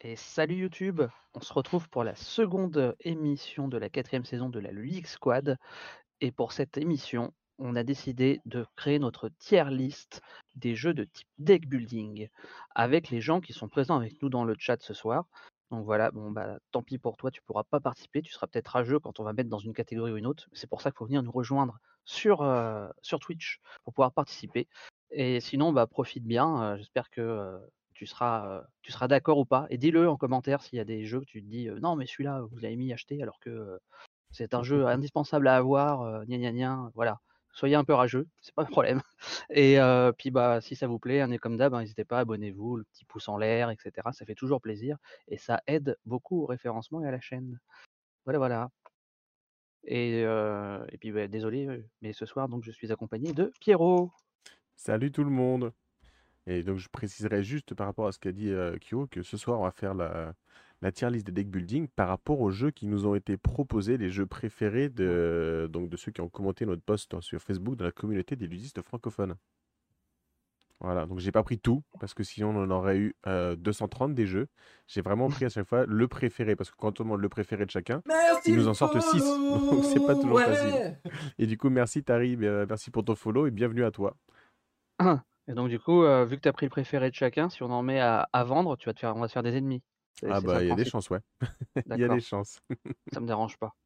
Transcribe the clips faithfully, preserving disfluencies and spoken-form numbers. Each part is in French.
Et salut YouTube! On se retrouve pour la seconde émission de la quatrième saison de la League Squad et pour cette émission, on a décidé de créer notre tier list des jeux de type deck building avec les gens qui sont présents avec nous dans le chat ce soir. Donc voilà, bon bah tant pis pour toi, tu pourras pas participer, tu seras peut-être rageux quand on va mettre dans une catégorie ou une autre. C'est pour ça qu'il faut venir nous rejoindre sur, heu, sur Twitch pour pouvoir participer et sinon, bah profite bien, heu, j'espère que, heu, tu seras, heu, tu seras d'accord ou pas et dis-le en commentaire s'il y a des jeux que tu te dis, heu: «Non mais celui-là, vous l'avez mis acheter alors que, heu, c'est un jeu indispensable à avoir, heu, gna gna gna», voilà. Soyez un peu rageux, c'est pas un problème et heu, puis bah si ça vous plaît, hein, et comme d'hab, hein, n'hésitez pas, abonnez-vous, le petit pouce en l'air et cetera, ça fait toujours plaisir et ça aide beaucoup au référencement et à la chaîne. Voilà, voilà. Et heu et puis bah désolé, heu, mais ce soir donc je suis accompagné de Pierrot. Salut tout le monde! Et donc je préciserai juste par rapport à ce qu'a dit euh, Kyo, que ce soir on va faire la, la tier list des deck building par rapport aux jeux qui nous ont été proposés, les jeux préférés Ouais. de, donc de ceux qui ont commenté notre post sur Facebook dans la communauté des ludistes francophones. Voilà, donc j'ai pas pris tout, parce que sinon on en aurait eu euh, deux cent trente des jeux. J'ai vraiment pris à chaque fois le préféré, parce que quand on demande le préféré de chacun, Merci ils le nous en sortent six, donc c'est pas follow. toujours facile. Ouais. Et du coup, merci Tari, euh, merci pour ton follow et bienvenue à toi. Et donc du coup, heu, vu que tu as pris le préféré de chacun, si on en met à à vendre, tu vas te faire on va se faire des ennemis. C'est Ah c'est ça bah le il y a des principe? chances, ouais. Il y a des D'accord, chances. ça me dérange pas.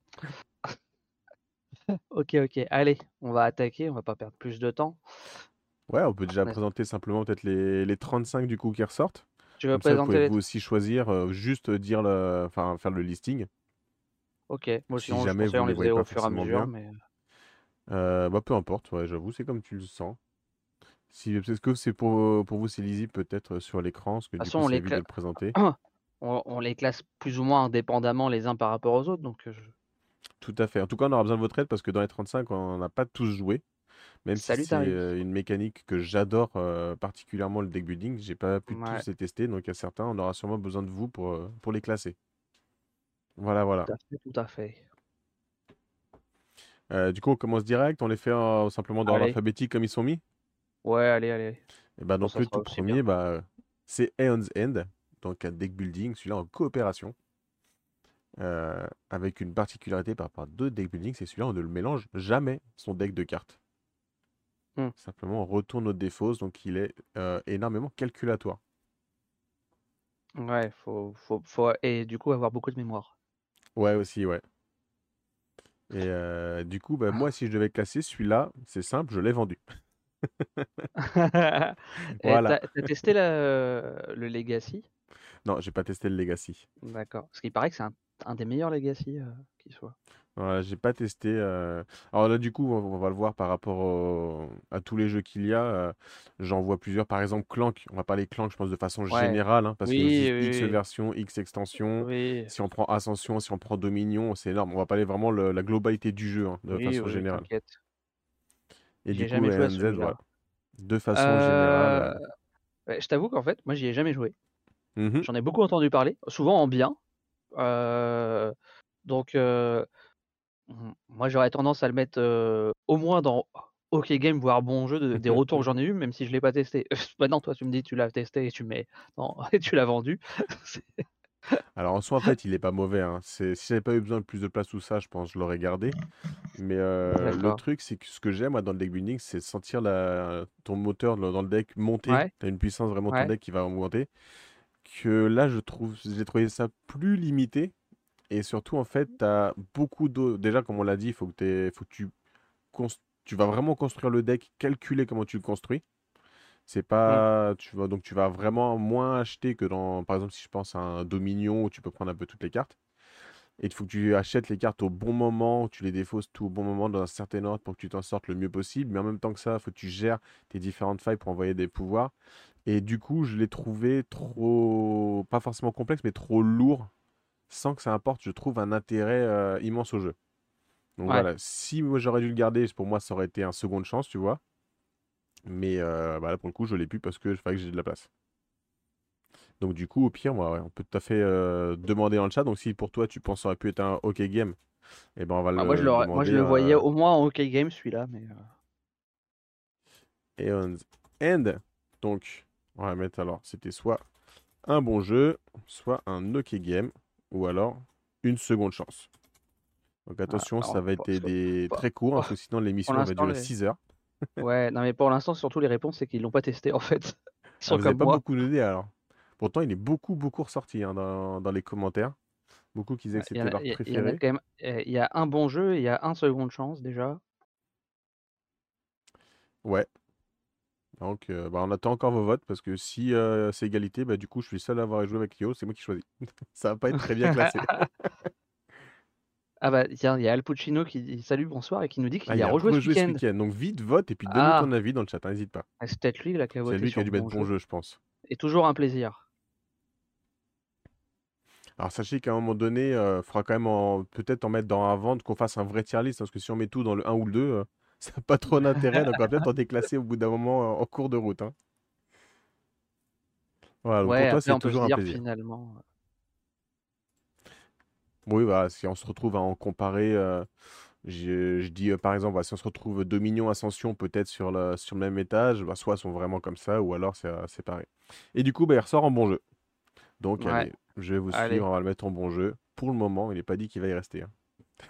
OK, OK, allez, on va attaquer, on va pas perdre plus de temps. Ouais, on peut déjà Ouais. présenter simplement peut-être les, les trente-cinq du coup qui ressortent. Tu veux Comme ça, vous pouvez présenter les vous tr aussi choisir, euh, juste dire le, enfin, faire le listing. OK, moi Si sinon je jamais pensais vous on les les voyez faisait pas au fur et à forcément mesure, bien. mais heu Euh, bah peu importe, ouais, j'avoue, c'est comme tu le sens. Si, est-ce que c'est pour, pour vous, c'est lisible peut-être euh, sur l'écran, parce que toute du façon coup, on ça les évite de cla le présenter. on on les classe plus ou moins indépendamment les uns par rapport aux autres, donc heu, je Tout à fait. En tout cas, on aura besoin de votre aide parce que dans les trente-cinq, on n'a pas tous joué. Même si salut c'est Tari. euh, une mécanique que j'adore, euh, particulièrement le deck building, j'ai pas pu Ouais, tous les tester, donc il y a certains, on aura sûrement besoin de vous pour, euh, pour les classer. Voilà, voilà. tout à fait, tout à fait. Euh, du coup, on commence direct, on les fait euh, simplement dans l'ordre Allez, alphabétique comme ils sont mis. ouais, allez, allez. Et bah Je pense donc que ça le sera tout aussi bien. premier, bah, c'est Aeon's End, donc un deck building, celui-là en coopération, euh, avec une particularité par rapport à d'autres deck building, c'est celui-là on ne le mélange jamais son deck de cartes. Mmh. Simplement on retourne notre défausse, donc il est euh, énormément calculatoire. Ouais, faut faut faut et du coup avoir beaucoup de mémoire. Ouais aussi, ouais. Et euh, du coup, bah, moi si je devais classer celui-là, c'est simple, je l'ai vendu. Et Voilà. tu as testé le le Legacy? Non, j'ai pas testé le Legacy. D'accord, parce qu'il paraît que c'est un un des meilleurs Legacy, heu, qui soit. Voilà, j'ai pas testé. euh, Alors là, du coup, on on va le voir par rapport au- à tous les jeux qu'il y a. euh, J'en vois plusieurs. Par exemple, Clank. On va parler Clank, je pense, de façon Ouais. générale, hein, parce qu'il Oui, existe X oui, versions, X extensions. oui. Si on prend Ascension, si on prend Dominion, c'est énorme. On va parler vraiment le- la globalité du jeu, hein, de Oui, façon oui, oui, générale. t'inquiète. Et J'y du ai coup, jamais joué à A N Z, celui-là. voilà. De façon générale. Heu, euh, ouais, je t'avoue qu'en fait, moi j'y ai jamais joué. mhm. J'en ai beaucoup entendu parler, souvent en bien. Heu, donc heu, mmh, moi j'aurais tendance à le mettre, heu, au moins dans OK Game, voire bon jeu de des retours que j'en ai eu, même si je l'ai pas testé. Maintenant toi tu me dis: «Tu l'as testé et tu mets non et tu l'as vendu». C'est Alors en soi, en fait, il est pas mauvais, hein. C'est... Si j'avais pas eu besoin de plus de place ou ça, je pense que je l'aurais gardé. Mais euh, le d'accord. truc, c'est que ce que j'aime moi dans le deck building, c'est sentir la... ton moteur dans dans le deck monter. Ouais, Tu as une puissance vraiment ton ouais. deck qui va augmenter. Que là, je trouve, j'ai trouvé ça plus limité. Et surtout, en fait, tu as beaucoup de. Déjà, comme on l'a dit, il faut que, t'aies- faut que tu, cons- tu vas vraiment construire le deck, calculer comment tu le construis. C'est Mmh. pas. Tu vas... Donc, tu vas vraiment moins acheter que dans. Par exemple, si je pense à un Dominion où tu peux prendre un peu toutes les cartes. Et il faut que tu achètes les cartes au bon moment, tu les défausses tout au bon moment dans un certain ordre pour que tu t'en sortes le mieux possible. Mais en même temps que ça, il faut que tu gères tes différentes failles pour envoyer des pouvoirs. Et du coup, je l'ai trouvé trop, pas forcément complexe, mais trop lourd, sans que ça apporte, je trouve, un intérêt euh, immense au jeu. Donc Ouais. voilà, si moi j'aurais dû le garder, pour moi, ça aurait été un seconde chance, tu vois. Mais euh, bah là, pour le coup, je l'ai plus parce que je fallait que j'ai de la place. Donc du coup, au pire, moi, ouais, on peut tout à fait euh, demander dans le chat. Donc si pour toi, tu penses que ça aurait pu être un OK game, eh ben, on va Bah, moi je le l'aurais moi je demander. le voyais Euh, au moins en OK Game celui-là, mais heu, Aeon's End. Donc, on va mettre alors, c'était soit un bon jeu, soit un OK game, ou alors une seconde chance. Donc Ah, attention, ça alors, va pour, être so- des pour- très courts, hein, pour- parce que sinon pour l'émission elle va l'instant, durer les... six heures. ouais, non mais pour l'instant, surtout les réponses, c'est qu'ils l'ont pas testé en fait. Ils Ah, sont vous avez comme pas moi. beaucoup d'idées alors. Pourtant, il est beaucoup, beaucoup ressorti hein, dans, dans les commentaires. Beaucoup qui disaient Ouais, que Il y en c'était a, leur il y il y en a préféré. quand même. euh, Il y a un bon jeu et il y a un seconde chance déjà. Ouais. Donc, euh, bah, on attend encore vos votes parce que si euh, c'est égalité, bah, du coup, je suis le seul à avoir joué avec Yo, c'est moi qui choisis. Ça va pas être très bien classé. Ah bah tiens, il y a Al Pacino qui dit salut, bonsoir et qui nous dit Ah, qu'il y il a a rejoué ce rejoué ce week-end. week-end. Donc, vite, vote et puis donne-nous ton Ah, avis dans le chat, hein, n'hésite pas. ah, c'est peut-être lui là qui a C'est voté lui qui a sur dû mettre bon bon jeu. jeu, je pense. Et toujours un plaisir. Alors, sachez qu'à un moment donné, il faudra quand même en- peut-être en mettre dans un vente qu'on fasse un vrai tier list, parce que si on met tout dans le un ou le deux, euh, ça n'a pas trop d'intérêt. Donc, on va peut-être en déclasser au bout d'un moment euh, en cours de route, hein. Voilà, donc pour Ouais, toi, après c'est on peut se toujours un dire plaisir. finalement. Oui, voilà, si on se retrouve à en comparer, euh, je, je dis euh, par exemple, voilà, si on se retrouve Dominion, Ascension peut-être sur le, sur le même étage, bah, soit ils sont vraiment comme ça, ou alors c'est euh, séparé. Et du coup, bah, il ressort en bon jeu. Donc Ouais, allez, je vais vous suivre, allez. on va le mettre en bon jeu. Pour le moment, il n'est pas dit qu'il va y rester, hein.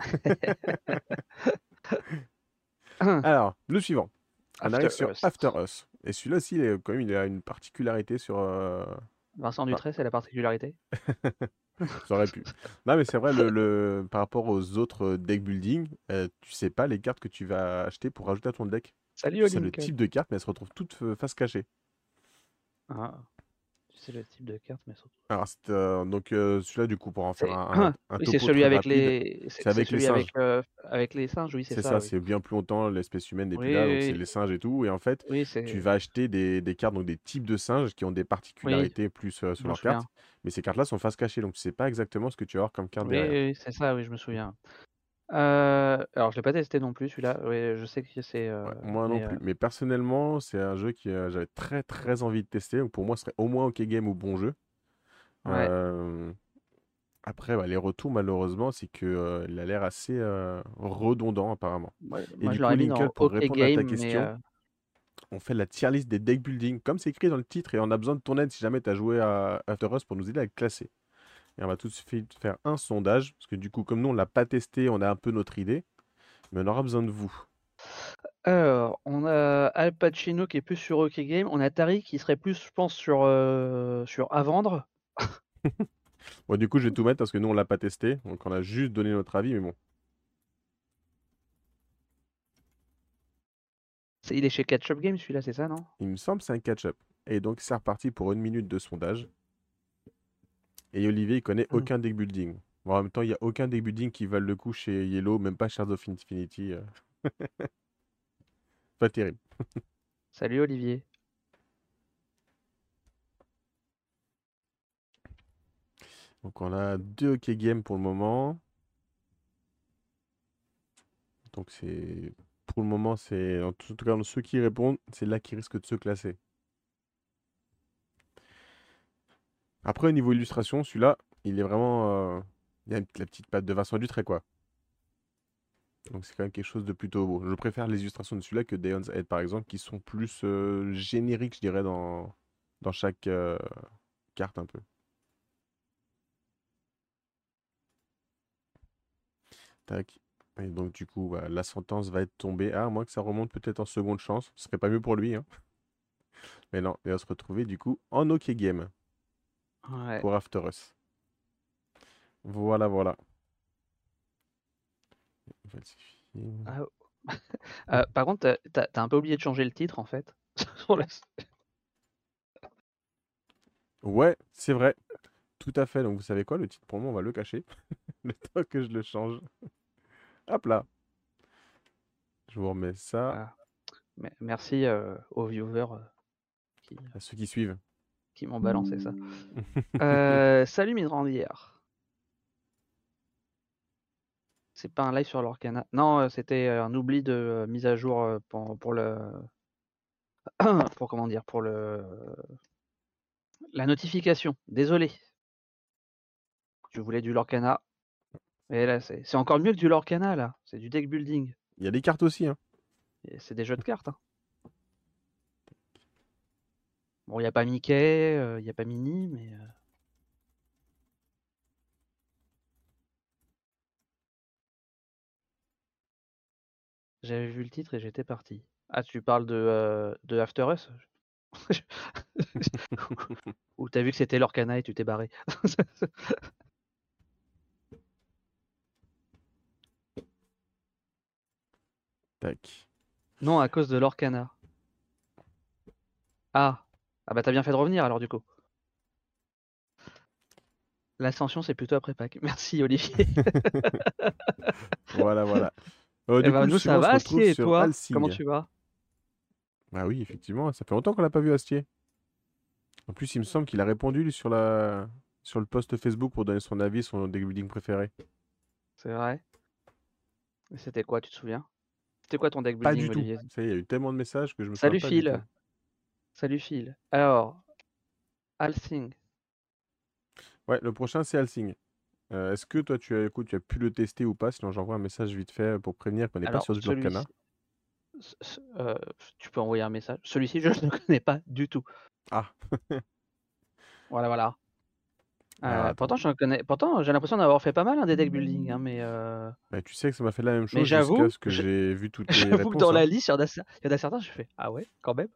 Alors, le suivant. On arrive After sur Earth. After Us. Et celui-là aussi, il est- quand même, il a une particularité sur. euh, Vincent enfin, Dutray, c'est la particularité. ça aurait pu. Non, mais c'est vrai, le, le- par rapport aux autres euh, deck building, euh, tu sais pas les cartes que tu vas acheter pour rajouter à ton deck. Salut Tu au sais le Lincoln. type de carte, mais elles se retrouvent toutes euh, face cachée. Ah, tu sais le type de carte, mais surtout. Alors, c'est, euh, donc euh, celui-là, du coup, pour en faire C'est- un, un- un Oui, c'est topo celui très avec rapide, les. C'est c'est c'est avec les celui avec singes. euh, avec les singes, oui, c'est C'est ça, ça, oui. c'est bien plus longtemps, l'espèce humaine n'est Oui, plus là, donc c'est oui, les singes et tout. Et en fait, oui, tu c'est. vas acheter des, des cartes, donc des types de singes qui ont des Oui, particularités plus euh, je sur me leur carte. souviens. Mais ces cartes-là sont face cachée, donc tu sais pas exactement ce que tu vas avoir comme carte Oui, derrière. oui, oui, c'est ça, oui, je me souviens. Euh, alors, je l'ai pas testé non plus, celui-là. Oui, je sais que c'est. Ouais, euh, moi non Mais euh, plus. Mais personnellement, c'est un jeu que euh, j'avais très très envie de tester. Donc pour moi, ce serait au moins OK Game ou bon jeu. ouais. Euh, Après, bah, les retours, malheureusement, c'est que euh, il a l'air assez euh, redondant apparemment. Moi, Et moi, du je coup, l'aurais mis Lincoln, dans pour OK répondre à Game, ta mais. question, euh, on fait la tier list des deck building, comme c'est écrit dans le titre, et on a besoin de ton aide si jamais tu as joué à After Us pour nous aider à le classer. Et on va tout de suite faire un sondage, parce que du coup, comme nous, on l'a pas testé, on a un peu notre idée, mais on aura besoin de vous. Alors, on a Al Pacino qui est plus sur OK Game. On a Tari qui serait plus, je pense, sur, euh, sur à vendre. Bon, du coup, je vais tout mettre parce que nous, on l'a pas testé, donc on a juste donné notre avis, mais bon. C'est- Il est chez Catch-Up Game, celui-là, c'est ça, non? Il me semble que c'est un catch-up. Et donc, c'est reparti pour une minute de sondage. Et Olivier, il connaît Hmm. aucun deck building. Bon, en même temps, il n'y a aucun deck building qui valent le coup chez Yellow, même pas Shards of Infinity. euh, Pas terrible. Salut Olivier. Donc, on a deux OK Games pour le moment. Donc, c'est. Pour le moment, c'est. En tout cas, ceux qui répondent, c'est là qui risquent de se classer. Après, au niveau illustration, celui-là, il est vraiment. euh, Il y a une- la petite patte de Vincent Dutray, quoi. Donc, c'est quand même quelque chose de plutôt beau. Je préfère les illustrations de celui-là que Daeon's Head, par exemple, qui sont plus euh, génériques, je dirais, dans, dans chaque euh, carte un peu. Tac. Et donc, du coup, bah, la sentence va être tombée. Ah, à moins que ça remonte peut-être en seconde chance. Ce serait pas mieux pour lui, hein. Mais non, il va se retrouver, du coup, en OK Game Ouais. pour After Us. Voilà, voilà. Falsifié. Ah, euh, par contre, t'as, t'as- t'as un peu oublié de changer le titre, en fait. Sur la- Ouais, c'est vrai. Tout à fait. Donc, vous savez quoi? Le titre, pour moi, on va le cacher. Le temps que je le change. Hop là. Je vous remets ça Ah, mais merci euh, aux viewers euh, qui, à ceux qui suivent. qui m'ont balancé ça. Euh, salut Mithrandir. C'est pas un live sur l'Orcana. Non, euh, c'était euh, un oubli de euh, mise à jour euh, pour, pour le. Pour comment dire? Pour le. La notification. Désolé. Je voulais du Lorcana. Et là, c'est c'est encore mieux que du Lorcana, là. C'est du deck building. Il y a des cartes aussi, hein. Et c'est des jeux de cartes, hein. Bon, il y a pas Mickey, il y a pas Minnie, mais... euh, J'avais vu le titre et j'étais parti. Ah, tu parles de, euh, de After Us? Ou t'as vu que c'était Lorcana et tu t'es barré? Tac. Non, à cause de Lorcana. Ah. Ah bah t'as bien fait de revenir alors du coup. L'ascension c'est plutôt après Pâques. Merci Olivier. Voilà, voilà. Euh, Eh du coup, ben le nous ça suivant se va retrouve Astier et sur toi? Comment Alsing. tu vas? Ah oui, effectivement, ça fait longtemps qu'on l'a pas vu Astier. En plus, il me semble qu'il a répondu lui, sur la... sur le post Facebook pour donner son avis, son deck building préféré. C'est vrai? Et c'était quoi, tu te souviens? C'était quoi ton deck Pas building du tout. Olivier? Ça y est, il y a eu tellement de messages que je me souviens Salut pas du Phil. tout. Salut Phil. Alors, Alsing. Ouais, le prochain, c'est Alsing. Euh, est-ce que toi, tu as, écoute, tu as pu le tester ou pas? Sinon, j'envoie un message vite fait pour prévenir qu'on n'est pas Alors sur du celui-ci, Lorcana. ce- ce- euh, tu peux envoyer un message. Celui-ci je ne connais pas du tout. Ah, Voilà voilà. alors Euh, attends. pourtant, je connais... pourtant j'ai l'impression d'avoir fait pas mal hein, des deck building, hein, mais, euh, Bah, tu sais que ça m'a fait la même mais chose jusqu'à j'avoue, ce que je- j'ai vu toutes tes j'avoue que réponses, dans hein. la liste, il y en a, cer- il y en a certains, je fais ah ouais, quand même.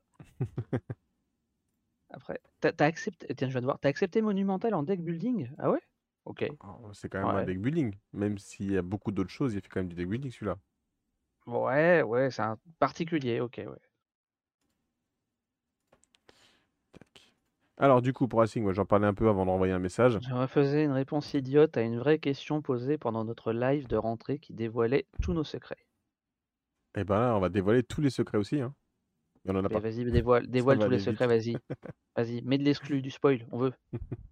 Après, t'as t'as accepté, tiens, je viens de voir, t'as accepté Monumental en deck building? Ah ouais? Ok, Alors, c'est quand même un ouais. deck building. Même s'il y a beaucoup d'autres choses, il fait quand même du deck building celui-là. Ouais, ouais, c'est un particulier, ok, ouais. Tac. Alors, du coup, pour Racing, moi j'en parlais un peu avant d'envoyer un message. Je refaisais une réponse idiote à une vraie question posée pendant notre live de rentrée qui dévoilait tous nos secrets. Et ben là, on va dévoiler tous les secrets aussi, hein. Il y en en a Mais pas. vas-y, dévoile, Ça dévoile va tous les aller secrets, vite. vas-y. Vas-y, mets de l'exclu, du spoil, on veut.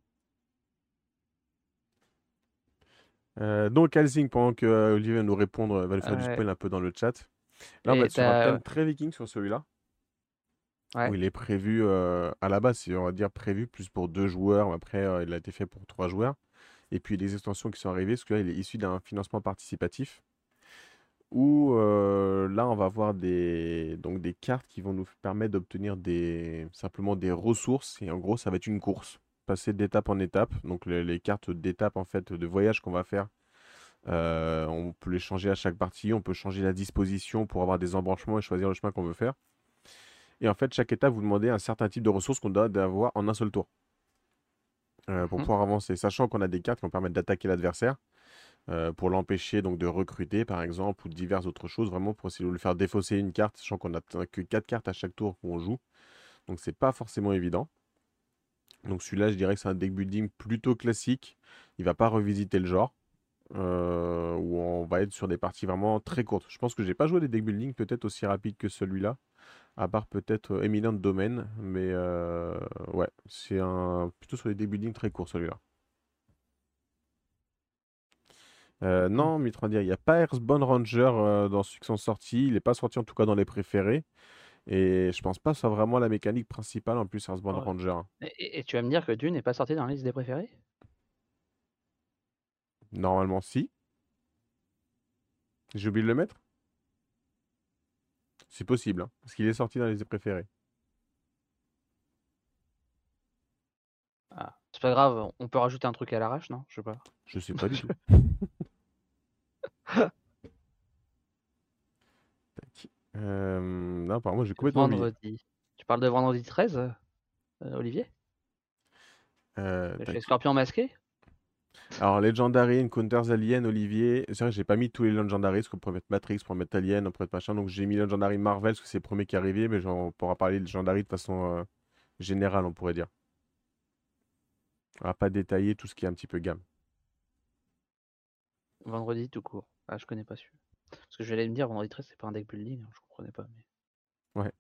Euh, donc, Helsing, pendant que euh, Olivier va nous répondre, va nous faire du Ouais. spoil un peu dans le chat. Là, on va Et être sur un t'as... thème très viking sur celui-là, où Ouais. il est prévu, euh, à la base, c'est, on va dire, prévu plus pour deux joueurs, mais après, euh, il a été fait pour trois joueurs. Et puis, les extensions qui sont arrivées, parce que là, il est issu d'un financement participatif, où euh, là, on va avoir des, donc, des cartes qui vont nous permettre d'obtenir des, simplement des ressources. Et en gros, ça va être une course, passer d'étape en étape. Donc, les, les cartes d'étape, en fait, de voyage qu'on va faire. Euh, on peut les changer à chaque partie, on peut changer la disposition pour avoir des embranchements et choisir le chemin qu'on veut faire. Et en fait, chaque étape, vous demandez un certain type de ressources qu'on doit avoir en un seul tour euh, pour Mhm. pouvoir avancer, sachant qu'on a des cartes qui vont permettre d'attaquer l'adversaire euh, pour l'empêcher donc de recruter par exemple ou diverses autres choses, vraiment pour essayer de le faire défausser une carte, sachant qu'on n'a que quatre cartes à chaque tour qu'on joue. Donc c'est pas forcément évident. Donc celui-là, je dirais que c'est un deck building plutôt classique. Il va pas revisiter le genre. Euh, où on va être sur des parties vraiment très courtes. Je pense que j'ai pas joué des deck building peut-être aussi rapides que celui-là, à part peut-être euh, Eminent Domain, mais euh, ouais, c'est un plutôt sur les deck building très courts celui-là. Euh, Mhm. non, Mitrandir, il n'y a pas Earthbound Ranger euh, dans ceux qui sont sortis, il n'est pas sorti en tout cas dans les préférés, et je pense pas que ce soit vraiment la mécanique principale en plus Earthbound Ouais. Ranger, hein. Et, et- et tu vas me dire que Dune n'est pas sorti dans la liste des préférés? Normalement si, j'ai oublié de le mettre, c'est possible, hein, parce qu'il est sorti dans les préférés. Ah. C'est pas grave, on peut rajouter un truc à l'arrache, non? Je sais pas. Je sais pas du tout. Tac. Euh, non, apparemment j'ai complètement oublié. Vendredi. Tu parles de vendredi treize, euh, Olivier? Euh, De chez tac. Scorpion Masqué? Alors, Legendary, Encounters Alien, Olivier. C'est vrai que j'ai pas mis tous les Legendary, parce qu'on pourrait mettre Matrix, on pourrait mettre Alien, on pourrait mettre machin. Donc, j'ai mis Legendary Marvel, parce que c'est le premier qui est arrivé, mais genre, on pourra parler de Legendary de façon euh, générale, on pourrait dire. On va pas détailler tout ce qui est un petit peu gamme. Vendredi tout court. Ah, je connais pas celui. Parce que je vais me dire, vendredi treize, c'est pas un deck building, hein, je comprenais pas. Mais... Ouais,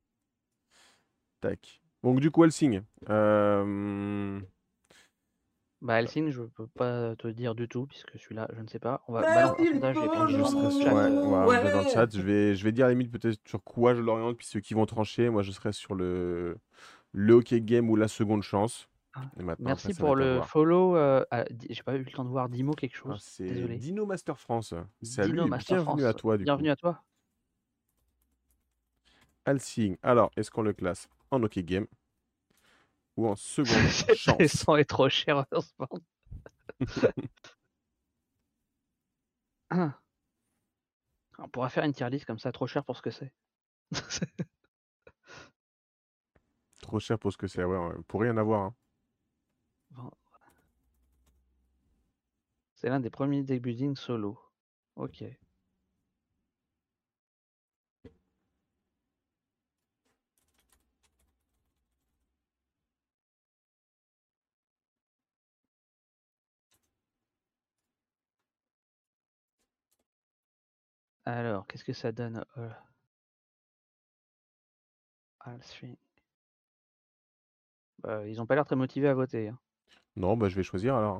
tac. Donc, du coup, Helsing. Euh... Bah, Helsing, je peux pas te dire du tout, puisque celui-là, je ne sais pas. On va Merde, balancer un il est sondage et puis pas on Je demande dans serai le sur... chat. Ouais, euh, on va regarder dans le ouais. chat. Je vais, je vais dire à la limite peut-être sur quoi je l'oriente, puis ceux qui vont trancher. Moi, je serai sur le, le hockey game ou la seconde chance. hein. Et maintenant, après, Merci ça va pour être à le voir. follow. euh, ah, Di- J'ai pas eu le temps de voir Dimo quelque Ah, chose. c'est Désolé. Dino Master France. Salut Dino et Master bienvenue à France. toi, du coup. Bienvenue à toi. Alsing. Alors, est-ce qu'on le classe en hockey game? ou en seconde Cette chance? maison est trop chère en ce moment. On pourra faire une tier list comme ça, trop cher pour ce que c'est. Trop cher pour ce que c'est, ouais, ouais, pour rien avoir, hein. Bon, c'est l'un des premiers deck building solo. OK. Alors, qu'est-ce que ça donne? Heu Althring. Bah, ils ont pas l'air très motivés à voter, hein. Non, bah, je vais choisir alors.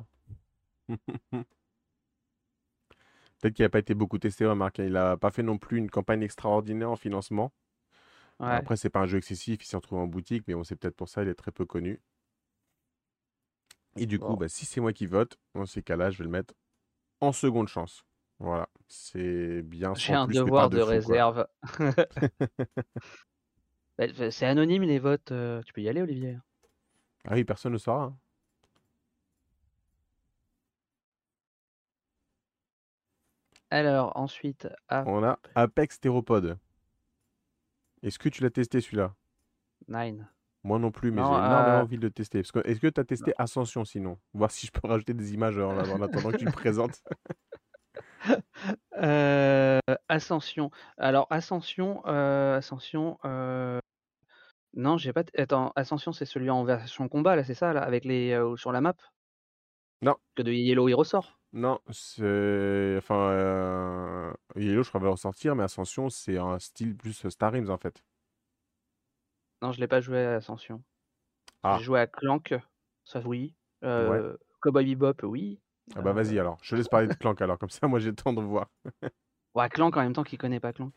Peut-être qu'il a pas été beaucoup testé, remarque, hein. Il a pas fait non plus une campagne extraordinaire en financement. Ouais, Après, c'est pas un jeu excessif, il s'y retrouve en boutique, mais bon, c'est peut-être pour ça, il est très peu connu. Et du coup, bon, bah, si c'est moi qui vote, dans ces cas-là, je vais le mettre en seconde chance. Voilà, c'est bien j'ai sans un plus, mais pas devoir de de fou, quoi. réserve. Bah, f c'est anonyme les votes, heu, tu peux y aller Olivier, hein. Ah oui, personne ne saura, hein. Alors ensuite, Ap On a Apex Théropode. Est-ce que tu l'as testé celui-là? Nine. Moi non plus, mais Non, j'ai énormément heu, envie de le tester. Parce que, est-ce que tu as non. testé Ascension sinon? Voir si je peux rajouter des images en, en attendant que tu le présentes. Heu, Ascension. Alors Ascension, heu, Ascension, heu, non j'ai pas t attends, Ascension c'est celui en version combat là, c'est ça là? Avec les, heu, sur la map? Non, Que de Yellow il ressort? non, c'est. Enfin, euh... Yellow, je crois, va ressortir, mais Ascension, c'est un style plus Star Realms en fait. Non, je l'ai pas joué à Ascension. J'ai Ah, joué à Clank, ça oui, ouais. heu, Cowboy Bebop oui, Ah bah heu, vas-y alors, je te laisse parler de Clank alors, comme ça moi j'ai le temps de voir. ouais Clank en même temps, qui connaît pas Clank?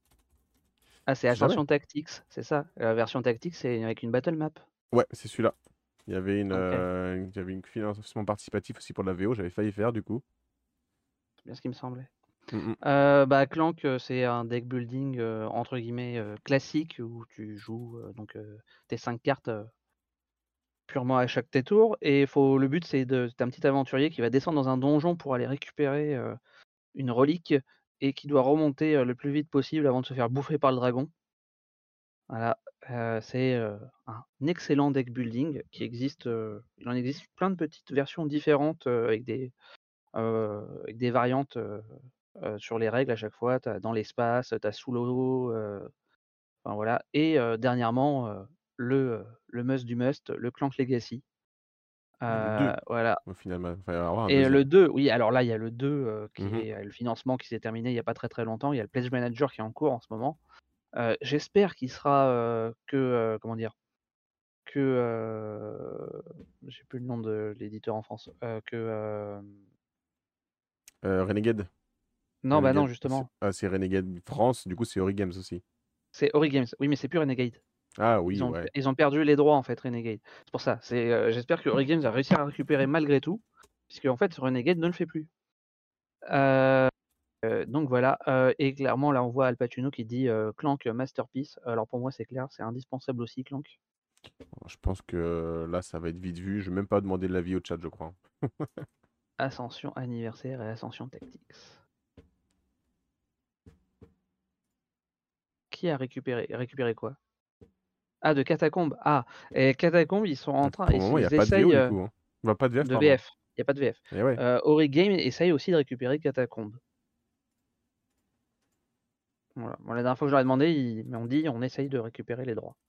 Ah c'est Jamais. Ascension Tactics, c'est ça? La version Tactics, c'est avec une battle map? Ouais, c'est celui-là. Il y avait une, OK, euh, une- il y avait une financement participatif aussi pour la V O, j'avais failli faire du coup. c'est bien ce qui me semblait. Mm, mm. Heu, bah Clank, heu, c'est un deck building, heu, entre guillemets, heu, «classique» où tu joues, heu, donc heu, tes cinq cartes, heu, purement à chaque tes tours et faut le but c'est de tu es un petit aventurier qui va descendre dans un donjon pour aller récupérer, heu, une relique et qui doit remonter, heu, le plus vite possible avant de se faire bouffer par le dragon. Voilà, heu, c'est, heu, un excellent deck building qui existe, heu, il en existe plein de petites versions différentes, heu, avec des, heu, avec des variantes, heu heu, sur les règles à chaque fois. Tu as dans l'espace, tu as sous l'eau, heu, enfin voilà et heu, dernièrement, heu, le, heu, le must du must, le Clank Legacy. Ah, le Heu, deux voilà au final, il va y avoir un et le deuxième. deux, oui, alors là, il y a le deux, heu, qui Mhm. est, heu, le financement qui s'est terminé il y a pas très, très longtemps. Il y a le Pledge Manager qui est en cours en ce moment. Heu, j'espère qu'il sera, heu, que, heu, comment dire? Que, heu, j'ai plus le nom de l'éditeur en France, heu, que, hem, Euh, Renegade. non, bah, non, Renegade. c'est- justement, Ah, c'est Renegade France, du coup c'est Ori Games aussi. c'est Ori Games. Oui, mais c'est plus Renegade. Ah Ils oui, ont ouais. ils ont perdu les droits, en fait, Renegade. C'est pour ça, c'est, heu, j'espère que Ori Games va réussir à récupérer malgré tout, puisqu'en fait, Renegade ne le fait plus. Heu, donc voilà, heu et clairement, là, on voit Al Pacino qui dit, heu: «Clank, masterpiece». Alors pour moi, c'est clair, c'est indispensable aussi, Clank. Je pense que là, ça va être vite vu. Je vais même pas demander l'avis au chat, je crois. Ascension Anniversaire et Ascension Tactics. Qui a récupéré récupéré quoi? Ah, de Catacombes. Ah et Catacombes, ils sont en Ah, train pour le ils moment, il n'y a ils pas de V O essayent, du heu coup, hein. Bah, pas de V F, de pardon. V F. Il y a pas de V F. Et ouais. Heu, Origame essaye aussi de récupérer Catacombes. Voilà. Moi, la dernière fois que je leur ai demandé, ils m'ont dit: «On essaye de récupérer les droits».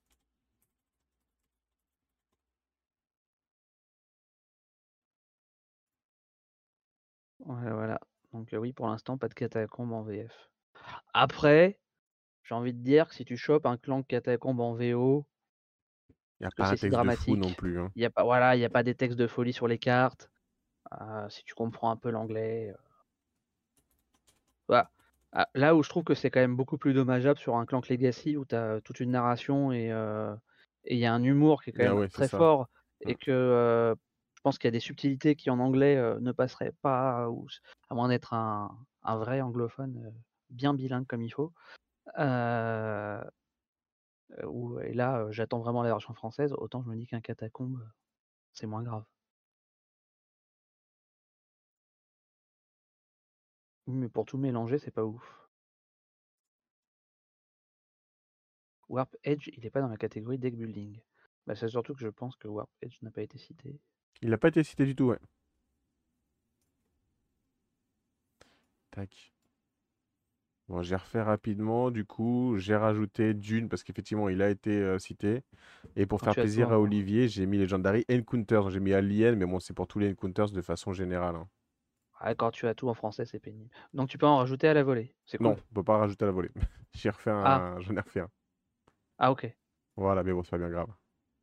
Voilà, voilà. Donc, heu, oui, pour l'instant, pas de Catacombes en V F. Après, j'ai envie de dire que si tu chopes un clan Catacombes en V O, Il n'y a est-ce que pas un c'est si texte de fou non dramatique? plus, hein. Il y a pas voilà, il y a pas des textes de folie sur les cartes. Heu, si tu comprends un peu l'anglais, heu, voilà. Ah, là où je trouve que c'est quand même beaucoup plus dommageable sur un Clank Legacy où tu as toute une narration et heu et il y a un humour qui est quand Ah même ouais, c'est très ça. fort Mm. et que, heu, je pense qu'il y a des subtilités qui en anglais, heu, ne passeraient pas ou s à moins d'être un un vrai anglophone, heu, bien bilingue comme il faut. Heu Heu, où et là, heu, j'attends vraiment la version française, autant je me dis qu'un Catacombe, heu, c'est moins grave. Oui, mais pour tout mélanger, c'est pas ouf. Warp Edge, il est pas dans la catégorie deck building. Bah, c'est surtout que je pense que Warp Edge n'a pas été cité. Il n'a pas été cité du tout, ouais. Tac. Bon, j'ai refait rapidement, du coup, j'ai rajouté Dune parce qu'effectivement, il a été euh, cité. Et pour Quand faire tu as tout plaisir en à Olivier, j'ai mis Legendary Encounters. J'ai mis Alien, mais bon, c'est pour tous les Encounters de façon générale, hein. ah, quand tu as tout en français, c'est pénible. Donc tu peux en rajouter à la volée, c'est Non, cool. on peut pas rajouter à la volée. J'ai refait Ah, un... J'en ai refait un. ah OK. Voilà, mais bon, c'est pas bien grave.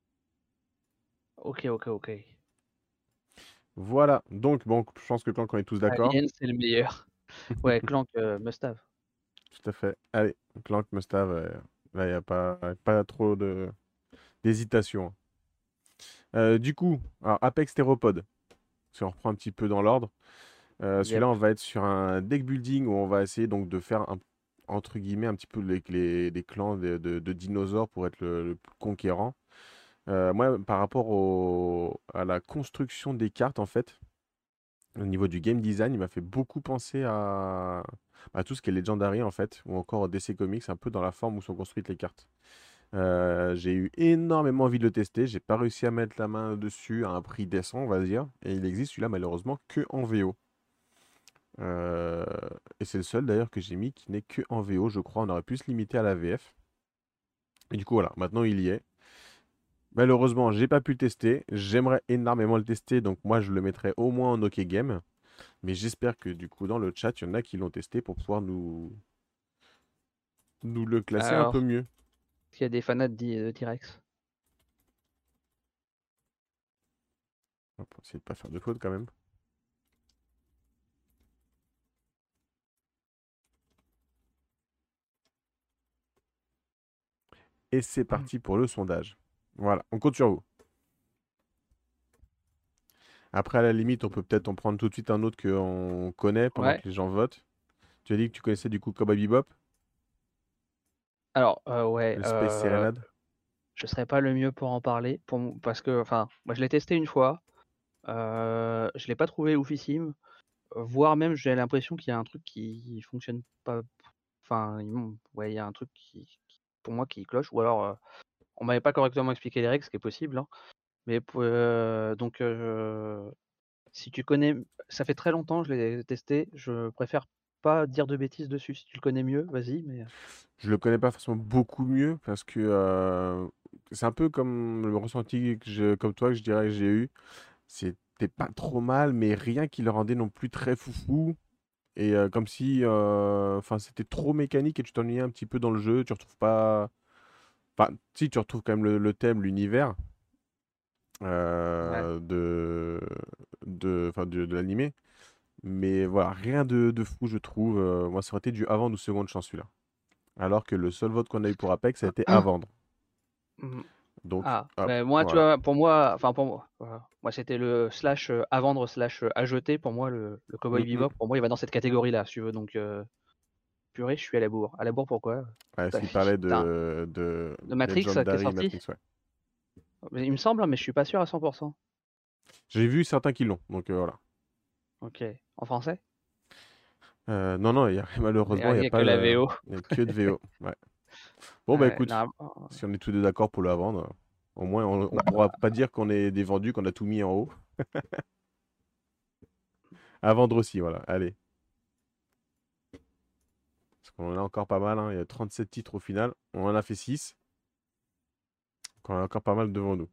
OK, OK, OK. Voilà, donc bon, je pense que quand on est tous d'accord. Alien, c'est le meilleur. Ouais, Clank, heu, must have. Tout à fait. Allez, Clank, Mustave, euh, là, il n'y a pas, pas trop de d'hésitation. Euh, du coup, alors Apex Théropode, si on reprend un petit peu dans l'ordre, euh, celui-là, Yep. on va être sur un deck building où on va essayer donc de faire, un- entre guillemets, un petit peu les, les- les clans de, de- de dinosaures pour être le, le plus conquérant. Euh, moi, par rapport au- à la construction des cartes, en fait, au niveau du game design, il m'a fait beaucoup penser à, à tout ce qui est Legendary, en fait, ou encore D C Comics, un peu dans la forme où sont construites les cartes. Euh, j'ai eu énormément envie de le tester. J'ai pas réussi à mettre la main dessus à un prix décent, on va dire. Et il existe celui-là malheureusement que en V O. Euh, et c'est le seul d'ailleurs que j'ai mis qui n'est que en V O, je crois. On aurait pu se limiter à la V F. Et du coup voilà, maintenant il y est. Malheureusement, j'ai pas pu le tester. J'aimerais énormément le tester, donc moi je le mettrais au moins en OK Game. Mais j'espère que du coup dans le chat, il y en a qui l'ont testé pour pouvoir nous, nous le classer un peu Alors, mieux. il y a des fanats de de T-Rex. On va essayer de pas faire de faute quand même. Et c'est parti pour le sondage. Voilà, on compte sur vous. Après, à la limite, on peut peut-être en prendre tout de suite un autre qu'on connaît pendant Ouais. que les gens votent. Tu as dit que tu connaissais du coup Cowboy Bebop, Alors, heu, ouais, le Space heu, Serenade. je serais pas le mieux pour en parler, pour m parce que, enfin, moi je l'ai testé une fois, heu, je l'ai pas trouvé oufissime, voire même j'ai l'impression qu'il y a un truc qui fonctionne pas, enfin, il m ouais, il y a un truc qui qui pour moi qui cloche ou alors, heu, on m'avait pas correctement expliqué les règles, ce qui est possible, hein. Mais pou heu, donc heu, si tu connais ça fait très longtemps, je l'ai testé, je préfère pas dire de bêtises dessus. Si tu le connais mieux, vas-y, mais Je le connais pas forcément beaucoup mieux parce que euh, c'est un peu comme le ressenti que je, comme toi que je dirais que j'ai eu. C'était pas trop mal, mais rien qui le rendait non plus très foufou. Et euh, comme si, euh, enfin, c'était trop mécanique et tu t'ennuyais un petit peu dans le jeu. Tu retrouves pas, enfin, si tu retrouves quand même le, le thème, l'univers, ouais. euh, de, de, enfin, de, de l'animé. Mais voilà, rien de, de fou, je trouve. Euh, moi, ça aurait été du à vendre ou seconde chance, celui-là. Alors que le seul vote qu'on a eu pour Apex, ça a été à vendre. Mmh. Donc, Ah, hop, beh, moi, tu voilà. vois, pour moi, enfin pour moi, voilà, moi c'était le slash, heu, à vendre slash, heu, à jeter pour moi le le Cowboy Mm, mm. Bebop, pour moi il va dans cette catégorie-là, si tu veux donc heu, purée, je suis à la bourre. À la bourre pourquoi? Ouais, Bah, s'il parlait tu de, de de Matrix, heu, qui est Legendary sorti? Matrix, ouais. Mais il me semble, hein, mais je suis pas sûr à cent. J'ai vu certains qui l'ont, donc euh, voilà. OK. En français? Euh, non, non, il y a, Il y malheureusement, a il n'y il a y a que pas la le, V O. il y a que de V O. Ouais. Bon, bah Ouais, écoute, non, si on est tous deux d'accord pour le à vendre, au moins on, on bah, pourra pas dire qu'on est des vendus, qu'on a tout mis en haut. À vendre aussi, voilà. Allez. Parce qu'on en a encore pas mal, hein. Il y a trente-sept titres au final. On en a fait six. Donc on a encore pas mal devant nous.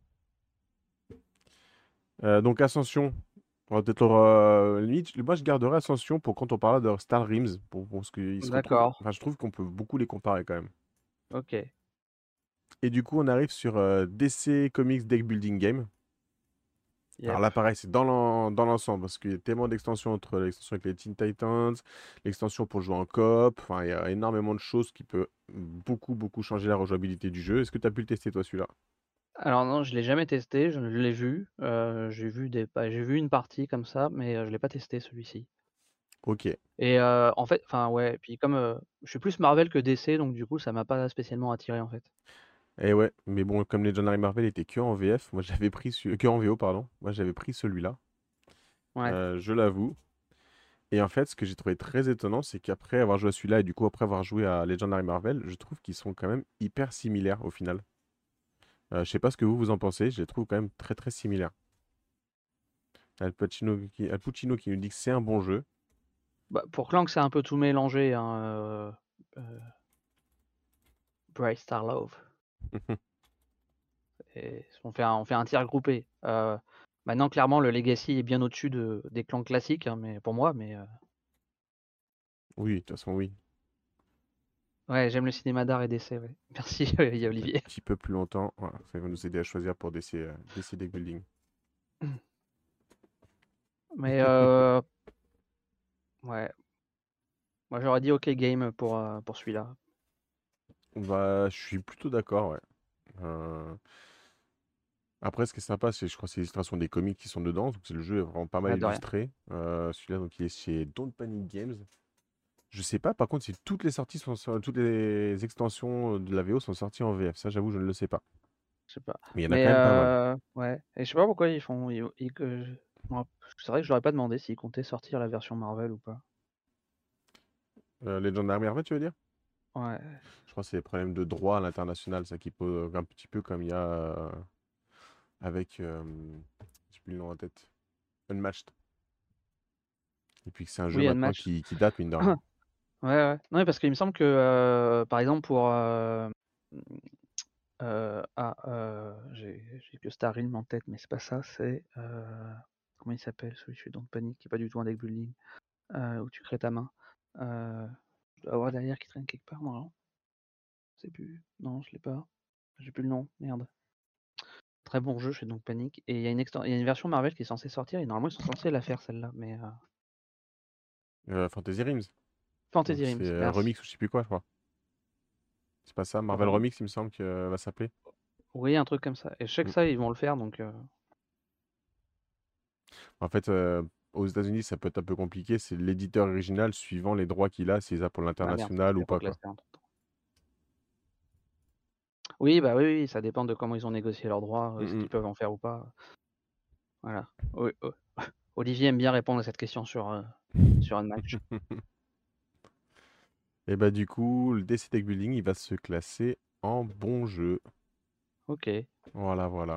Euh, donc Ascension, on va peut-être le re- limite, moi je garderai Ascension pour quand on parlera de Star Realms, pour, pour ce qu'ils se retrouvent. d'accord, Enfin, je trouve qu'on peut beaucoup les comparer quand même. OK. Et du coup, on arrive sur euh, D C Comics Deck Building Game. Alors Yep. là, pareil, c'est dans l'en- dans l'ensemble, parce qu'il y a tellement d'extensions entre l'extension avec les Teen Titans, l'extension pour jouer en coop. Enfin, il y a énormément de choses qui peuvent beaucoup, beaucoup changer la rejouabilité du jeu. Est-ce que tu as pu le tester, toi, celui-là? Alors non, je l'ai jamais testé, je l'ai vu, heu, j'ai vu des bah, j'ai vu une partie comme ça, mais heu, je l'ai pas testé celui-ci. Ok. Et heu, en fait enfin ouais, puis comme, heu, je suis plus Marvel que D C, donc du coup ça m'a pas spécialement attiré en fait. Et ouais, mais bon, comme Legendary Marvel était que en V F, moi j'avais pris ce- que en V O, pardon. Moi j'avais pris celui-là, Ouais. euh, je l'avoue. Et en fait, ce que j'ai trouvé très étonnant, c'est qu'après avoir joué à celui-là et du coup après avoir joué à Legendary Marvel, je trouve qu'ils sont quand même hyper similaires au final. Euh, je sais pas ce que vous vous en pensez, je les trouve quand même très très similaires. Al Pacino qui, Al Pacino qui nous dit que c'est un bon jeu. Bah, pour Clank, c'est un peu tout mélangé, hein, euh, euh, Bright Star Love. Et on fait un, on fait un tir groupé. Euh, maintenant, clairement, le Legacy est bien au-dessus de, des clans classiques, hein, mais pour moi, mais euh, Oui, de toute façon, oui. ouais, j'aime le cinéma d'art et d'essai, ouais. Merci, il y a Un Olivier. petit peu plus longtemps. Voilà, ça va nous aider à choisir pour D C, euh, D C Deck Building. Mais euh, ouais, moi j'aurais dit OK Game pour, euh, pour celui-là. Bah, je suis plutôt d'accord, ouais. Euh, Après, ce qui est sympa, c'est, je crois, que c'est les illustrations des comics qui sont dedans. Donc, c'est- le jeu est vraiment pas mal Ah, de rien. illustré. Euh, celui-là, donc, il est chez Don't Panic Games. Je sais pas, par contre, si toutes les sorties sont, sur- toutes les extensions de la V O sont sorties en V F. Ça, j'avoue, je ne le sais pas. Je sais pas. Mais il y en a Mais quand même pas mal. euh, ouais, et je sais pas pourquoi ils font. ils- ils- que je- moi, c'est vrai que je leur ai pas demandé s'ils comptaient sortir la version Marvel ou pas. Euh, Legendary Marvel, tu veux dire? Ouais, Je crois que c'est des problèmes de droit à l'international, ça qui pose un petit peu comme il y a euh, avec, euh, je sais plus le nom en tête, Unmatched. Et puis que c'est un jeu oui, maintenant Unmatched. qui, qui date, mine de rien. Ouais, ouais. Non, mais parce qu'il me semble que, euh, par exemple, pour. euh, euh, ah, euh, j'ai j'ai que Star Realm en tête, mais c'est pas ça, c'est. euh, comment il s'appelle celui chez Don't Panic, qui est pas du tout un deck building, euh, où tu crées ta main. Euh, je dois avoir derrière qui traîne quelque part, non? Je sais plus. Non, je l'ai pas. J'ai plus le nom, merde. Très bon jeu chez Don't Panic. Et il y a une exten- il y a une version Marvel qui est censée sortir, et normalement ils sont censés la faire celle-là, mais. euh, Euh, Fantasy Realms. Fantasy Donc c'est Realms, euh, merci. remix ou je sais plus quoi, je crois. C'est pas ça, Marvel Rem- Remix, il me semble que euh, va s'appeler. Oui, un truc comme ça. Et je sais que Mm. ça, ils vont le faire, donc. euh, En fait, euh, aux États-Unis, ça peut être un peu compliqué. C'est l'éditeur original suivant les droits qu'il a, s'il a pour Ah merde, l'international ou c'était pas pas, quoi. classé un truc. Oui, bah oui, oui, ça dépend de comment ils ont négocié leurs droits, euh, ce Mm, qu'ils peuvent en faire ou pas. Voilà. Oui, oh. Olivier aime bien répondre à cette question sur, euh, sur un match. mm. Et bah du coup, le D C Deck Building, il va se classer en bon jeu. Ok. Voilà, voilà.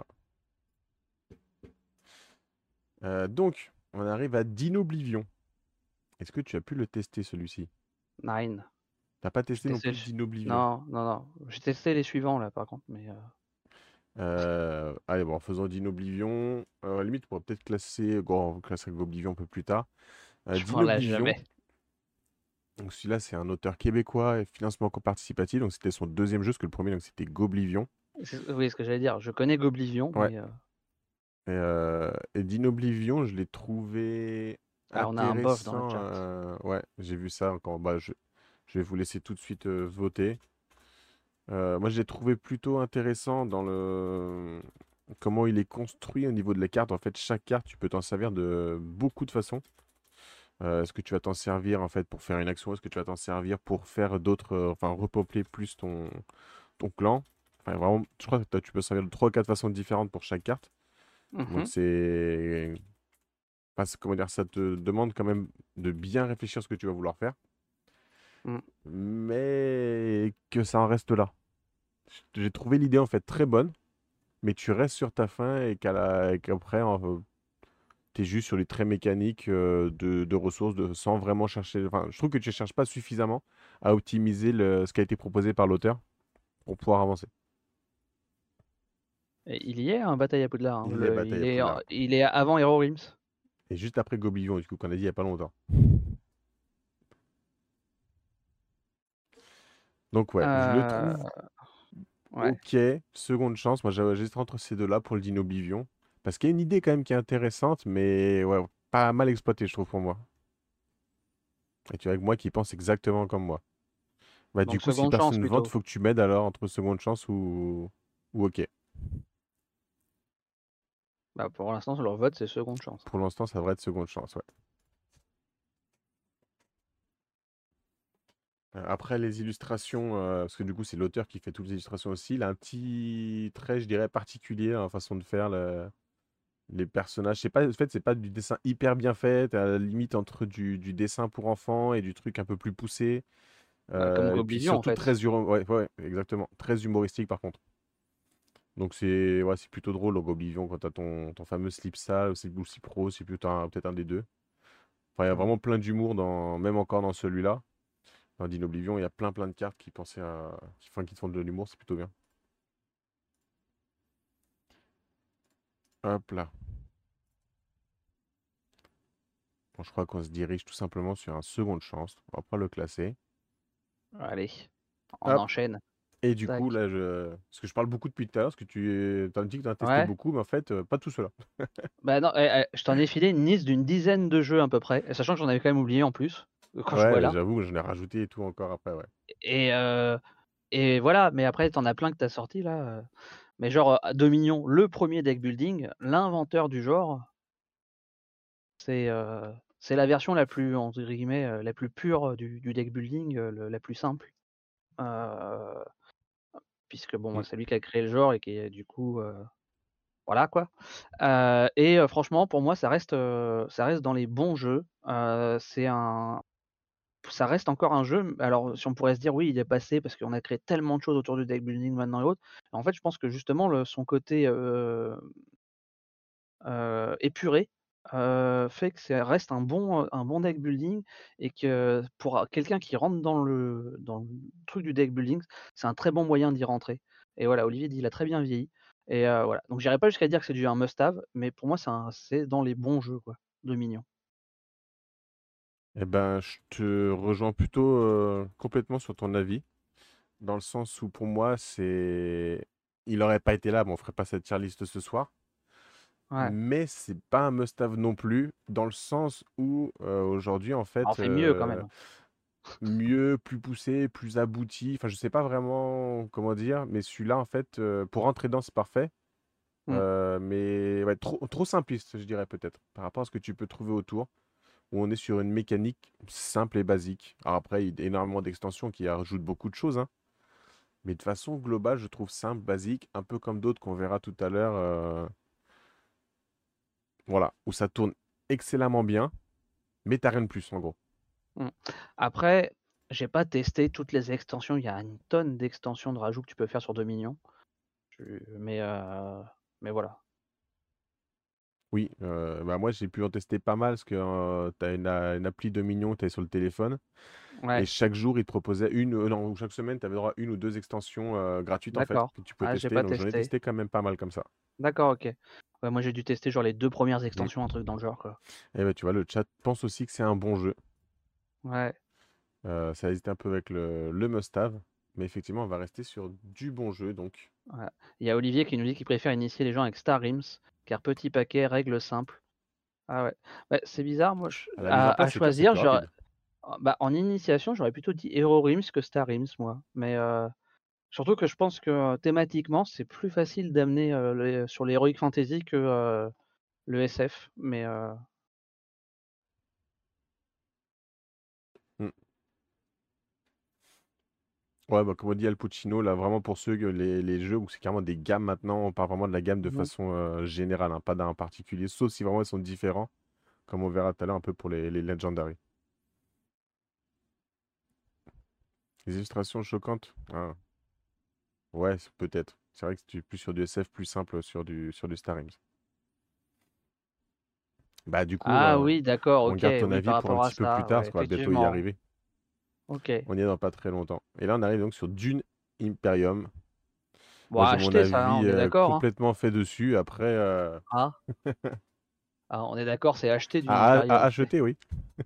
Euh, donc, on arrive à Dinoblivion. Est-ce que tu as pu le tester celui-ci? Nine. T'as pas J'ai testé non testé plus le... su- Dinoblivion? Non, non, non. J'ai testé les suivants là par contre, mais euh, Euh, allez, bon, en faisant Dinoblivion, euh, à la limite, on pourrait peut-être classer, bon, on classera Goblivion un peu plus tard. Euh, je m'en lâche Dinoblivion, jamais. donc celui-là, c'est un auteur québécois et financement participatif, donc c'était son deuxième jeu, parce que le premier, donc, c'était Goblivion. C'est- Oui, ce que j'allais dire. Je connais Goblivion, Ouais. mais euh, Et, euh, et Dinoblivion, je l'ai trouvé ah, on a un bof dans le intéressant. chat. euh, Ouais, j'ai vu ça encore. Bah, je, je vais vous laisser tout de suite euh, voter. Euh, moi, je l'ai trouvé plutôt intéressant dans le comment il est construit au niveau de la carte. En fait, chaque carte, tu peux t'en servir de beaucoup de façons. Euh, est-ce que tu vas t'en servir en fait pour faire une action? Est-ce que tu vas t'en servir pour faire d'autres, euh, enfin repeupler plus ton, ton clan? Enfin, vraiment, je crois que t'as- tu peux servir de trois ou quatre façons différentes pour chaque carte. Donc Mhm. c'est, enfin, c'est- comment dire, ça te demande quand même de bien réfléchir ce que tu vas vouloir faire, Mm. mais que ça en reste là. J'ai trouvé l'idée en fait très bonne, mais tu restes sur ta faim et qu'à la- et qu'après, tu es juste sur les traits mécaniques euh, de, de ressources de, sans vraiment chercher. Enfin, je trouve que tu ne cherches pas suffisamment à optimiser le, ce qui a été proposé par l'auteur pour pouvoir avancer. Et il y est un bataille à Poudlard, hein. Il est Le- bataille il à est, Poudlard. il est avant Hero Realms. Et juste après Goblivion, du coup, qu'on a dit il n'y a pas longtemps. Donc, ouais, je le Euh, trouve ouais. ok. Seconde chance. Moi, j'ai- j'hésite entre ces deux-là pour le Dino Oblivion. Parce qu'il y a une idée quand même qui est intéressante, mais ouais, pas mal exploitée, je trouve, pour moi. Et tu vois, avec moi qui pense exactement comme moi. Bah, du Donc coup, si seconde chance personne ne vote, plutôt. faut que tu m'aides alors entre seconde chance ou, ou ok. Bah, pour l'instant, leur vote, c'est seconde chance. Pour l'instant, ça devrait être seconde chance, ouais. Heu, après les illustrations, heu, parce que du coup, c'est l'auteur qui fait toutes les illustrations aussi. Il a un petit trait, je dirais, particulier dans la façon de faire le les personnages. C'est pas en fait, c'est pas du dessin hyper bien fait. Tu à la limite entre du du dessin pour enfants et du truc un peu plus poussé. Bah, comme Heu et puis Goblivion en surtout fait. très huro ouais, ouais, exactement, très humoristique par contre. Donc c'est ouais, c'est plutôt drôle donc Oblivion quand tu as ton ton fameux slip sale ou slip ou slip rose, je sais plus, tu un peut-être un des deux. Enfin, il y a Mmh. vraiment plein d'humour dans même encore dans celui-là. Dans Din Oblivion, il y a plein, plein de cartes qui pensaient à qui enfin, qui te font de l'humour, c'est plutôt bien. Hop là. Bon, je crois qu'on se dirige tout simplement sur un seconde chance. On va pas le classer. Allez, on Hop. enchaîne. Et du coup, Tac. là, je parce que je parle beaucoup depuis tout à l'heure, parce que tu tu as dit que tu as testé Ouais. beaucoup, mais en fait, heu, pas tout cela. Bah, non, eh, eh, je t'en ai filé une liste d'une dizaine de jeux à peu près, et sachant que j'en avais quand même oublié en plus, heu, quand je vois Ouais, là j'avoue, j'en ai rajouté et tout encore après, ouais. et heu et voilà, mais après tu en as plein que tu as sortis là, heu, mais genre, heu, Dominion, le premier deck building, l'inventeur du genre, c'est, heu, c'est la version la plus entre guillemets, heu, «la plus pure» du du deck building, heu, le la plus simple. Heu, puisque bon, Mmh. moi c'est lui qui a créé le genre et qui est du coup, heu, voilà quoi. Heu et heu, franchement pour moi ça reste, heu, ça reste dans les bons jeux. Heu, c'est un Ça reste encore un jeu, alors si on pourrait se dire: «Oui, il est passé parce qu'on a créé tellement de choses autour du deck building maintenant et autres». En fait, je pense que justement le son côté, heu heu, épuré, heu, fait que ça reste un bon, heu, un bon deck building et que pour, quelqu'un qui rentre dans le dans le truc du deck building, c'est un très bon moyen d'y rentrer et voilà, Olivier dit: «Il a très bien vieilli» et heu, voilà. Donc j'irai pas jusqu'à dire que c'est du un must have, mais pour moi c'est un c'est dans les bons jeux quoi, Dominion. Et ben, je te rejoins plutôt, heu, complètement sur ton avis, dans le sens où pour moi, c'est il aurait pas été là, bon, on ferait pas cette tier list ce soir. Ouais, Mais c'est pas un must-have non plus, dans le sens où, heu, aujourd'hui, en on fait, fait mieux quand heu, même. mieux, plus poussé, plus abouti, enfin, je sais pas vraiment comment dire, mais celui-là, en fait, heu, pour rentrer dedans, c'est parfait. Mmh. Heu, mais ouais, trop trop simpliste, je dirais peut-être, par rapport à ce que tu peux trouver autour, où on est sur une mécanique simple et basique. Alors après, il y a énormément d'extensions qui rajoutent beaucoup de choses, hein, mais de façon globale, je trouve simple, basique, un peu comme d'autres qu'on verra tout à l'heure, heu, voilà, où ça tourne excellemment bien. Mais tu rien de plus, en gros. Mmh. Après, j'ai pas testé toutes les extensions, il y a une tonne d'extensions de rajouts que tu peux faire sur Dominion. Tu mais heu, mais voilà. Oui, heu, bah, moi, j'ai pu en tester pas mal parce que, heu, tu as une a une appli Dominion, tu es sur le téléphone et Ouais, chaque jour, ils te proposaient une, heu, non, ou chaque semaine, tu avais droit à une ou deux extensions, heu, gratuites, en fait, d'accord. que tu pouvais Ah, j'ai tester. pas Donc j'en ai testé. testé quand même pas mal comme ça. D'accord, OK. Ouais, moi j'ai dû tester genre les deux premières Mmh. extensions, un truc dans le genre, quoi. Et bah, tu vois, le chat pense aussi que c'est un bon jeu. Ouais, Heu, ça hésite un peu avec le le must-have, mais effectivement, on va rester sur du bon jeu, donc. ouais. Il y a Olivier qui nous dit qu'il préfère initier les gens avec Star Realms, car petit paquet, règles simples. Ah ouais. Ouais, c'est bizarre, moi je À la mise en à à place, c'est clair, c'est choisir, plus j'aurais rapide. bah, en initiation, j'aurais plutôt dit Hero Realms que Star Realms, moi, mais heu surtout que je pense que, heu, thématiquement, c'est plus facile d'amener, heu, les sur l'heroic fantasy que, heu, le S F, mais, heu, Mmh. Ouais, bah, comme on dit Al Pacino, là, vraiment pour ceux que les les jeux où c'est carrément des gammes maintenant, on parle vraiment de la gamme de mmh façon, heu, générale, hein, pas d'un particulier, sauf si vraiment ils sont différents, comme on verra tout à l'heure un peu pour les les Legendary. Les illustrations choquantes? Ah, ouais, c peut-être. C'est vrai que tu es plus sur du S F, plus simple sur du sur du Star Realms. Bah, du coup, ah heu, oui, d'accord, on OK, garde ton oui, avis par pour un rapport à petit peu plus ça, tard, ouais, parce qu'on va bientôt y effectivement. arriver. OK. On y est dans pas très longtemps. Et là, on arrive donc sur Dune Imperium. Bon, Moi, à j'ai mon acheter ça, hein, avis, on est heu, d'accord, hein? complètement fait dessus. Après, heu, Ah, ah, on est d'accord, c'est acheter du à à à Imperium, c'est acheter, oui.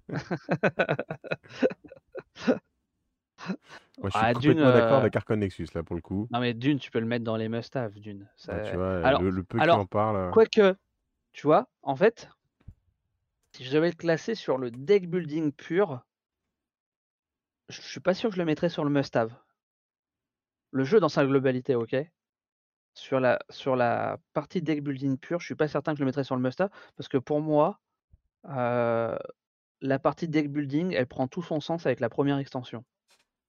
Moi, je suis ah Dune, complètement d'accord heu, avec Archon Nexus, là, pour le coup. non mais Dune, tu peux le mettre dans les must have Dune, Bah, tu c'est vois, alors le le peu qui en alors, parle, heu quoique, tu vois, en fait, si je devais le classer sur le deck building pur, je suis pas sûr que je le mettrais sur le must have. Le jeu dans sa globalité, OK. Sur la sur la partie deck building pure, je suis pas certain que je le mettrais sur le must have parce que pour moi, heu, la partie deck building, elle prend tout son sens avec la première extension.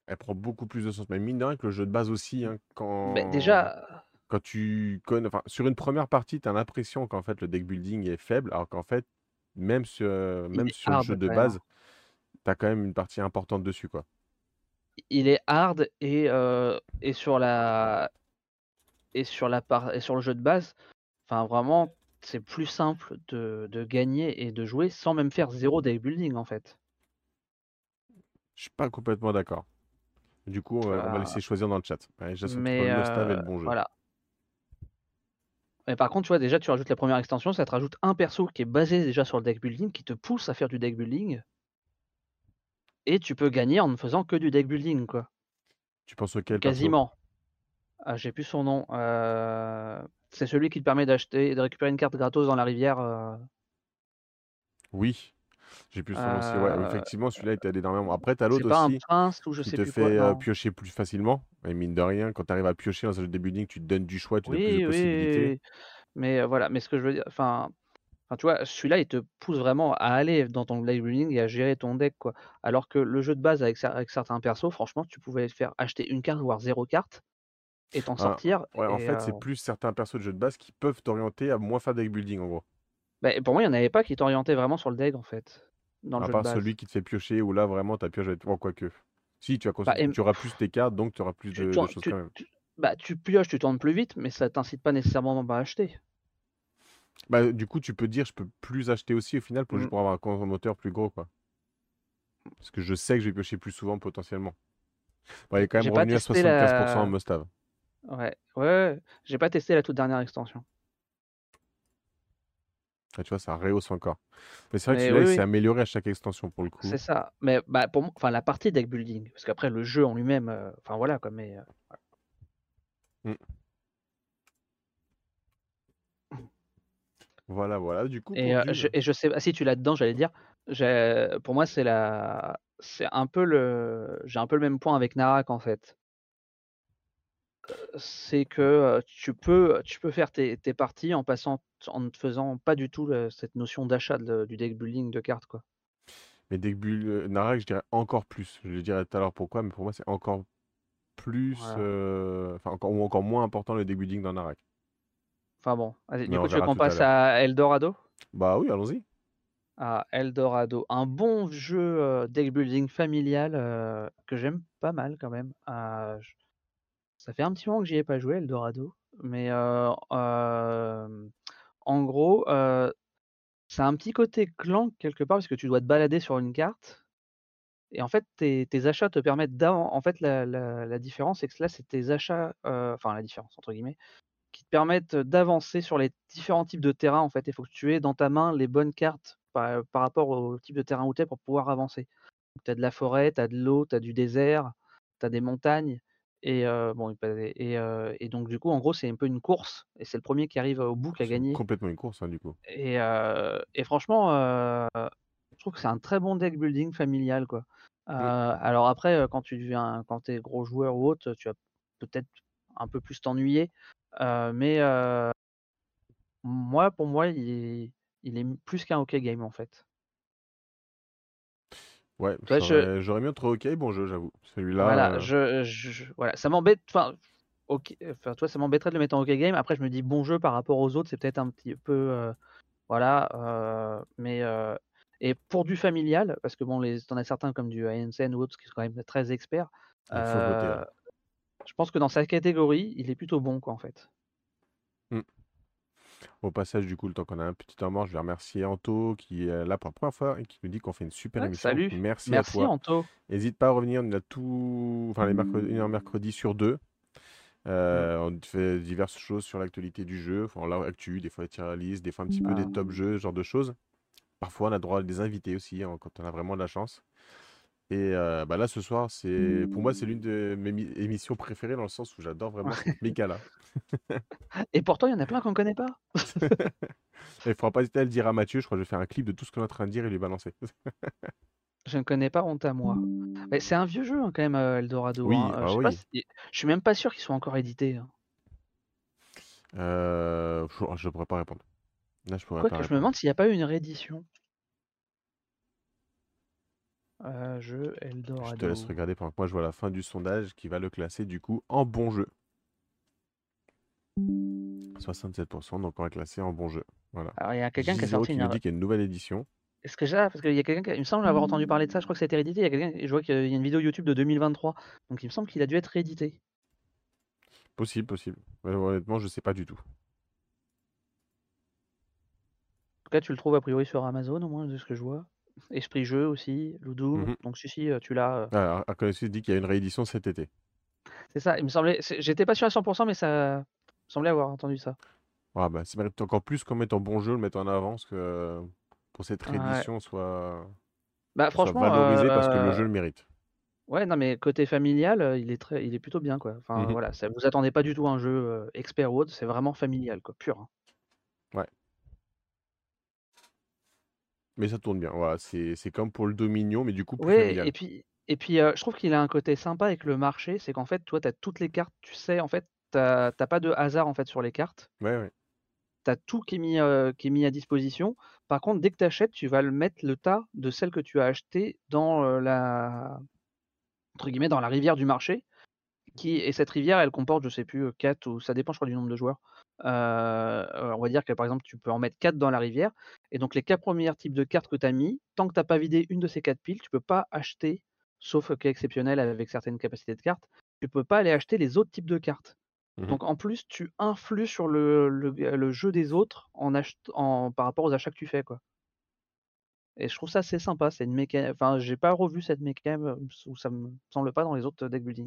Elle prend beaucoup plus de sens. Mais mine de rien que le jeu de base aussi, hein, Beh, quand, déjà quand tu connais, enfin, sur une première partie, tu as l'impression qu'en fait le deck building est faible, alors qu'en fait, même sur, il même est sur le jeu hard de quand même, hein. base, tu as quand même une partie importante dessus, quoi. Il est hard et heu et sur la et sur la part et sur le jeu de base, enfin vraiment, c'est plus simple de de gagner et de jouer sans même faire zéro deck building en fait. Je suis pas complètement d'accord. Du coup, euh, on va Heu, laisser choisir dans le chat. Ouais, j'attends entre mais le must-have et heu, le bon jeu. voilà. Mais par contre, tu vois, déjà, tu rajoutes la première extension, ça te rajoute un perso qui est basé déjà sur le deck building, qui te pousse à faire du deck building et tu peux gagner en ne faisant que du deck building, quoi. Tu penses Ou auquel perso? quasiment. Ah, j'ai plus son nom, heu, c'est celui qui te permet d'acheter de récupérer une carte gratos dans la rivière, heu Oui, j'ai plus son nom aussi. Ouais, heu, effectivement, celui-là, il t'aide énormément. Après, tu as c'est l'autre pas un aussi prince ou je qui sais te plus fait quoi, euh, non. piocher plus facilement. Et mine de rien, quand tu arrives à piocher dans un jeu de building, tu te donnes du choix, tu donnes plus de Oui, oui, oui, possibilités. oui, mais heu, voilà, mais ce que je veux dire, enfin enfin, tu vois, celui-là, il te pousse vraiment à aller dans ton deck building et à gérer ton deck, quoi. Alors que le jeu de base avec cer avec certains persos, franchement, tu pouvais faire acheter une carte, voire zéro carte et t'en Hein, sortir ouais, en et fait, heu, c'est plus certains persos de jeu de base qui peuvent t'orienter à moins faire deck building, en gros. beh, pour moi, il y en avait pas qui t'orientaient vraiment sur le deck, en fait, dans le À jeu de part base. celui qui te fait piocher, où là, vraiment, ta pioche va être... Bon, quoique. Si, tu, as cons- Bah, et tu auras plus tes cartes, donc tu auras plus tu de, de tournes choses tu quand même. tu bah, tu pioches, tu tournes plus vite, mais ça t'incite pas nécessairement à acheter. Bah, du coup, tu peux te dire, je peux plus acheter aussi au final pour juste Mmh. pour avoir un compte moteur plus gros, quoi. Parce que je sais que je vais piocher plus souvent potentiellement. Bon, il est quand même J'ai pas revenu à testé soixante-quinze pour cent en la must-have. ouais, ouais, ouais, j'ai pas testé la toute dernière extension. Ah, tu vois, ça rehausse encore. Mais c'est vrai que Mais celui-là, oui, il s'est oui, amélioré à chaque extension pour le c'est coup. ça. Mais bah, pour moi enfin la partie deck building, parce qu'après le jeu en lui-même, heu, enfin voilà quoi, mais heu, Mm. Voilà, voilà. Du coup, et pour heu, je Dune, et je sais ah si tu l'as dedans, j'allais dire, j'ai pour moi c'est la c'est un peu le j'ai un peu le même point avec Narak en fait. C'est que, heu, tu peux tu peux faire tes tes parties en passant en ne faisant pas du tout le cette notion d'achat de du deck building de cartes, quoi. mais dès que Bull- euh, Narak, je dirais encore plus. Je le dirai tout à l'heure pourquoi, mais pour moi, c'est encore plus. Voilà. euh, Enfin, encore, ou encore moins important le deck building dans Narak. Enfin bon, allez, Mais du on coup, tu veux verra qu'on tout à passe l'heure. à Eldorado? Bah oui, allons-y. À Eldorado, un bon jeu, heu, deck building familial, heu, que j'aime pas mal quand même. Heu, j Ça fait un petit moment que j'y ai pas joué Eldorado, mais heu, hem, en gros, heu, ça a un petit côté clan quelque part parce que tu dois te balader sur une carte et en fait tes tes achats te permettent d'avan en fait la la la différence c'est que là c'est tes achats, heu, enfin «la différence» entre guillemets, qui te permettent d'avancer sur les différents types de terrains en fait. Il faut que tu aies dans ta main les bonnes cartes par par rapport au type de terrain où tu es pour pouvoir avancer. Tu as de la forêt, tu as de l'eau, tu as du désert, tu as des montagnes et heu, bon et pas et heu et donc du coup, en gros, c'est un peu une course et c'est le premier qui arrive au bout qui a C'est gagné complètement une course, hein, du coup. et heu et franchement, heu, je trouve que c'est un très bon deck building familial, quoi. Heu, Mm. alors après, heu, quand tu deviens quand tu es gros joueur ou autre, tu vas peut-être un peu plus t'ennuyer, heu, mais heu, moi, pour moi, il est il est plus qu'un OK game, en fait. Ouais, Tu vois, je j'aurais j'aurais mis entre OK et bon jeu, j'avoue. Celui-là, voilà, euh, je je je voilà, ça m'embête, enfin, OK, enfin, toi, ça m'embêterait de le mettre en OK game. Après, je me dis: «Bon jeu» par rapport aux autres, c'est peut-être un petit peu, heu, voilà, heu, mais heu et pour du familial, parce que bon, les tu en as certains comme du Heinzen ou autres qui sont quand même très experts, il faut voter heu, là. je pense que dans sa catégorie, il est plutôt bon, quoi, en fait. Mm. Au passage, du coup, le temps qu'on a un petit temps mort, je vais remercier Anto qui est là pour la première fois et qui nous dit qu'on fait une super Ouais, émission. Donc, salut, merci à merci toi. Anto. N'hésite pas à revenir, on a tout, enfin les mercredis, une heure mercredi sur deux. Mmh, Euh, on fait diverses choses sur l'actualité du jeu, enfin l'actu, des fois les tier list, des fois un petit peu des bah, top jeux, ce genre de choses. Parfois on a droit à des invités aussi, hein, quand on a vraiment de la chance. Et euh, bah là ce soir, c'est pour moi c'est l'une de mes mi- émissions préférées dans le sens où j'adore vraiment cette méca-là. et pourtant, il y en a plein qu'on connaît pas. Il ne faudra pas hésiter à le dire à Mathieu, je crois que je vais faire un clip de tout ce qu'on est en train de dire et lui balancer. Je ne connais pas, honte à moi. Mais c'est un vieux jeu, hein, quand même, heu, Eldorado, Oui, hein, heu, ah je sais pas oui. si je suis même pas sûr qu'il soit encore édité, hein. Euh, je ne pourrais pas répondre. Là, je pourrais même pas répondre. Là, je pourrais même pas répondre. Là, je pourrais même pas Quoique je me répondre. demande s'il y a pas eu une réédition. Heu, jeu Je te laisse Eldorado. regarder pendant que moi je vois la fin du sondage qui va le classer du coup en bon jeu. soixante-sept pour cent, donc on va classer en bon jeu. Voilà. Alors il y a quelqu'un qui a J zéro sorti qui une nous ar dit qu'il y a une nouvelle édition. est-ce que j'ai parce qu'il y a quelqu'un qui a il me semble avoir entendu parler de ça, je crois que c'était réédité, il y a quelqu'un je vois qu'il y a une vidéo YouTube de deux mille vingt-trois, donc il me semble qu'il a dû être réédité. Possible, possible. Ouais, honnêtement, je sais pas du tout. En tout cas, tu le trouves a priori sur Amazon au moins de ce que je vois. Esprit Jeu aussi, Ludum, Mhm. donc si, si, heu, tu l'as, heu Ah, Arconessus dit qu'il y a une réédition cet été. c'est ça, il me semblait c'est j'étais pas sûr à cent pour cent mais ça me semblait avoir entendu ça. Ah bah, ça mérite encore plus qu'on mette en bon jeu, le mettre en avant, parce que euh, pour cette Ouais. réédition soit, Bah soit franchement, valorisé parce que le heu, jeu le mérite. ouais, non mais côté familial, heu, il est très il est plutôt bien quoi. Enfin Mhm. voilà, ça vous attendez pas du tout à un jeu, heu, expert ou autre, c'est vraiment familial quoi, pur, hein. Ouais, mais ça tourne bien. Voilà, c'est c'est comme pour le Dominion, mais du coup plus Ouais et familial. puis et puis, heu, je trouve qu'il a un côté sympa avec le marché, c'est qu'en fait, toi, tu as toutes les cartes, tu sais, en fait, tu as tu as pas de hasard, en fait, sur les cartes. Ouais, ouais. Tu as tout qui est mis, heu, qui est mis à disposition. Par contre, dès que tu achètes, tu vas le mettre le tas de celles que tu as achetées dans, heu, la entre guillemets, «dans la rivière du marché» qui et cette rivière, elle comporte, je sais plus, heu, quatre ou ça dépend, je crois, du nombre de joueurs. Heu, heu, on va dire que, par exemple, tu peux en mettre quatre dans la rivière et donc les quatre premiers types de cartes que tu as mis, tant que tu as pas vidé une de ces quatre piles, tu peux pas acheter, sauf cas exceptionnel avec certaines capacités de cartes, tu peux pas aller acheter les autres types de cartes. Mhm. Donc en plus, tu influes sur le le le jeu des autres en achet en par rapport aux achats que tu fais, quoi et je trouve ça assez sympa. C'est une méca enfin, j'ai pas revu cette méca, heu, ou ça me semble pas dans les autres deck building.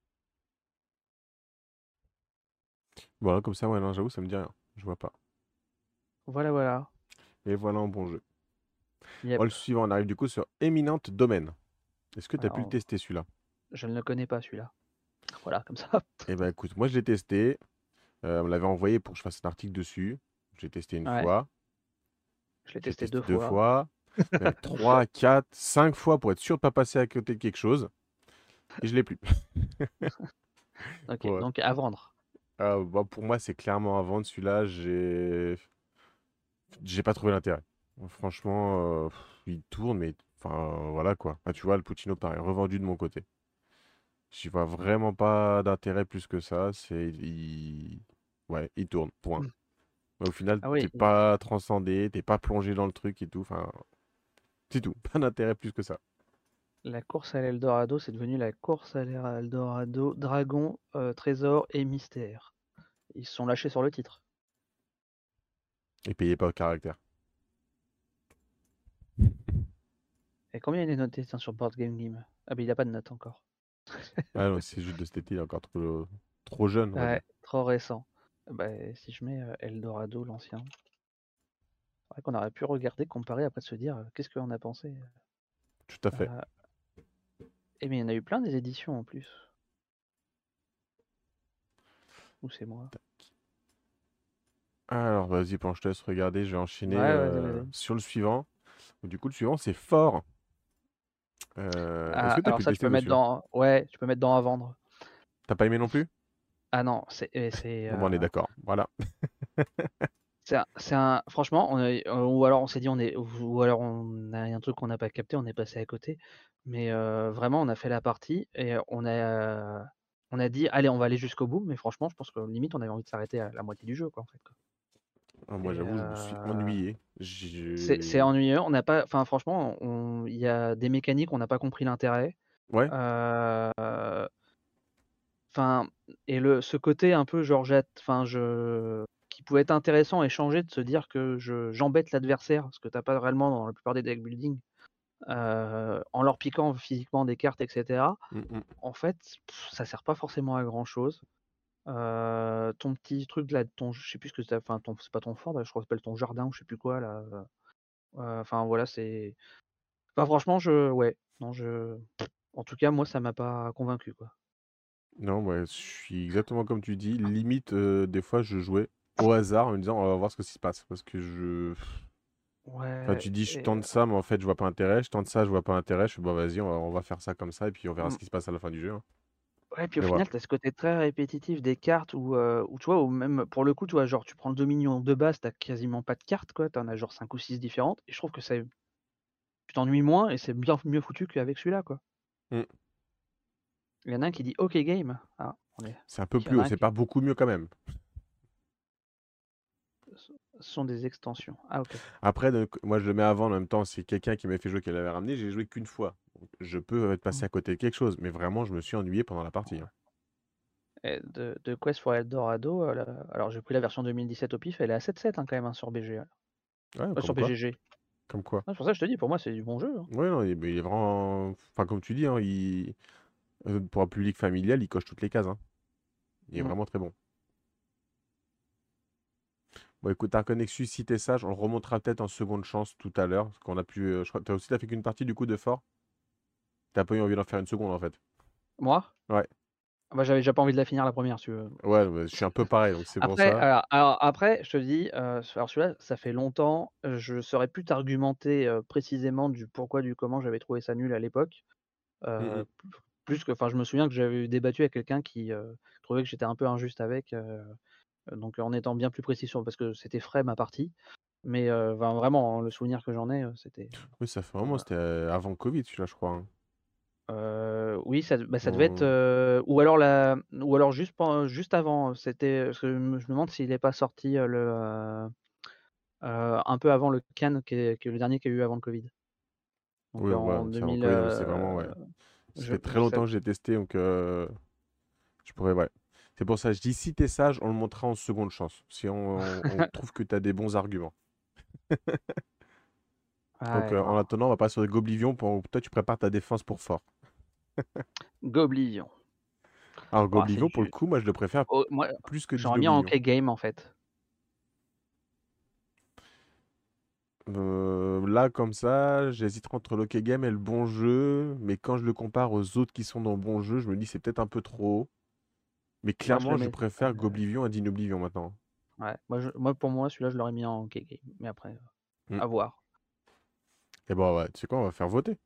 Voilà, comme ça, ouais, non, j'avoue, ça me dit rien. Je vois pas. Voilà, voilà. Et voilà un bon jeu. Bon, le Yep. suivant, on arrive du coup sur Eminent Domain. Est-ce que tu as pu le Alors, tester celui-là? je ne le connais pas celui-là. Voilà, comme ça. Eh ben écoute, moi je l'ai testé. Euh, on me l'avait envoyé pour que je fasse un article dessus. J'ai testé une Ouais, fois. je l'ai J'ai testé testé deux deux fois. fois. Même trois, quatre, cinq fois pour être sûr de pas passer à côté de quelque chose. Et je l'ai plus. OK, Pour, donc à vendre. euh, bah, pour moi, c'est clairement à vendre celui-là. J'ai j'ai pas trouvé l'intérêt. Franchement, euh, pff, il tourne, mais enfin voilà quoi. Ah, tu vois, le Puccino, pareil, revendu de mon côté. J'y vois vraiment pas d'intérêt plus que ça. C'est il... Ouais, il tourne, point. Mmh. Mais au final, Ah t'es oui, i pas transcendé, t'es pas plongé dans le truc et tout. Enfin, c'est tout. Pas d'intérêt plus que ça. la course à l'Eldorado, c'est devenu la course à l'Eldorado, dragon, heu, trésor et mystère. Ils se sont lâchés sur le titre. Et payé pas au caractère. Et combien il est noté, tiens, sur Board Game Game? Ah, beh, il a pas de note encore. Ah non, c'est juste de cet été, il est encore trop, trop jeune, on va Ouais, dire. trop récent. Bah, si je mets, heu, Eldorado, l'ancien, c'est vrai qu'on aurait pu regarder, comparer, après de se dire, heu: «Qu'est-ce qu'on a pensé?» Tout à fait. heu, et mais il y en a eu plein des éditions en plus. Ou c'est moi? Alors, vas-y, pendant que je te laisse regarder, je vais Ouais, enchaîner vas-y, euh, vas-y. sur le suivant. Du coup, le suivant, c'est Fort. Euh, est-ce Ah, que tu as alors pu le ça, tu tester peux mettre dessus? dans ouais, tu peux mettre dans à vendre. T'as pas aimé non plus? Ah non, c'est et c'est, Bon, bah, on est heu, d'accord. Voilà. c'est un c'est un franchement, on est heu, ou alors on s'est dit on est ou ou alors on a un truc qu'on n'a pas capté, on est passé à côté. Mais heu, vraiment, on a fait la partie et on a on a dit: «Allez, on va aller jusqu'au bout», mais franchement, je pense que limite, on avait envie de s'arrêter à la moitié du jeu, quoi, en fait, quoi Ah, moi, et j'avoue, je me suis heu, ennuyé. c'est c'est J'ai... ennuyeux. On n'a pas enfin, franchement, on il y a des mécaniques, on n'a pas compris l'intérêt. Ouais. Heu Enfin et le ce côté un peu genre jette enfin je qui pouvait être intéressant et changer de se dire que je j'embête l'adversaire, ce que tu as pas réellement dans la plupart des deck building, heu, en leur piquant physiquement des cartes et cetera. Mm, mm. En fait, pff, ça sert pas forcément à grand chose. Heu, ton petit truc là, ton je sais plus ce que tu enfin ton c'est pas ton fort là, je crois que ça s'appelle ton jardin ou je sais plus quoi là, heu, enfin voilà, c'est enfin franchement je ouais, non je en tout cas moi ça m'a pas convaincu quoi. Non, ouais, je suis exactement comme tu dis. Limite, euh, des fois, je jouais au hasard en me disant, on va voir ce qui se passe. Parce que je... Enfin, Ouais tu dis, je et tente ça, mais en fait, je vois pas intérêt. Je tente ça, je vois pas intérêt. Je fais, bah, vas-y, on va, on va faire ça comme ça, et puis on verra mmh. ce qui se passe à la fin du jeu, hein. Ouais, puis au Et voilà. final, tu as ce côté très répétitif des cartes où, heu, où tu vois, ou même pour le coup, tu vois, genre tu prends le Dominion de base, tu as quasiment pas de cartes quoi, tu en as genre cinq ou six différentes et je trouve que c'est tu t'ennuies moins et c'est bien mieux foutu qu'avec celui-là, quoi. Mmh. Il y en a un qui dit: «OK game». Ah, on est C'est un peu il y plus en a haut, un c'est qui pas beaucoup mieux quand même. ce ce sont des extensions. Ah OK. Après, donc, moi je le mets avant en même temps, c'est quelqu'un qui m'a fait jouer qui l'avait ramené, j'ai joué qu'une fois. Donc, je peux être Mmh. passé à côté de quelque chose, mais vraiment, je me suis ennuyé pendant la partie, hein. Et de de Quest for Eldorado, heu, la alors j'ai pris la version deux mille dix-sept au pif, elle est à sept sept, hein, quand même, hein, sur B G A. Ouais, Heu, comme sur quoi, B G G. comme quoi. Ouais, c'est pour ça que je te dis, pour moi, c'est du bon jeu, hein. Ouais, non, il, mais il est vraiment, enfin comme tu dis, hein, il... euh, pour un public familial, il coche toutes les cases, hein. Il est Mmh. vraiment très bon. Bon, écoute, Arc Nexus, si t'es sage, on le remontera peut-être en seconde chance tout à l'heure, parce qu'on a pu. euh, je crois, t'as aussi t'as fait qu'une partie du coup de fort. T'as pas eu envie d'en faire une seconde en fait. Moi? Ouais, Ah bah, j'avais déjà pas envie de la finir la première, si tu veux. ouais, bah, je suis un peu pareil, donc c'est pour Après, ça. alors alors après, je te dis, heu, ce alors celui-là, ça fait longtemps, heu, je saurais plus t'argumenter, heu, précisément du pourquoi, du comment j'avais trouvé ça nul à l'époque. Mm, Heu, mm. p plus que enfin, je me souviens que j'avais débattu avec quelqu'un qui, heu, trouvait que j'étais un peu injuste avec, heu, donc en étant bien plus précis sur parce que c'était frais ma partie. Mais, heu, enfin vraiment, hein, le souvenir que j'en ai, heu, c'était, Oui, ça fait vraiment, voilà. c'était euh, avant Covid, celui-là, je crois, hein. Heu, oui, ça de bah, ça devait être, On- heu, ou alors la ou alors juste pen juste avant, heu, c'était parce que je me je me demande s'il est pas sorti, heu, le, heu heu, un peu avant le Cannes qui est qui est le dernier qu'il y a eu avant le covid. Donc Oui, ouais, en deux c'est avant mille, Covid, donc c'est vraiment, heu, ouais. Ça je fait très je sais longtemps que j'ai testé, donc euh, je pourrais, ouais. C'est pour ça, je dis, si t'es sage, on le montrera en seconde chance, si on, on trouve que t'as des bons arguments. Donc, ouais, euh, en non. attendant, on va passer sur Goblivion. Pour... Toi, tu prépares ta défense pour fort. Goblivion. Alors, Oh, c'est Goblivion, pour le du coup, moi, je le préfère oh, moi, plus que j'aurais mis en Dinoblivion. hockey game, en fait. Euh, là, comme ça, j'hésiterai entre l'Hockey Game et le bon jeu, mais quand je le compare aux autres qui sont dans le bon jeu, je me dis c'est peut-être un peu trop haut. Mais Moi, je le clairement, je mets préfère Goblivion à Dinoblivion maintenant. ouais, moi je moi pour moi, celui-là, je l'aurais mis en hockey game, mais après, heu, Hmm. à voir. Et bon, ouais, tu sais quoi, on va faire voter.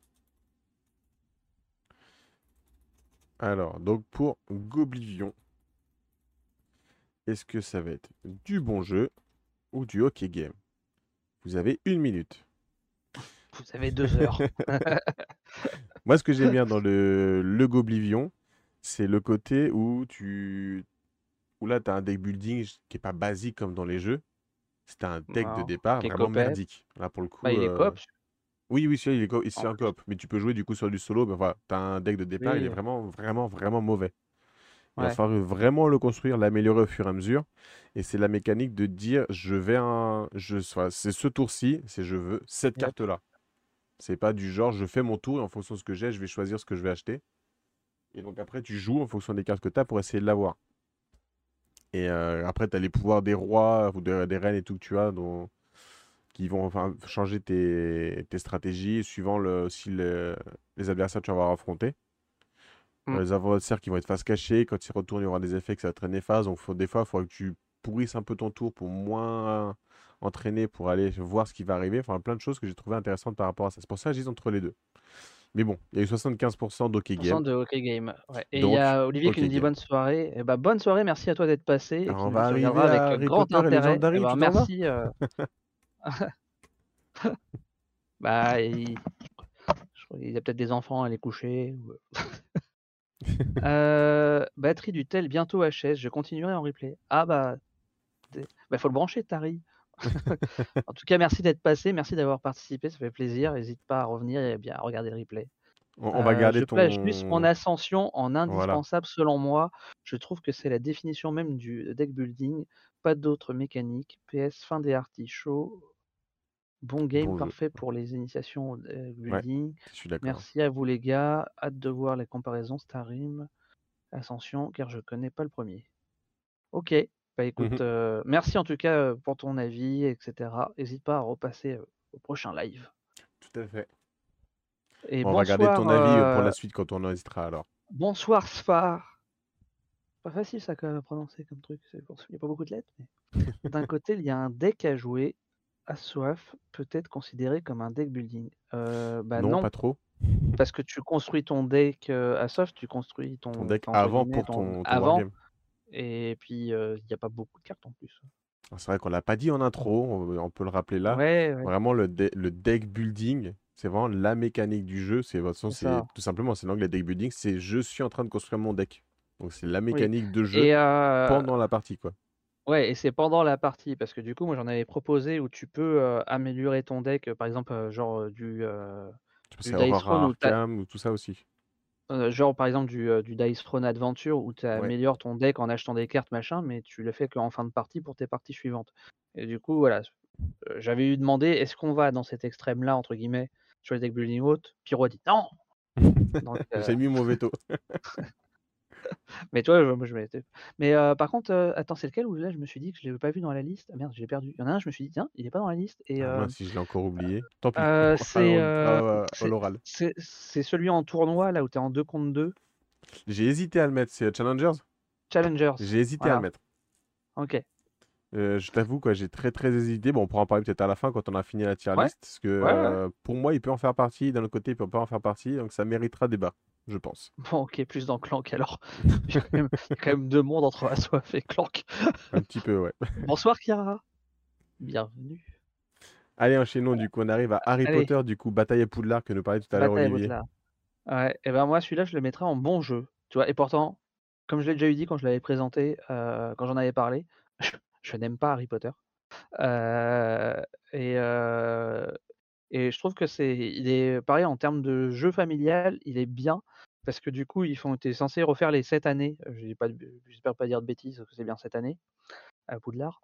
Alors, donc pour Goblivion, est-ce que ça va être du bon jeu ou du Hockey Game? Vous avez une minute. Vous avez deux heures. Moi, ce que j'aime bien dans le, le Goblivion, c'est le côté où tu... où là, tu as un deck building qui est pas basique comme dans les jeux. C'était un deck de Non, départ qui est vraiment coopé. merdique. Là, pour le Bah, coup, il est euh, coop, oui, oui, celui-là, il est, co- en c'est un plus. coop, mais tu peux jouer du coup sur du solo. Mais voilà, tu as un deck de départ, il est Oui, vraiment, vraiment, vraiment mauvais. Il va ouais, falloir vraiment le construire, l'améliorer au fur et à mesure. Et c'est la mécanique de dire, je vais un, je, voilà, c'est ce tour-ci, c'est je veux cette yep, carte-là. C'est pas du genre, je fais mon tour et en fonction de ce que j'ai, je vais choisir ce que je vais acheter. Et donc après, tu joues en fonction des cartes que tu as pour essayer de l'avoir. Et euh, après, tu as les pouvoirs des rois ou de- des reines et tout que tu as, dont, qui vont enfin, changer tes, tes stratégies suivant le, aussi le- les adversaires que tu vas avoir affrontés. mmh, Euh, Les adversaires qui vont être face cachée, quand ils retournent, il y aura des effets que ça va traîner face. Donc faut, des fois, il faudra que tu pourrisses un peu ton tour pour moins entraîner, pour aller voir ce qui va arriver. Enfin, plein de choses que j'ai trouvé intéressantes par rapport à ça. C'est pour ça que j'hésite entre les deux. Mais bon, il y a eu soixante-quinze pour cent d'Hockey Game. de hockey game, ouais, et il y Donc, a Olivier qui OK nous dit: Game. «Bonne soirée». Et bah, bonne soirée, merci à toi d'être passé et Alors, qui on nous dit va qu'il arriver regardera avec, à heu, Harry grand Potter et intérêt. Et Legendary, bah, tu t'en vas? merci, heu, bah, il je crois il y a peut-être des enfants à aller coucher ou, heu heu, batterie du tel bientôt H S, je continuerai en replay. Ah bah, tu bah, faut le brancher Tari. En tout cas, merci d'être passé, merci d'avoir participé, ça fait plaisir. Hésite pas à revenir et bien à regarder le replay. On, on va Heu, garder je place juste mon ton... ascension en Voilà. indispensable selon moi. Je trouve que c'est la définition même du deck building, pas d'autres mécaniques. P S fin des artichauts, bon game Bon jeu. parfait pour les initiations au deck Ouais, building. je suis d'accord. Merci à vous les gars, hâte de voir les comparaisons Starim, Ascension, car je connais pas le premier. OK, bah écoute, Mhm. heu, merci en tout cas, heu, pour ton avis et cetera. Hésite pas à repasser, heu, au prochain live. Tout à fait. Et Bon, on va garder bonsoir, ton avis euh, pour la heu, suite quand on hésitera alors. bonsoir Sfar. Pas facile ça à prononcer comme truc, c'est pour il y a pas beaucoup de lettres, mais d'un côté, il y a un deck à jouer, Assoif peut être considéré comme un deck building. Heu, bah Non, non, pas trop. parce que tu construis ton deck, heu, Assoif, tu construis Ton ton deck enfin, entre avant guillemets pour ton ton, ton avant, wargame. et puis, heu, il y a pas beaucoup de cartes en plus. Alors, c'est vrai qu'on l'a pas dit en intro, on, on peut le rappeler là. Ouais, ouais. Vraiment, le, de- le deck building, C'est vraiment la mécanique du jeu. C'est, de toute façon, C'est c'est ça. tout simplement, c'est l'anglais deck building. C'est je suis en train de construire mon deck. Donc c'est la Oui mécanique de jeu et heu pendant la partie, quoi. ouais et c'est pendant la partie parce que du coup, moi, j'en avais proposé où tu peux, heu, améliorer ton deck, heu, par exemple, heu, genre, heu, du, heu, Je pense du c'est Dice Throne Aurora où tu as Arkham ou tout ça aussi. heu, genre, par exemple, du, heu, du Dice Throne Adventure où tu Ouais. améliores ton deck en achetant des cartes, machin, mais tu le fais qu'en fin de partie pour tes parties suivantes et du coup, voilà, heu, j'avais eu demandé: «Est-ce qu'on va dans cet extrême-là?» entre guillemets, sur les deck building hautes. Pyro a dit: «Non!» donc heu J'ai mis mon veto. mais tu vois, moi je m'étais mais heu, par contre, heu, attends, c'est lequel où là je me suis dit que je l'avais pas vu dans la liste? Ah merde, je l'ai perdu. Il y en a un, je me suis dit: «Tiens, il est pas dans la liste» et Ah heu mince, si je l'ai encore oublié. Tant pis, on heu, pourra c'est, on le heu, dira à c'est l'oral. c'est c'est celui en tournoi là où tu es en deux contre deux. J'ai hésité à le mettre, c'est Challengers? Challengers, J'ai hésité à le voilà, mettre. OK. Heu, je t'avoue quoi, j'ai très, très hésité. Bon, on pourra en parler peut-être à la fin quand on a fini la tier Ouais, list, parce que, ouais, ouais. heu, pour moi, il peut en faire partie. D'un autre côté, il peut pas en faire partie, donc ça méritera débat, je pense. Bon OK, plus dans Clank alors. Il y a quand même il y a quand même deux mondes entre Assoif et Clank. Un petit peu, ouais. Bonsoir Chiara, bienvenue. Allez, enchaînons du coup, on arrive à Harry Allez, Potter, du coup, Bataille à Poudlard que nous parlait tout à l'heure bataille à Olivier. Poudlard. Ouais et ben moi celui-là je le mettrais en bon jeu, tu vois? Et pourtant, comme je l'ai déjà eu dit quand je l'avais présenté, heu, quand j'en avais parlé, je je n'aime pas Harry Potter. Heu et heu et je trouve que c'est il est pareil en termes de jeu familial, il est bien parce que du coup, ils font tu es censé refaire les sept années, heu, je dis pas de b j'espère pas dire de bêtises, que c'est bien sept années à Poudlard.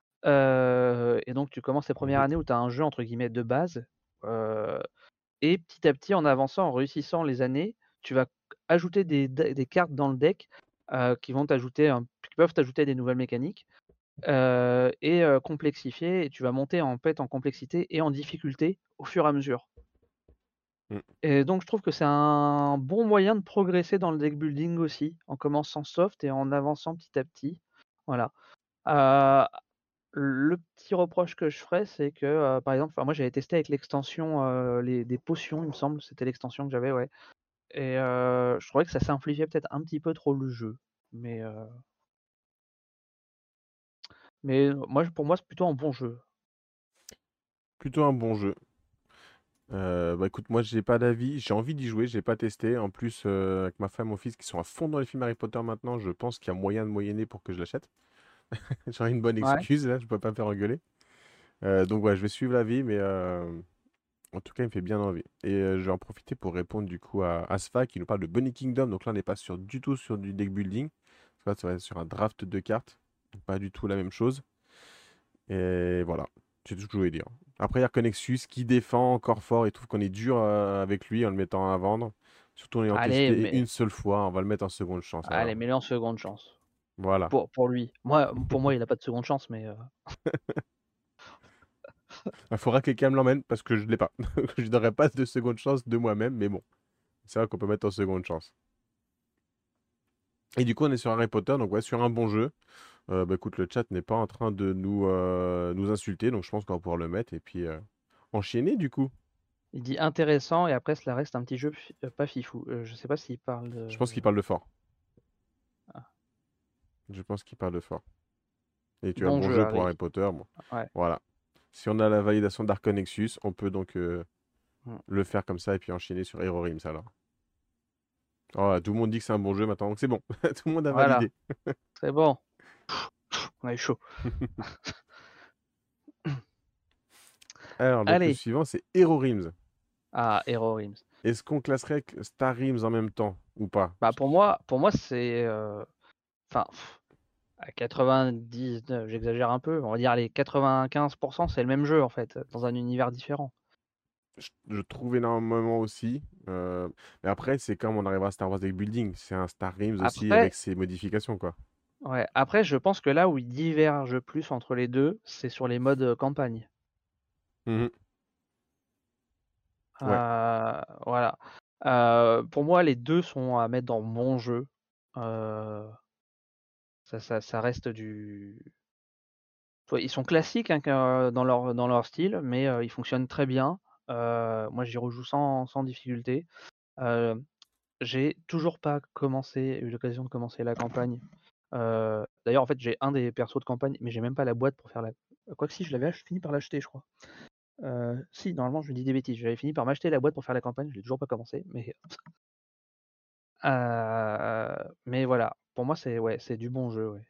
Heu et donc tu commences les Mmh premières mh. années où tu as un jeu entre guillemets «de base», heu et petit à petit en avançant, en réussissant les années, tu vas ajouter des d des cartes dans le deck, heu, qui vont t'ajouter un qui peuvent t'ajouter des nouvelles mécaniques. Heu et heu, complexifier et tu vas monter en fait en complexité et en difficulté au fur et à mesure Mmh. et donc je trouve que c'est un bon moyen de progresser dans le deck building aussi, en commençant soft et en avançant petit à petit. Voilà. Heu, le petit reproche que je ferais, c'est que, heu, par exemple, enfin moi j'avais testé avec l'extension, heu, les des potions, il me semble, c'était l'extension que j'avais, ouais et heu, je trouvais que ça simplifiait peut-être un petit peu trop le jeu. Mais heu mais moi, pour moi, c'est plutôt un bon jeu. Plutôt un bon jeu. Heu, bah, écoute, moi, j'ai pas d'avis. J'ai envie d'y jouer, j'ai pas testé. En plus, heu, avec ma femme, mon fils qui sont à fond dans les films Harry Potter maintenant, je pense qu'il y a moyen de moyenner pour que je l'achète. J'aurais une bonne Ouais. excuse là, je pourrais pas me faire engueuler. Heu, donc ouais, je vais suivre l'avis, mais heu, en tout cas, il me fait bien envie et heu, je vais en profiter pour répondre du coup à Asfa qui nous parle de Bunny Kingdom. Donc là, on n'est pas sur du tout sur du deck building. Là, ça va être sur un draft de cartes. Donc pas du tout la même chose et voilà, c'est tout ce que je voulais dire. Après, il y a Connexus qui défend encore fort. Il trouve qu'on est dur, heu, avec lui en le mettant à vendre. Surtout en ayant Allez, testé mais une seule fois, on va le mettre en seconde chance allez, alors. mets-le en seconde chance. Voilà. Pour pour lui. Moi pour moi, il a pas de seconde chance, mais heu, Il faudra que quelqu'un me l'emmène parce que je l'ai pas. Je n'aurai pas de seconde chance de moi-même, mais bon, c'est vrai qu'on peut mettre en seconde chance. Et du coup, on est sur Harry Potter, donc ouais, sur un bon jeu. Euh, bah écoute, le chat n'est pas en train de nous, euh, nous insulter, donc je pense qu'on va pouvoir le mettre et puis euh, enchaîner du coup. il dit: «Intéressant» et après cela reste un petit jeu fi heu, pas fifou. Heu, je sais pas s'il parle de Je pense qu'il parle de fort. ah, Je pense qu'il parle de fort. Et tu as un bon bon jeu jeu pour Harry. Harry Potter. Bon, Ouais. voilà. Si on a la validation d'Arcon Nexus, on peut donc euh, Mmh. le faire comme ça et puis enchaîner sur Hero Realms alors. Oh, tout le monde dit que c'est un bon jeu maintenant, donc c'est bon. Tout le monde a Voilà, validé. c'est bon. On a eu chaud. Alors, donc le Allez, suivant, c'est Hero Realms. ah, Hero Realms. Est-ce qu'on classerait Star Realms en même temps ou pas? Bah, pour moi pour moi, c'est, heu, enfin, à quatre-vingt-dix-neuf, j'exagère un peu, on va dire les quatre-vingt-quinze c'est le même jeu en fait, dans un univers différent. Je, je trouve énormément aussi. euh, mais après, c'est comme on arrivera à Star Wars Deck Building. C'est un Star Realms aussi Après avec ses modifications, quoi. ouais, après je pense que là où ils divergent plus entre les deux, c'est sur les modes, heu, campagne. Mhm. Ouais. Heu, voilà. Heu, pour moi, les deux sont à mettre dans mon jeu. Heu, ça ça ça reste du tu vois, ils sont classiques, hein, que dans leur dans leur style, mais heu, ils fonctionnent très bien. Heu, moi, j'y rejoue sans sans difficulté. Heu, j'ai toujours pas commencé eu l'occasion de commencer la campagne. Heu, d'ailleurs, en fait, j'ai un des persos de campagne, mais j'ai même pas la boîte pour faire la quoique si, je l'avais ach fini par l'acheter, je crois. Heu, si, normalement, je dis des bêtises. J'avais fini par m'acheter la boîte pour faire la campagne, je l'ai toujours pas commencé, mais heu, mais voilà, pour moi, c'est ouais, c'est du bon jeu, ouais.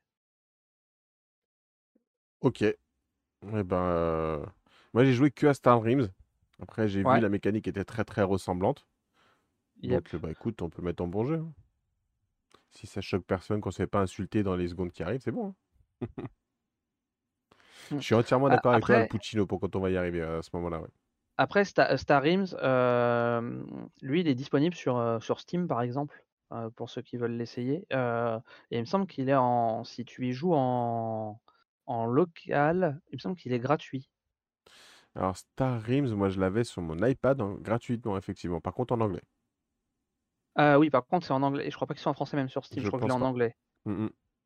Ok. Eh ben, euh, moi j'ai joué que à Star Dreams. Après, j'ai vu Ouais, la mécanique était très très ressemblante. yep. Donc, euh, bah écoute, on peut mettre en bon jeu, hein. Si ça choque personne, qu'on se fait pas insulter dans les secondes qui arrivent, c'est bon, hein. Mmh. Je suis entièrement A d'accord avec toi, le après Puccino, pour quand on va y arriver à ce moment-là, ouais. après Sta Star Realms, hem, lui, il est disponible sur, heu, sur Steam, par exemple, heu, pour ceux qui veulent l'essayer, heu et il me semble qu'il est en si tu y joues en en local, il me semble qu'il est gratuit. Alors, Star Realms, moi je l'avais sur mon iPad, hein, gratuitement, effectivement. Par contre, en anglais. Ah oui, par contre, c'est en anglais. Je crois pas qu'il soit en français même sur Steam, je Je crois que je l'ai pense en pas. anglais. Mm, mm.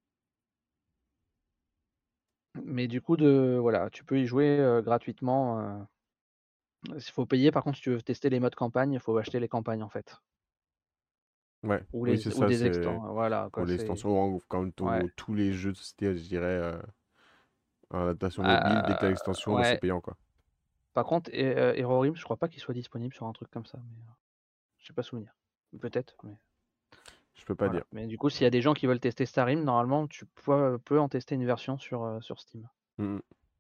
Mais du coup de voilà, tu peux y jouer, heu, gratuitement, heu, il faut payer par contre si tu veux tester les modes campagne, il faut acheter les campagnes en fait. Ouais, Ou oui, c'est les ou ça, des c'est extends, voilà ou quoi, c'est l'extension, en- comme ouais. tous tous les jeux de société, je dirais, euh, en adaptation mobile, dès que tu as Heu, l'extension, bah, c'est ouais. payant, quoi. Par contre, He heu, Hero Realms, je crois pas qu'il soit disponible sur un truc comme ça, mais, heu, j'ai pas souvenir. Peut-être, mais Je peux pas voilà. dire. Mais du coup, s'il y a des gens qui veulent tester Star Realms, normalement tu peux peux en tester une version sur, heu, sur Steam. Mm, mm.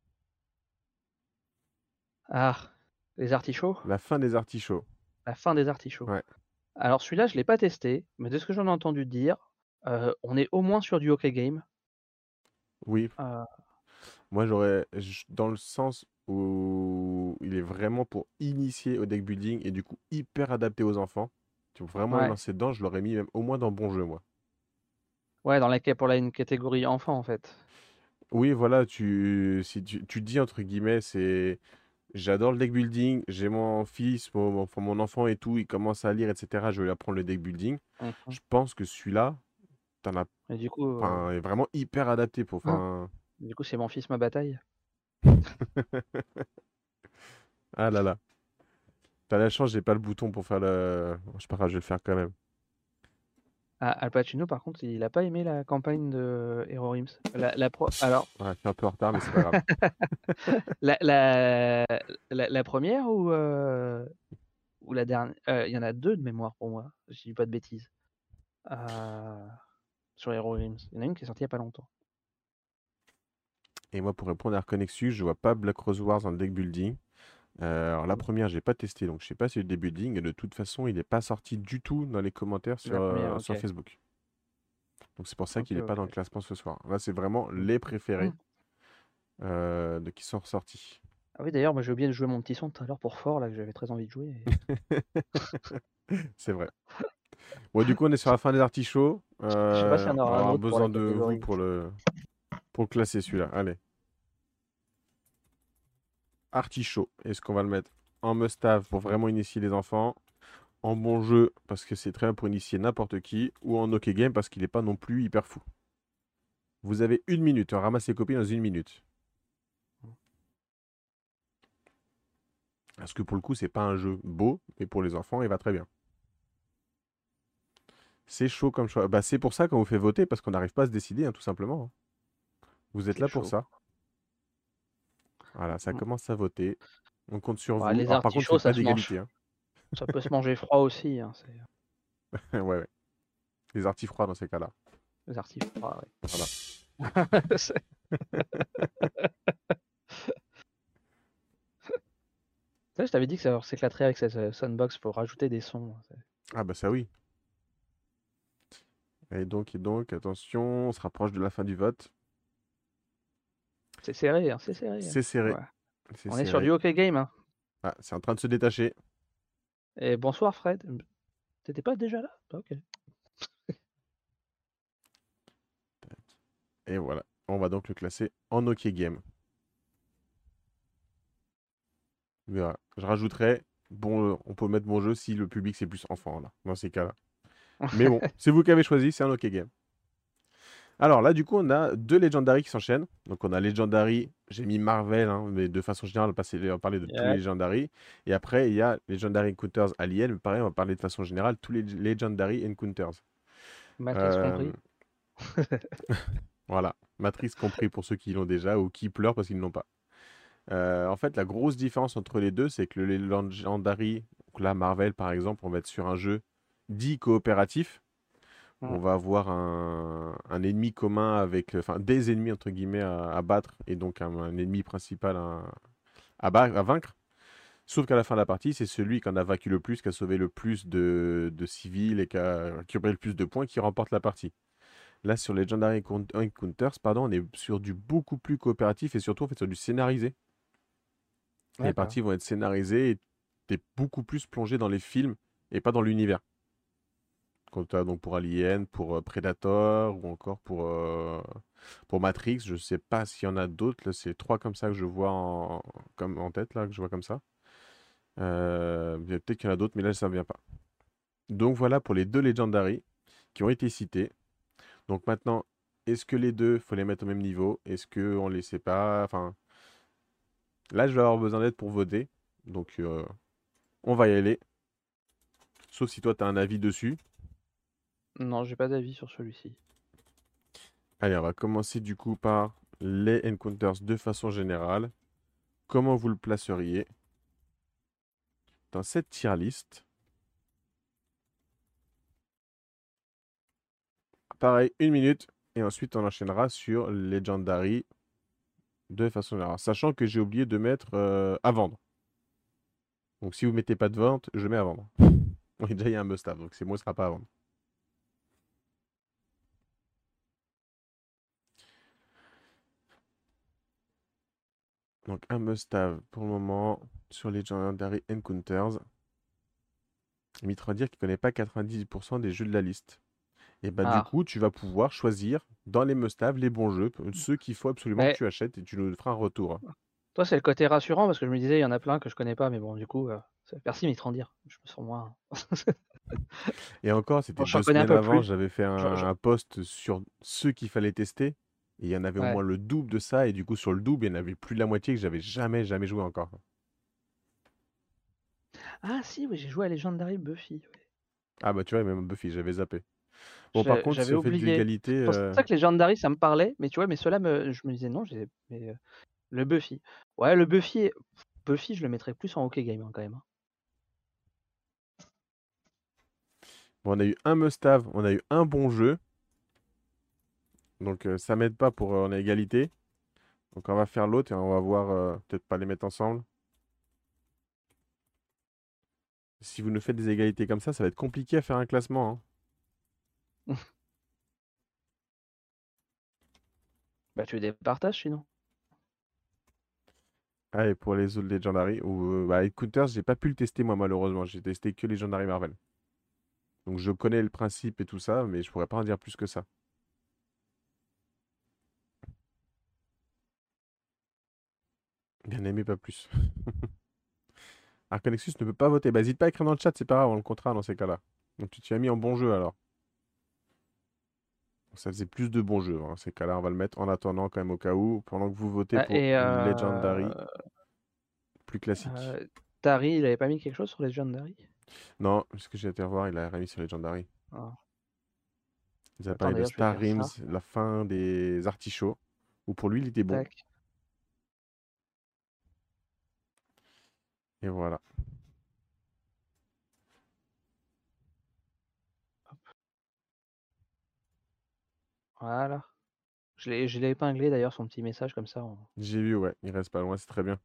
Ah! Les artichauts? La fin des artichauts. La fin des artichauts. Ouais. Alors celui-là, je l'ai pas testé, mais de ce que j'en ai entendu dire, heu, on est au moins sur du OK game. Oui, Heu, moi j'aurais, j- dans le sens où il est vraiment pour initier au deck building et du coup hyper adapté aux enfants. Tu veux vraiment les ouais, lancer dedans, je l'aurais mis même au moins dans bon jeu, moi. ouais, dans la ca pour la une catégorie enfant, en fait. Oui, voilà, tu, si tu, tu dis entre guillemets, c'est j'adore le deck building, j'ai mon fils, mon, mon- enfin, mon enfant et tout, il commence à lire, et cetera. Je vais lui apprendre le deck building. Mmh. Je pense que celui-là, t'en as, Et du coup, heu, enfin, est vraiment hyper adapté pour. Enfin, du coup, c'est mon fils ma bataille. ah là là. T'as la chance, j'ai pas le bouton pour faire le. Bon, c'est pas grave, je vais le faire quand même. Ah, Al Pacino, par contre, il a pas aimé la campagne de Hero Realms. La la pro alors, Ouais, je suis un peu en retard, mais c'est pas grave. la la la la première ou, heu, ou la dernière? Il y en a deux de mémoire pour moi, si je dis pas de bêtises, heu, sur Hero Realms. Il y en a une qui est sortie il y a pas longtemps. Et moi, pour répondre à Arconexus, je vois pas Black Rose Wars dans le deck building. Euh, alors la première, j'ai pas testé, donc je sais pas si le deck building. Et de toute façon, il n'est pas sorti du tout dans les commentaires sur, La première, euh, OK. sur Facebook. Donc c'est pour ça qu'il OK, n'est pas dans le OK. classement ce soir. Là, c'est vraiment Mmh. les Mmh. préférés euh, de qui sont ressortis. Ah oui, d'ailleurs, moi, j'ai oublié de jouer mon petit son tout à l'heure pour Fort, là, que j'avais très envie de jouer et C'est vrai. Bon, du coup, on est sur la fin des artichauts. je sais pas s'il Euh, y en on va aura un avoir autre pour la besoin de vous catégorie. pour le, pour le classer celui-là. Allez. Artichaut. Est-ce qu'on va le mettre en must-have pour vraiment initier les enfants? En bon jeu parce que c'est très bien pour initier n'importe qui? Ou en OK game parce qu'il n'est pas non plus hyper fou? Vous avez une minute. On ramasse les copies dans une minute. Parce que pour le coup, c'est pas un jeu beau, mais pour les enfants, il va très bien. C'est chaud comme choix. Bah, c'est pour ça qu'on vous fait voter, parce qu'on n'arrive pas à se décider, hein, tout simplement, hein. Vous êtes C'est là pour chaud. ça. Voilà, ça Mmh. commence à voter. On compte sur Bah, vous. les Alors par contre, artichauts, faites ça pas se mange d'égalité, hein. ça peut se manger froid aussi, hein, c'est Ouais, ouais. Les artis froids dans ces cas-là. les artis froids, Voilà. ouais. C'est tu sais, je t'avais dit que ça s'éclaterait avec cette, heu, Soundbox, faut rajouter des sons, c'est Ah bah ça oui. Et donc, et donc, attention, on se rapproche de la fin du vote. c'est serré, hein, c'est serré, hein. C'est serré. Ouais. C'est On est sur serré. du hockey game, hein. Ah, c'est en train de se détacher. Et bonsoir Fred. Mmh, tu pas déjà là? OK. Et voilà. On va donc le classer en OK game. Voilà. Je rajouterai, bon, euh, on peut mettre mon jeu si le public c'est plus enfant, là, dans ces cas-là. Mais bon, c'est vous qui avez choisi, c'est un OK game. Alors là, du coup, on a deux Legendary qui s'enchaînent. Donc on a Legendary, j'ai mis Marvel, hein, mais de façon générale, on va passer- on va parler de tous les Ouais, Legendary. Et après, il y a Legendary Encounters Alien. Mais pareil, on va parler de façon générale tous les Legendary Encounters. Matrix Euh, compris. voilà, Matrice compris pour ceux qui l'ont déjà ou qui pleurent parce qu'ils ne l'ont pas. Euh, en fait, la grosse différence entre les deux, c'est que le Legendary, donc là, Marvel par exemple, on va être sur un jeu dit coopératif. Mmh. On va avoir un, un ennemi commun avec, enfin des ennemis entre guillemets à, à battre et donc un, un ennemi principal à, à, ba- à vaincre. Sauf qu'à la fin de la partie, c'est celui qui en a vaincu le plus, qui a sauvé le plus de, de civils et qui a récupéré le plus de points qui remporte la partie. Là, sur Legendary Encount- Encounters, pardon, on est sur du beaucoup plus coopératif et surtout en fait sur du scénarisé. Les D'accord. parties vont être scénarisées et t'es beaucoup plus plongé dans les films et pas dans l'univers. Comme t'as donc pour Alien, pour euh, Predator ou encore pour, euh, pour Matrix. Je sais pas s'il y en a d'autres. Là, c'est trois comme ça que je vois en, comme, en tête, là, que je vois comme ça. Euh, il y a peut-être qu'il y en a d'autres, mais là, ça ne vient pas. Donc voilà pour les deux Legendary qui ont été cités. Donc maintenant, est-ce que les deux, faut les mettre au même niveau? Est-ce qu'on les sépare? Enfin, là, je vais avoir besoin d'aide pour voter. Donc, euh, on va y aller. Sauf si toi, tu as un avis dessus. Non, j'ai pas d'avis sur celui-ci. Allez, on va commencer du coup par les Encounters de façon générale. Comment vous le placeriez dans cette tier list? Pareil, une minute. Et ensuite, on enchaînera sur Legendary de façon générale. Sachant que j'ai oublié de mettre euh, à vendre. Donc si vous mettez pas de vente, je mets à vendre. Oui, déjà, il y a un must-have, donc c'est moi, ce sera pas à vendre. Donc un must-have pour le moment sur Legendary Encounters. Mitra dire qu'il connaît pas quatre-vingt-dix pour cent des jeux de la liste. Et bah du Ah, coup, tu vas pouvoir choisir dans les must-have les bons jeux, ceux qu'il faut absolument que mais tu achètes et tu nous feras un retour. toi, c'est le côté rassurant parce que je me disais, il y en a plein que je connais pas, mais bon, du coup, heu, c'est merci Mitrandir. Je me sens moins Et encore, c'était bon, j'en deux connais un semaines peu avant, plus. j'avais fait Je je un, un post sur ceux qu'il fallait tester. Et il y en avait au ouais. moins le double de ça. Et du coup, sur le double, il y en avait plus de la moitié que j'avais jamais, jamais joué encore. Ah si, oui, j'ai joué à Legendary Buffy, oui. Ah bah tu vois, même Buffy, j'avais zappé. Bon, par Je contre, si j'avais on fait de oublié. l'égalité, C'est pour euh, ça que Legendary, ça me parlait, mais tu vois, mais ceux-là me je me disais: «Non», j'ai mais, heu, le Buffy. Ouais, le Buffy Buffy, je le mettrais plus en hockey game, hein, quand même, hein. bon, on a eu un must-have, on a eu un bon jeu. Donc euh, ça m'aide pas pour euh, on a égalité. Donc on va faire l'autre et on va voir, euh, peut-être pas les mettre ensemble. Si vous nous faites des égalités comme ça, ça va être compliqué à faire un classement, hein. Bah, tu les départages sinon? Ah, et pour les autres Legendary, ou euh, bah, Encounters, j'ai pas pu le tester moi malheureusement. J'ai testé que Legendary Marvel. Donc je connais le principe et tout ça, mais je pourrais pas en dire plus que ça. Bien aimé, pas plus. Arcanexus ne peut pas voter. Bah, n'hésite pas à écrire dans le chat, c'est pas grave, on le comptera dans ces cas-là. Donc tu t'y as mis en bon jeu alors. Ça faisait plus de bons jeux, hein. Dans ces cas-là, on va le mettre en attendant quand même au cas où, pendant que vous votez Ah pour et Legendary heu plus classique. heu, Tari, il avait pas mis quelque chose sur Legendary? Non, parce que j'ai été revoir, il a remis sur Legendary. Ah. Il a Attends, parlé de d'ailleurs, je vais Star faire Rims, ça. la fin des artichauts, où pour lui il était bon. Tac. Et voilà. Voilà. Je l'ai je l'ai épinglé d'ailleurs son petit message comme ça on J'ai vu, ouais, il reste pas loin, c'est très bien.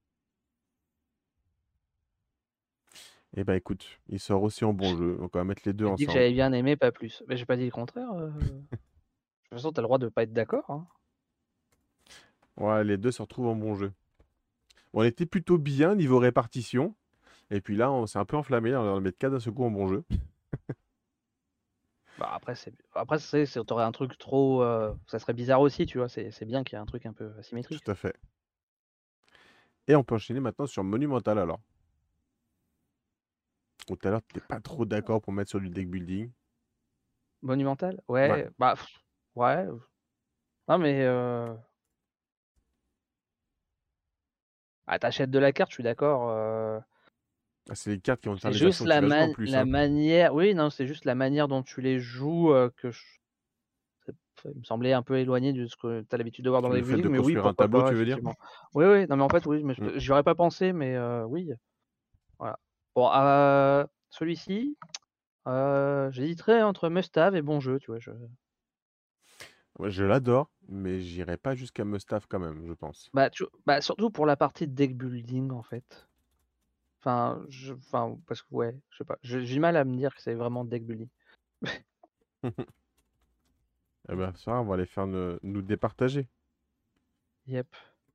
Et bah écoute, il sort aussi en bon jeu, donc on va mettre les deux j'ai dit que ensemble. j'avais bien aimé, pas plus. Mais j'ai pas dit le contraire, heu. De toute façon, tu as le droit de pas être d'accord, hein. Ouais, les deux se retrouvent en bon jeu. On était plutôt bien niveau répartition, et puis là on s'est un peu enflammé, on va mettre quatre d'un seul coup en bon jeu. Bah, après c'est après c'est c'est tu aurais un truc trop, heu, ça serait bizarre aussi, tu vois? C'est c'est bien qu'il y ait un truc un peu asymétrique. Tout à fait. Et on peut enchaîner maintenant sur Monumental alors. Tout à l'heure, t'étais pas trop d'accord pour mettre sur du deck building. Monumental? Ouais. Ouais, bah, ouais, non mais, heu, ah, tu achètes de la carte, je suis d'accord, heu, Ah, c'est les cartes qui vont te faire c'est les juste actions que tu la vas jouer en man plus, la hein. manière oui, non, c'est juste la manière dont tu les joues, heu, que je Ça me semblait un peu éloigné de ce que tu as l'habitude de voir dans Le les fait musiques, de mais oui, construire un pourquoi tableau, pas, tu veux dire? effectivement. Oui, oui, non, mais en fait, oui, mais Mmh. je j'y aurais pas pensé, mais heu, oui, voilà. Bon, heu, celui-ci, heu, j'hésiterais entre Must Have et Bon Jeu, tu vois? Je Ouais, je l'adore, mais j'irai pas jusqu'à Mustaf quand même, je pense. bah, tu bah, surtout pour la partie deck building, en fait. Enfin, je enfin, parce que ouais, je sais pas, j'ai j'ai du mal à me dire que c'est vraiment deck building. Eh ben, ça, on va les faire ne- nous départager. Yep.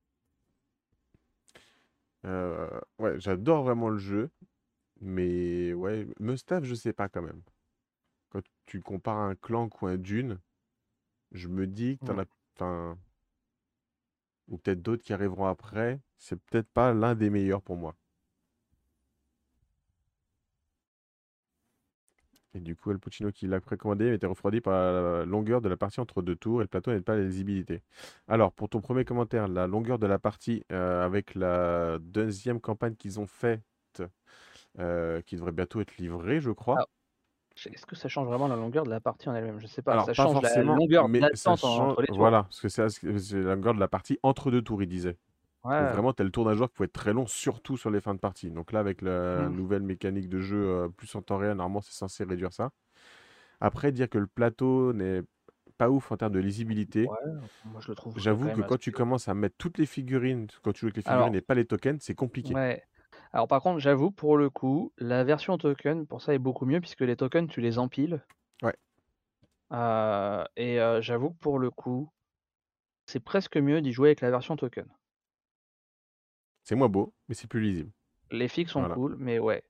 Euh, ouais, j'adore vraiment le jeu, mais ouais, Mustaf, je sais pas quand même. Quand tu compares un Clank ou un Dune, je me dis que t'en Mmh. as, enfin, ou peut-être d'autres qui arriveront après, c'est peut-être pas l'un des meilleurs pour moi. Et du coup, El Puccino qui l'a précommandé était refroidi par la longueur de la partie entre deux tours et le plateau n'est pas la lisibilité. Alors, pour ton premier commentaire, la longueur de la partie euh, avec la deuxième campagne qu'ils ont faite, euh, qui devrait bientôt être livrée, je crois. Ah, je est-ce que ça change vraiment la longueur de la partie en elle-même? Je sais pas, Alors, ça pas change la forcément, longueur mais ça d'attente en change. entre les tours. Voilà, parce que c'est c'est la longueur de la partie entre deux tours, il disait. Donc, Ouais. vraiment, tel tour d'un joueur qui pouvait être très long, surtout sur les fins de partie. Donc, là, avec la Mmh. nouvelle mécanique de jeu euh, plus en temps réel, normalement, c'est censé réduire ça. Après, dire que le plateau n'est pas ouf en termes de lisibilité. Ouais, moi je le trouve quand J'avoue que même quand assez. tu commences à mettre toutes les figurines, quand tu joues avec les figurines Alors, et pas les tokens, c'est compliqué. ouais. Alors par contre, j'avoue, pour le coup, la version token, pour ça, est beaucoup mieux puisque les tokens, tu les empiles. Ouais, Heu et heu, j'avoue que pour le coup, c'est presque mieux d'y jouer avec la version token. c'est moins beau, mais c'est plus lisible. Les fixes sont Voilà. cool, mais ouais.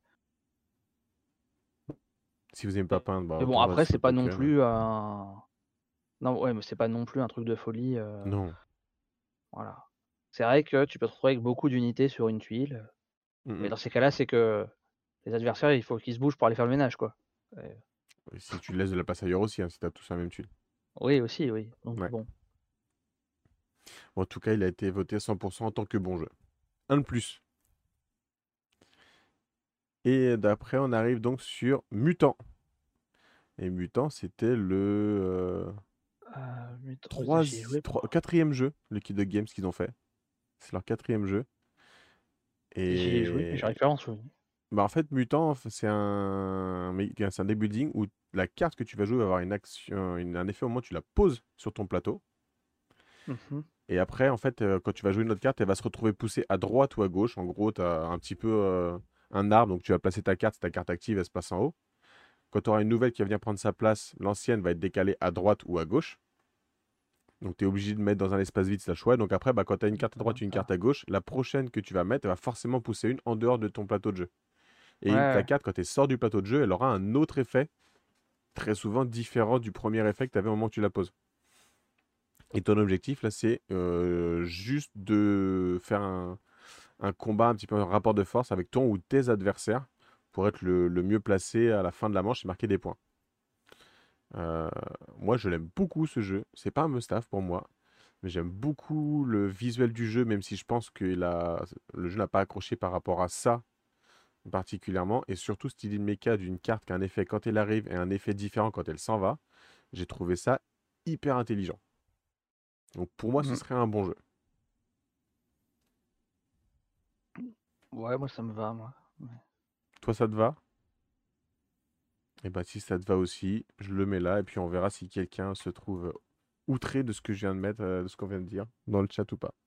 Si vous aimez pas Mais peindre, bah mais bon, autant après, rester sur c'est le pas non token. plus un non, ouais, mais c'est pas non plus un truc de folie, heu, Non. voilà. C'est vrai que tu peux te retrouver avec beaucoup d'unités sur une tuile, Mm, mais mm. dans ces cas-là, c'est que les adversaires, il faut qu'ils se bougent pour aller faire le ménage, quoi. Et Et si tu laisses de la place ailleurs aussi, hein, si t'as tous la même tuile. oui, aussi, oui, donc Ouais. bon. Bon, en tout cas, il a été voté cent pour cent en tant que bon jeu. Un de plus. Et d'après, on arrive donc sur Mutant. Et Mutant, c'était le euh, Heu, Mutant, trois, j'y ai joué trois- pas. quatrième jeu, le Kid Dog Games qu'ils ont fait. C'est leur quatrième jeu. J'y ai joué, mais Et j'arrive pas à m'en souvenir. bah, en fait, Mutant, f- c'est un, mais- c'est un deck building où la carte que tu vas jouer va avoir une action, une- un effet au moment où tu la poses sur ton plateau. Mmh mh. Et après, en fait, euh, quand tu vas jouer une autre carte, elle va se retrouver poussée à droite ou à gauche. En gros, tu as un petit peu euh, un arbre, donc tu vas placer ta carte. Si ta carte active, elle se place en haut. Quand tu auras une nouvelle qui va venir prendre sa place, l'ancienne va être décalée à droite ou à gauche. Donc tu es obligé de mettre dans un espace vide, c'est le choix. Donc après, bah, quand tu as une carte à C'est bien droite et une carte ça. à gauche, la prochaine que tu vas mettre, elle va forcément pousser une en dehors de ton plateau de jeu. Ouais, Et ta ouais. carte, quand elle sort du plateau de jeu, elle aura un autre effet, très souvent différent du premier effet que tu avais au moment où tu la poses. Et ton objectif, là, c'est euh, juste de faire un, un combat, un petit peu un rapport de force avec ton ou tes adversaires pour être le, le mieux placé à la fin de la manche et marquer des points. Euh, Moi, je l'aime beaucoup ce jeu. C'est pas un must-have pour moi, mais j'aime beaucoup le visuel du jeu, même si je pense que il a- le jeu n'a pas accroché par rapport à ça particulièrement. Et surtout, cette idée de méca d'une carte qui a un effet quand elle arrive et un effet différent quand elle s'en va, j'ai trouvé ça hyper intelligent. Donc pour moi, ce Mmh. serait un bon jeu. Ouais, moi ça me va, moi. Ouais. Toi, ça te va? Et bah si ça te va aussi, je le mets là et puis on verra si quelqu'un se trouve outré de ce que je viens de mettre, euh, de ce qu'on vient de dire dans le chat ou pas.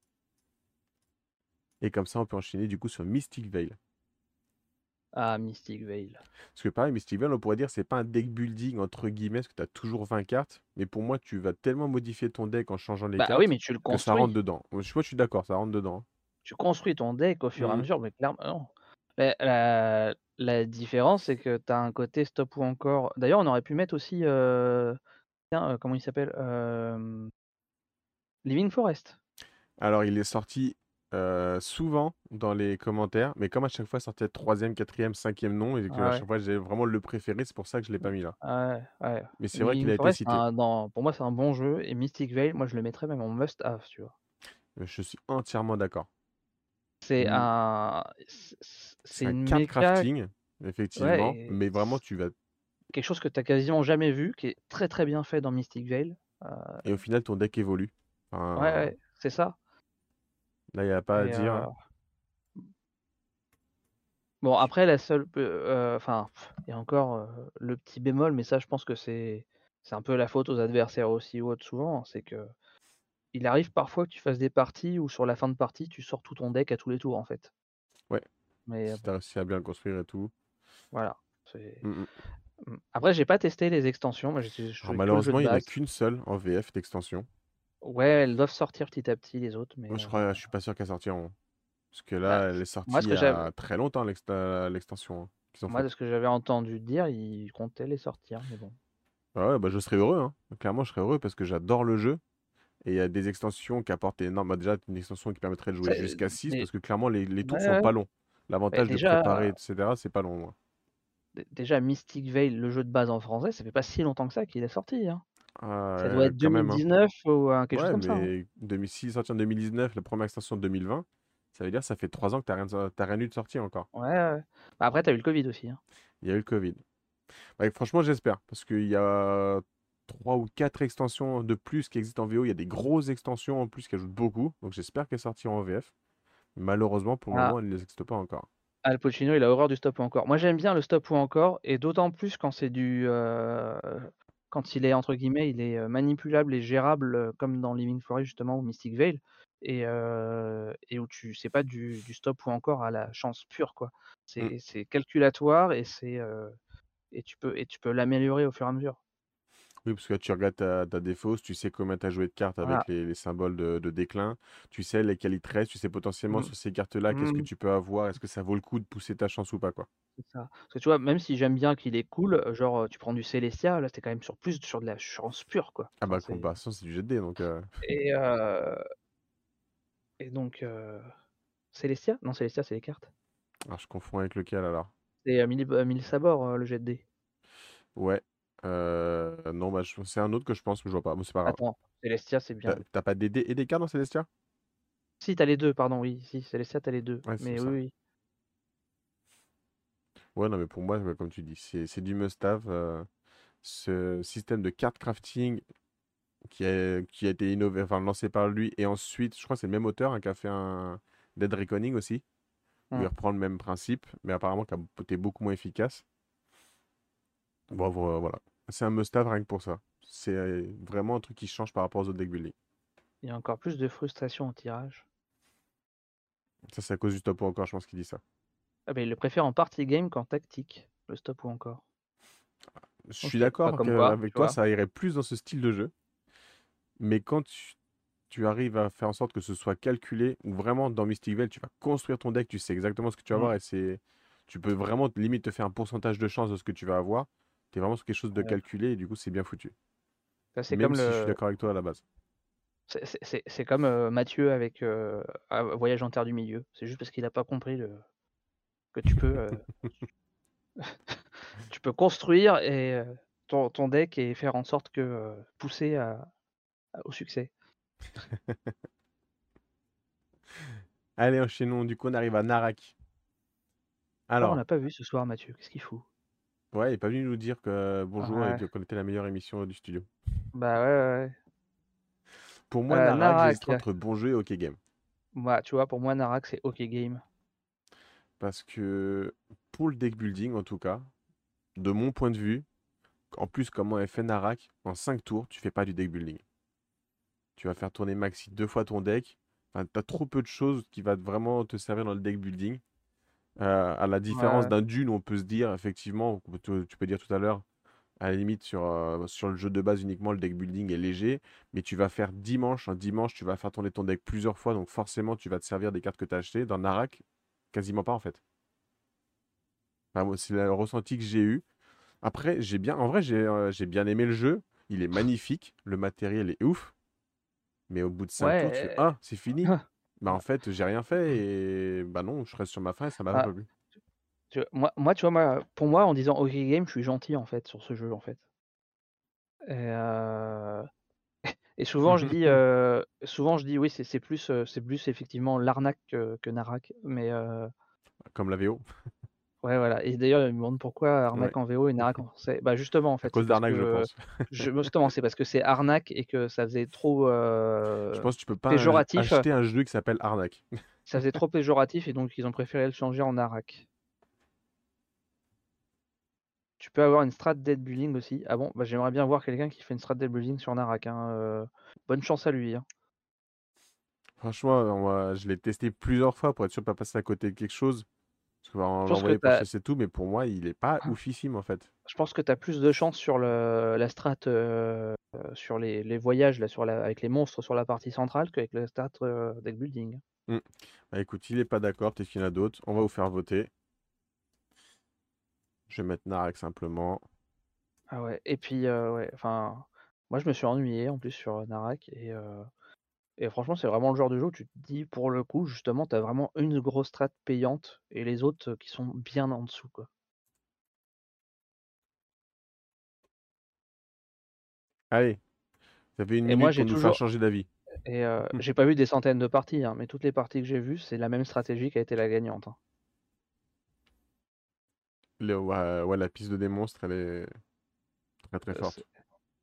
Et comme ça, on peut enchaîner du coup sur Mystic Veil. Ah, Mystic Veil. Parce que pareil, Mystic Veil, on pourrait dire c'est pas un deck building entre guillemets, parce que tu as toujours vingt cartes, mais pour moi, tu vas tellement modifier ton deck en changeant les Bah oui, cartes mais tu le que ça rentre construis. dedans. Moi, je moi, je suis d'accord, ça rentre dedans. Tu construis ton deck au fur et à Mhm. mesure, mais clairement. Mais la la différence, c'est que tu as un côté stop ou encore d'ailleurs, on aurait pu mettre aussi, heu, tiens, heu, comment il s'appelle? Hem, Living Forest. Alors, il est sorti euh, souvent dans les commentaires, mais comme à chaque fois, ça sortait troisième, quatrième, cinquième nom, et que Ah à ouais. chaque fois, j'ai vraiment le préféré, c'est pour ça que je l'ai pas mis là. Ah ouais, ouais. Mais c'est vrai qu'il Living a été Forest, c'est cité. un dans pour moi, c'est un bon jeu et Mystic Veil, moi, je le mettrais même en must have, tu vois? Euh, Je suis entièrement d'accord. C'est Mmh, un c c c'est c'est un une card méca crafting, ouais effectivement, et mais vraiment, tu vas. quelque chose que tu as quasiment jamais vu, qui est très, très bien fait dans Mystic Veil. Heu, Et au final, ton deck évolue. ouais, Enfin, ouais, c'est ça là, il n'y a pas à et dire. heu, bon après la seule pe heu, enfin et encore, heu, le petit bémol, mais ça je pense que c'est c'est un peu la faute aux adversaires aussi ou autres souvent, hein, c'est qu'il arrive parfois que tu fasses des parties où sur la fin de partie, tu sors tout ton deck à tous les tours en fait. Ouais, Mais si tu as bon, réussi à bien le construire et tout. voilà, c'est Mm, mm. mmh. Après j'ai pas testé les extensions, moi j'ai je Alors jouais que le jeu malheureusement, de il n'y en a base. qu'une seule en V F d'extension. Ouais, elles doivent sortir petit à petit les autres, mais Moi, je heu, crois, je suis pas sûr qu'elle sortiront. Parce que bah, là, elle est moi sortie ce il que y j'avais a très longtemps, l'exta- l'extension hein, qu'ils ont moi de faite. ce que j'avais entendu dire, ils comptaient les sortir, mais bon. Ah ouais, bah, je serais heureux, hein. Clairement, je serais heureux parce que j'adore le jeu. Et il y a des extensions qui apportent énormément. Bah, déjà, une extension qui permettrait de jouer Ça, jusqu'à six dé parce que clairement, les, les ouais, tours sont ouais, pas longs. bah, L'avantage de préparer, déjà et cetera, c'est pas long, moi. dé déjà Mystic Veil, le jeu de base en français, ça fait pas si longtemps que ça qu'il est sorti, hein. Ah, Ça doit ouais, être quand même, hein. deux mille dix-neuf ou heu, quelque chose Ouais, comme ça, hein. mais deux mille six, sorti en deux mille dix-neuf, la première extension de deux mille vingt, ça veut dire que ça fait trois ans que t'as rien, t'as rien eu de sorti encore. Ouais, ouais, ouais. Bah, après tu as eu le covid aussi, hein. Il y a eu le Covid. Ouais, franchement, j'espère, parce qu'il y a trois ou quatre extensions de plus qui existent en V O. Il y a des grosses extensions en plus qui ajoutent beaucoup, donc j'espère qu'elles sortiront en V F. Malheureusement, pour le Ah, moment, elles n'existent pas encore. Al Pacino, il a horreur du stop ou encore. Moi j'aime bien le stop ou encore et d'autant plus quand c'est du, heu, quand il est entre guillemets, il est, heu, «manipulable et gérable», heu, comme dans Living Forest justement ou Mystic Veil et heu et où tu c'est pas du du stop ou encore à la chance pure, quoi. Mm. C'est c'est calculatoire et c'est, heu et tu peux et tu peux l'améliorer au fur et à mesure. Oui, parce que là, tu regardes ta, ta défausse, tu sais combien tu as joué de cartes Voilà. avec les, les symboles de, de déclin, tu sais lesquels il te restent, tu sais potentiellement Mmh. sur ces cartes-là, qu'est-ce que Mmh. tu peux avoir, est-ce que ça vaut le coup de pousser ta chance ou pas, quoi. C'est ça. Parce que tu vois, même si j'aime bien qu'il est cool, heu, genre, heu, tu prends du Célestia, là, tu quand même sur plus sur de la chance pure, quoi. Ah Enfin, bah, c'est combat, c'est du jet de dés, donc euh, et heu et donc heu, Célestia? Non, Célestia, c'est les cartes. alors, je confonds avec lequel alors? C'est, heu, mille b mille sabords, heu, le jet de dés. Ouais. Euh, non, bah, je- c'est un autre que je pense, mais je vois pas. Bon, c'est pas grave. Attends, Célestia, c'est T'as bien. t'as pas des dés et des cartes dans Celestia? Si, tu as les deux, pardon, oui, si, Célestia, tu as les deux. Ouais, c'est Mais oui, ça. oui. Ouais, non, mais pour moi, ouais, comme tu dis, c'est c'est du must-have. Euh, ce système de card crafting qui a, qui a été innové, enfin, lancé par lui, et ensuite, je crois que c'est le même auteur hein, qui a fait un Dead Reckoning aussi, où il Mmh. reprend le même principe, mais apparemment qui a été beaucoup moins efficace. Bon, vo- voilà. C'est un must-have rien que pour ça. C'est euh, vraiment un truc qui change par rapport aux autres deck building. Il y a encore plus de frustration au tirage. Ça, c'est à cause du stop ou encore, je pense qu'il dit ça. Ah, beh, il le préfère en party game qu'en tactique, le stop ou encore. Je suis OK, bah, d'accord comme quoi, qu'avec tu toi, vois? ça irait plus dans ce style de jeu, mais quand tu, tu arrives à faire en sorte que ce soit calculé, ou vraiment dans Mystic Vale, tu vas construire ton deck, tu sais exactement ce que tu vas Mmh. avoir, et c'est, tu peux vraiment limite te faire un pourcentage de chance de ce que tu vas avoir. Tu es vraiment sur quelque chose de Ouais. calculé, et du coup, c'est bien foutu. Ça, c'est Même comme si je suis le d'accord avec toi à la base. c'est c'est c'est c'est comme, heu, Mathieu avec, heu, ah, Voyage en terre du milieu. C'est juste parce qu'il a pas compris le que tu peux, heu, tu peux construire et heu, ton ton deck et faire en sorte que, heu, pousser à à au succès. Allez, enchaînons. Du coup, on arrive à Narak. Ah, on Alors, l'a pas vu ce soir Mathieu, qu'est-ce qu'il fout? ouais, il est pas venu nous dire que bonjour et Ouais, que- qu'on était la meilleure émission du studio. bah, ouais, ouais, ouais. Pour moi, Heu, Narak, Narak, j'hésiterais entre bon jeu et OK Game. moi, tu vois, pour moi, Narak, c'est OK game. Parce que pour le deck building, en tout cas, de mon point de vue, en plus, comment est fait Narak, en cinq tours, tu fais pas du deck building. Tu vas faire tourner maxi deux fois ton deck. Enfin, tu as trop peu de choses qui vont vraiment te servir dans le deck building. Euh, à la différence Ouais, d'un Dune, on peut se dire, effectivement, tu, tu peux dire tout à l'heure, à la limite, sur, euh, sur le jeu de base uniquement, le deck building est léger. Mais tu vas faire dimanche. Un dimanche, tu vas faire tourner ton deck plusieurs fois. Donc forcément, tu vas te servir des cartes que tu as achetées. Dans Narak, quasiment pas en fait. Enfin, moi, c'est le ressenti que j'ai eu. Après, j'ai bien, en vrai, j'ai euh, j'ai bien aimé le jeu. Il est magnifique. Le matériel est ouf. Mais au bout de cinq tours, tu fais ouais, ah, c'est fini. heu, Bah en fait, j'ai rien fait et bah non, je reste sur ma faim et ça m'a bah, pas plu. tu moi moi, tu vois, moi, pour moi, en disant OK game, je suis gentil, en fait, sur ce jeu, en fait et heu et souvent je dis, heu, souvent je dis: «Oui, c'est c'est plus, heu, c'est plus effectivement l'arnaque que que Narak» mais heu, Comme la V O. Ouais, voilà et d'ailleurs, il me demande pourquoi Ouais. arnaque en V O et Narak en français. Bah, justement, en À fait, c'est cause parce d'arnaque, je que pense. je justement, c'est parce que c'est arnaque et que ça faisait trop, Je heu, pense que tu peux pas un j péjoratif. acheter un jeu qui s'appelle Arnaque. Ça faisait trop péjoratif et donc ils ont préféré le changer en Narak. Tu peux avoir une strat deck building aussi. Ah bon? Bah, j'aimerais bien voir quelqu'un qui fait une strat deck building sur Narak, hein, heu, bonne chance à lui, hein. Franchement, moi, je l'ai testé plusieurs fois pour être sûr de pas passer à côté de quelque chose. Parce qu'on Je pense que l'envoyait tu pour as chasser tout, mais pour moi, il est pas oufissime en fait. je pense que tu as plus de chance sur le la strat, heu, sur les les voyages là, sur la avec les monstres sur la partie centrale qu'avec la strat, heu, deck building. Mmh. Bah écoute, il est pas d'accord, peut-être qu'il y en a d'autres. On va vous faire voter. Je vais mettre Narak simplement. Ah ouais et puis, heu, ouais, enfin, moi je me suis ennuyé en plus sur, heu, Narak et heu et franchement, c'est vraiment le genre de jeu où tu te dis pour le coup, justement, tu as vraiment une grosse strat payante et les autres, heu, qui sont bien en dessous, quoi. Allez, ça fait une Et moi minute pour j'ai nous faire toujours changer d'avis. et heu, j'ai pas vu des centaines de parties, hein, mais toutes les parties que j'ai vues, c'est la même stratégie qui a été la gagnante, hein. Le ouais, ouais, la piste de des monstres, elle est très très Heu, c'est forte.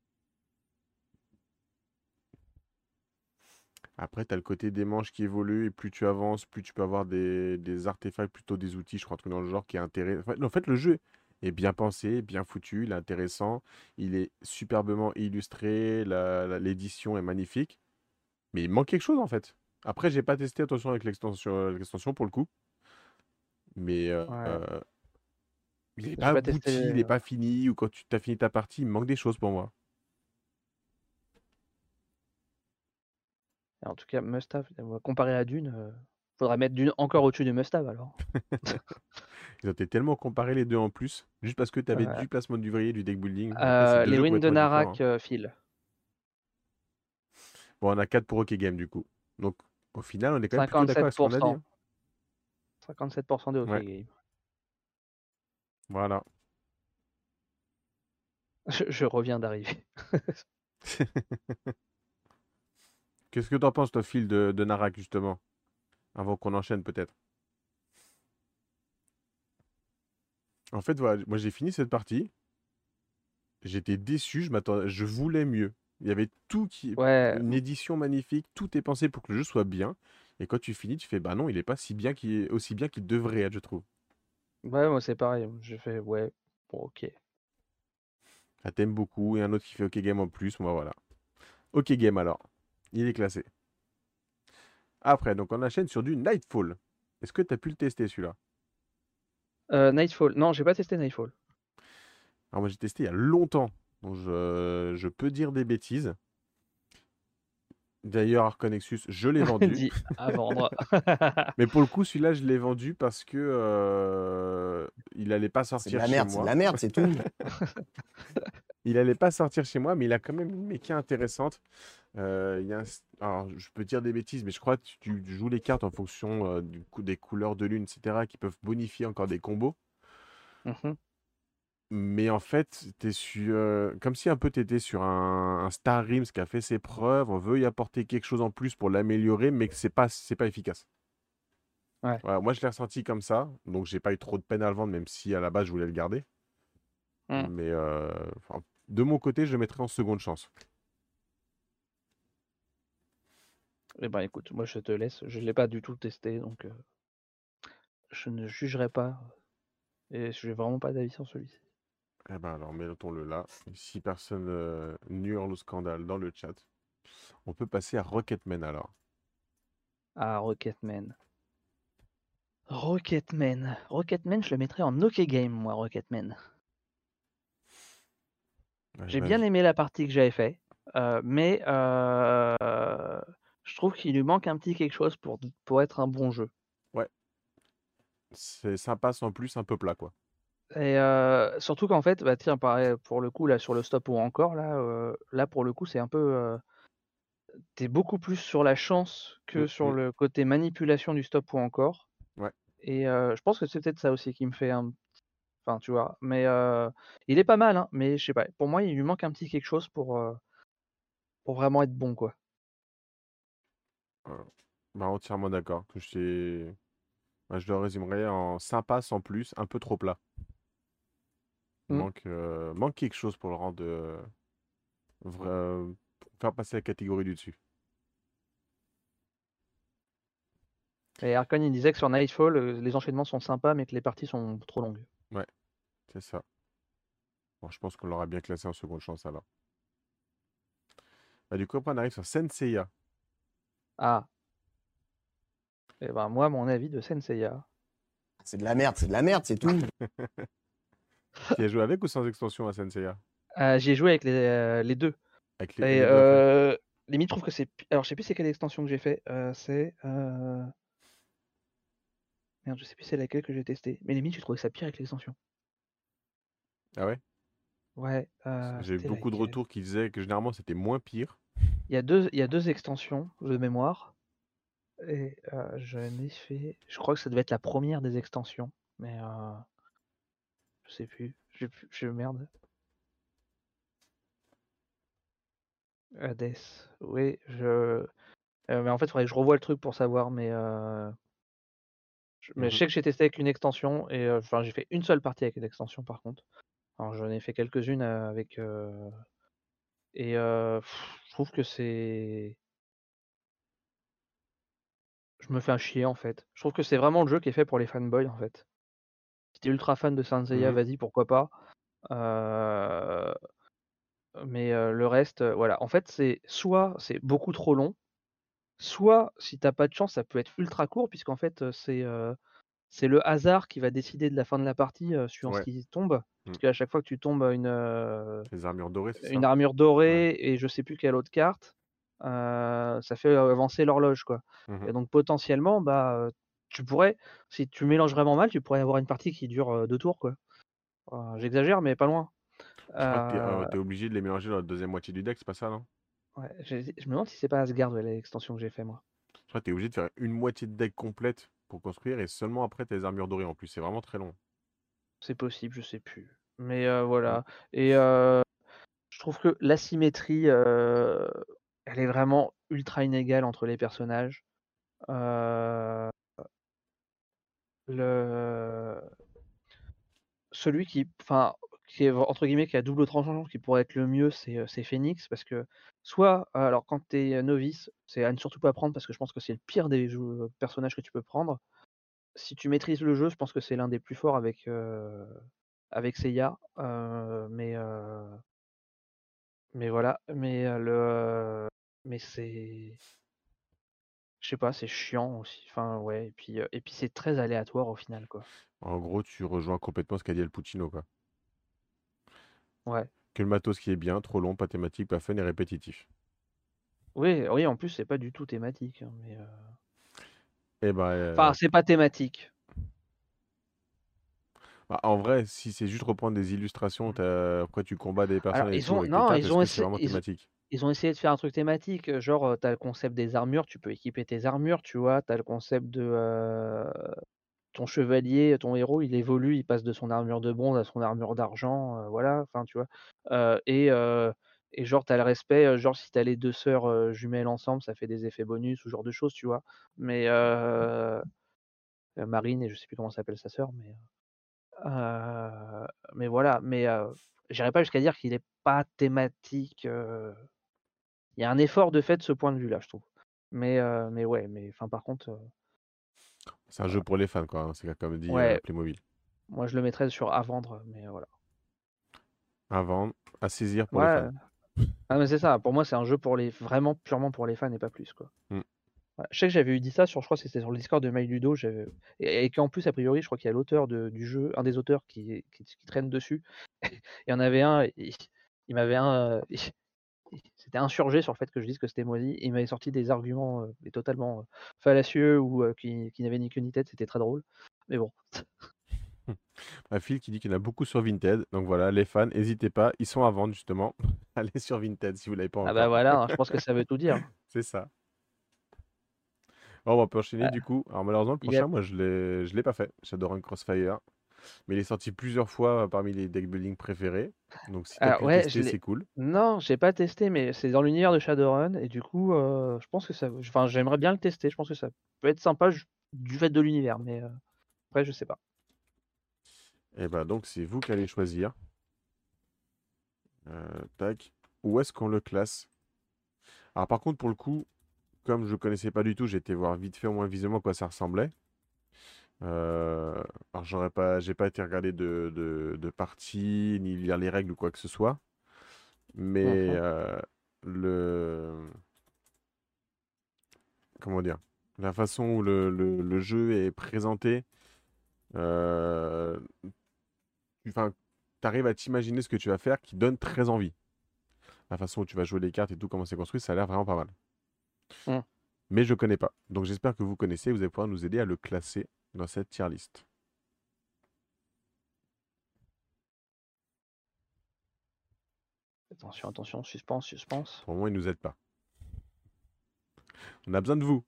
Après, tu as le côté des manches qui évolue, et plus tu avances, plus tu peux avoir des, des artefacts, plutôt des outils, je crois, un truc dans le genre qui est intéressant. En fait, en fait, le jeu est bien pensé, bien foutu, il est intéressant, il est superbement illustré, la- la- l'édition est magnifique, mais il manque quelque chose en fait. Après, j'ai pas testé, attention, avec l'extension euh, l'extension pour le coup, mais euh, ouais, euh, il n'est pas j'ai pas testé abouti, il n'est les pas fini, ou quand tu as fini ta partie, il manque des choses pour moi. en tout cas Must Have, heu, comparé à Dune, heu, faudrait mettre Dune encore au-dessus de Must Have alors. Ils ont été tellement comparés les deux en plus, juste parce que tu avais Ouais. du placement d'ouvrier, du deck building. Après, c'est Heu, deux les jeux ruines de complètement différents, Narak, hein. heu, Phil, Bon, on a quatre pour OK Game du coup. Donc, au final, on est quand même plutôt d'accord cinquante-sept avec ce qu'on a dit, hein. cinquante-sept de OK Ouais, Game. voilà. Je je reviens d'arriver. Qu'est-ce que t'en penses, toi, Phil, de, de Narak, justement? Avant qu'on enchaîne, peut-être. En fait, voilà, moi, j'ai fini cette partie. J'étais déçu, je m'attendais, je voulais mieux. Il y avait tout qui... Ouais, Une mmh, édition magnifique, tout est pensé pour que le jeu soit bien. Et quand tu finis, tu fais, bah non, il est pas si bien qu'il aussi bien qu'il devrait être, je trouve. ouais, moi c'est pareil, j'ai fait: «Ouais, bon OK». Un thème beaucoup, et un autre qui fait OK Game en plus, moi, voilà. OK Game, alors. Il est classé. Après, donc, on enchaîne sur du Nightfall. Est-ce que tu as pu le tester, celui-là? Heu, Nightfall, non, j'ai pas testé Nightfall. Alors moi j'ai testé il y a longtemps, donc je, je peux dire des bêtises. D'ailleurs, Arconexus, je l'ai vendu. Dit à vendre. Mais pour le coup, celui-là, je l'ai vendu parce que euh, il allait pas C'est de sortir la chez merde, c'est de moi. la merde, c'est tout. Il allait pas sortir chez moi, mais il a quand même une méca intéressante. Euh, il y a un s- Alors, je peux dire des bêtises, mais je crois que tu, tu joues les cartes en fonction euh, du coup, des couleurs de lune, et cetera, qui peuvent bonifier encore des combos. Mmh. Mais en fait, t'es sur, heu, comme si un peu tu étais sur un un Star Realms qui a fait ses preuves, on veut y apporter quelque chose en plus pour l'améliorer, mais que c'est pas c'est pas efficace. Ouais. Voilà, moi je l'ai ressenti comme ça, donc j'ai pas eu trop de peine à le vendre, même si à la base je voulais le garder. Mmh. Mais heu, enfin, de mon côté, je le mettrais en seconde chance. Et ben, écoute, moi je te laisse, je l'ai pas du tout testé donc heu, je ne jugerai pas et j'ai vraiment pas d'avis sur celui-ci. Eh ben alors, mettons-le là. Si personne euh, n'hurle au scandale dans le chat, on peut passer à Rocketman alors. Ah, Rocketman. Rocketman. Rocketman, je le mettrais en OK Game moi, Rocketman. Ouais, J'ai bah, bien je- aimé la partie que j'avais fait, heu, mais heu, je trouve qu'il lui manque un petit quelque chose pour d pour être un bon jeu ouais, c'est sympa sans plus, un peu plat quoi. et heu, surtout qu'en fait, bah, tiens, pareil, pour le coup, là, sur le stop ou encore là, heu, là, pour le coup, c'est un peu, heu, tu beaucoup plus sur la chance Mm, que sur mm, le côté manipulation du stop ou encore ouais. et heu, je pense que c'est peut-être ça aussi qui me fait un enfin, tu vois? Mais heu, il est pas mal, hein, mais je sais pas, pour moi, il lui manque un petit quelque chose pour, heu, pour vraiment être bon, quoi. Euh, Bah, entièrement d'accord. Que c'est Moi, je le résumerais en sympa sans plus, un peu trop plat. Il Mmh. manque, euh, manque quelque chose pour le rendre euh, vrai- pour faire passer la catégorie du dessus. Et Arcane, il disait que sur Nightfall, heu, les enchaînements sont sympas, mais que les parties sont trop longues. Ouais, c'est ça. Bon, je pense qu'on l'aura bien classé en seconde chance alors. Bah, du coup, après, on arrive sur Senseiya. Ah, et ben moi, mon avis de Senseiya. C'est de la merde, c'est de la merde, c'est tout. Tu as joué avec ou sans extension à Senseiya? Heu, j'y ai joué avec les, heu, les deux Avec les, et les deux à fond. heu, limite, je trouve que c'est p alors je sais plus c'est quelle extension que j'ai fait, heu, c'est, heu merde, je sais plus c'est laquelle que j'ai testé, mais limite, j'ai trouvé ça pire avec l'extension. Ah ouais? Ouais, heu, J'ai eu c'était beaucoup de laquelle? retours qui disaient que généralement c'était moins pire. Il y a deux il y a deux extensions de mémoire et heu, j'en ai fait je crois que ça devait être la première des extensions, mais heu, je sais plus, j'ai plus je merde. Hades, oui, je heu, mais en fait, il faudrait que je revoie le truc pour savoir, mais heu, je mais je Mhm. sais que j'ai testé avec une extension et heu, enfin, j'ai fait une seule partie avec une extension par contre. Alors j'en ai fait quelques-unes, heu, avec, heu et heu, je trouve que c'est je me fais un chier, en fait. Je trouve que c'est vraiment le jeu qui est fait pour les fanboys, en fait. Si tu es ultra fan de Saint Seiya, Mhm. vas-y, pourquoi pas. Heu, mais heu, le reste, heu, voilà. En fait, c'est soit c'est beaucoup trop long, soit si tu as pas de chance, ça peut être ultra court puisqu'en fait, heu, c'est, heu, c'est le hasard qui va décider de la fin de la partie, heu, suivant ce Ouais. qui tombe. Mm. Parce qu'à chaque fois que tu tombes à une, heu, Les armures dorées, c'est une ça? armure Ouais. dorée et je sais plus quelle autre carte, heu, ça fait avancer l'horloge, quoi. Mhm. Et donc potentiellement, bah, heu, tu pourrais, si tu mélanges vraiment mal, tu pourrais avoir une partie qui dure, heu, deux tours, quoi. Heu, j'exagère, mais pas loin. Je crois que tu Heu, es, obligé de les mélanger dans la deuxième moitié du deck, c'est pas ça, non? ouais, j'hési je me demande si c'est pas Asgard, ouais, l'extension que j'ai fait moi. Je crois que tu es obligé de faire une moitié de deck complète pour construire et seulement après tes armures dorées en plus. C'est vraiment très long. C'est possible, je sais plus. Mais heu, Mm. voilà et heu, je trouve que l'asymétrie, heu, elle est vraiment ultra inégale entre les personnages. Heu, le celui qui enfin, qui est entre guillemets «qui a double tranchant», qui pourrait être le mieux, c'est, heu, c'est Phénix parce que soit alors quand tu es novice, c'est à ne surtout pas prendre parce que je pense que c'est le pire des jou personnages que tu peux prendre. Si tu maîtrises le jeu, je pense que c'est l'un des plus forts avec, heu, avec Seiya, heu, mais heu, mais voilà, mais heu, le mais c'est je sais pas, c'est chiant aussi, enfin ouais et puis, heu et puis c'est très aléatoire au final, quoi. En gros, tu rejoins complètement ce qu'a dit El Puccino, quoi. Ouais. Que le matos qui est bien, trop long, pas thématique, pas fun et répétitif. Oui, oui, en plus, c'est pas du tout thématique, hein, mais heu Et bah, enfin, euh, c'est pas thématique. bah, en vrai, si c'est juste reprendre des illustrations, t'as- après tu combats des Alors personnes et ils tout ont avec tes non, cartes, ils est-ce ont que c'est essa vraiment ils thématique? ils ont essayé de faire un truc thématique, heu, genre, heu, tu as le concept des armures, tu peux équiper tes armures, tu vois? Tu as le concept de, heu, ton chevalier, ton héros, il évolue, il passe de son armure de bronze à son armure d'argent, heu, voilà, enfin, tu vois? Heu et heu et genre, tu as le respect, heu, genre, si tu as les deux sœurs, heu, jumelles ensemble, ça fait des effets bonus ou ce genre de choses, tu vois? Mais heu, heu, Marine et je sais plus comment s'appelle sa sœur, mais heu, mais voilà, mais heu, j'irai pas jusqu'à dire qu'il est pas thématique, heu, il y a un effort de fait de ce point de vue-là, je trouve. Mais heu, mais ouais, mais enfin, par contre, heu, C'est un jeu pour les fans, quoi, hein, c'est comme dit euh, ouais, Playmobil. moi je le mettrais sur à vendre, mais voilà. À vendre, à saisir pour les fans. Ouais, ah mais c'est ça, pour moi c'est un jeu pour les vraiment purement pour les fans et pas plus, quoi. Mm. Ouais, je sais que j'avais eu dit ça sur je crois que c'était sur le Discord de MyLudo, j'avais et et qu'en plus a priori je crois qu'il y a l'auteur de du jeu, un des auteurs qui qui qui traîne dessus. Il y en avait un, il il m'avait un, heu, il il s'était insurgé sur le fait que je dise que c'était moisi et il m'avait sorti des arguments, heu, mais totalement, heu, fallacieux ou heu, qui qui n'avaient ni queue ni tête, c'était très drôle. Mais bon. Un Phil qui dit qu'il y en a beaucoup sur Vinted. Donc voilà, les fans, n'hésitez pas, ils sont à vendre justement. Allez sur Vinted si vous ne l'avez pas Ah bah encore. voilà, hein, je pense que ça veut tout dire. C'est ça. Bon, on peut enchaîner Ah, du coup. Alors malheureusement, le prochain, yep. moi je l'ai je l'ai pas fait. Shadowrun Crossfire. Mais il est sorti plusieurs fois euh, parmi les deck building préférés. Donc si tu as Alors pu le ouais, je tester, l'ai c'est cool. non, j'ai pas testé, mais c'est dans l'univers de Shadowrun et du coup, heu, je pense que ça enfin, j'aimerais bien le tester, je pense que ça peut être sympa. du fait de l'univers, mais euh, après, je sais pas. Et bah donc c'est vous qui allez choisir. Euh, tac. Où est-ce qu'on le classe? Alors par contre, pour le coup, comme je connaissais pas du tout, j'ai été voir vite fait au moins visuellement à quoi ça ressemblait. Euh, alors j'aurais pas, j'ai pas été regarder de, de, de partie, ni lire les règles ou quoi que ce soit. Mais Mhm. euh, le, comment dire, la façon où le, le- le jeu est présenté, euh, tu arrives à t'imaginer ce que tu vas faire qui donne très envie. La façon où tu vas jouer les cartes et tout, comment c'est construit, ça a l'air vraiment pas mal. Mm. Mais je connais pas. Donc j'espère que vous connaissez, vous allez pouvoir nous aider à le classer dans cette tier list. Attention, attention, suspense, suspense. Pour le moment, il nous aide pas. On a besoin de vous.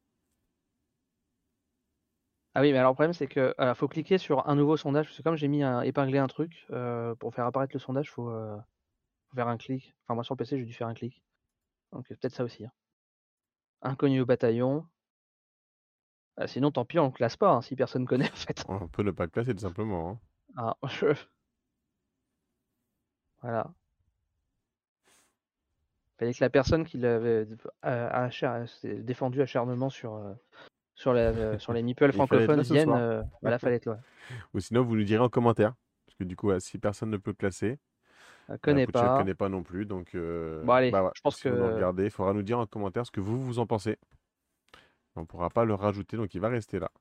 Ah oui, mais alors le problème, c'est que alors, faut cliquer sur un nouveau sondage, parce que comme j'ai mis un, épinglé un truc, euh, pour faire apparaître le sondage, faut, euh, faut faire un clic. Enfin, moi sur le P C, j'ai dû faire un clic. Donc euh, peut-être ça aussi, hein. Inconnu au bataillon. Ah, sinon, tant pis, on le classe pas, hein, si personne connaît en fait. On peut ne pas le classer tout simplement, hein. Ah, je- Voilà. Fallait que la personne qui l'avait euh, achat- s'est défendu acharnement sur, euh, sur, la, euh, sur les meeples Il fallait être francophones là ce vienne. soir. euh, voilà, fallait être là. Ou sinon, vous nous direz en commentaire. Parce que du coup, ouais, si personne ne peut classer, Euh, euh, connais Pouchy ne pas. connaît pas non plus. Donc, euh, Bon, allez, bah ouais, je pense si vous nous que. regardez, il faudra nous dire en commentaire ce que vous, vous en pensez. On ne pourra pas le rajouter, donc il va rester là.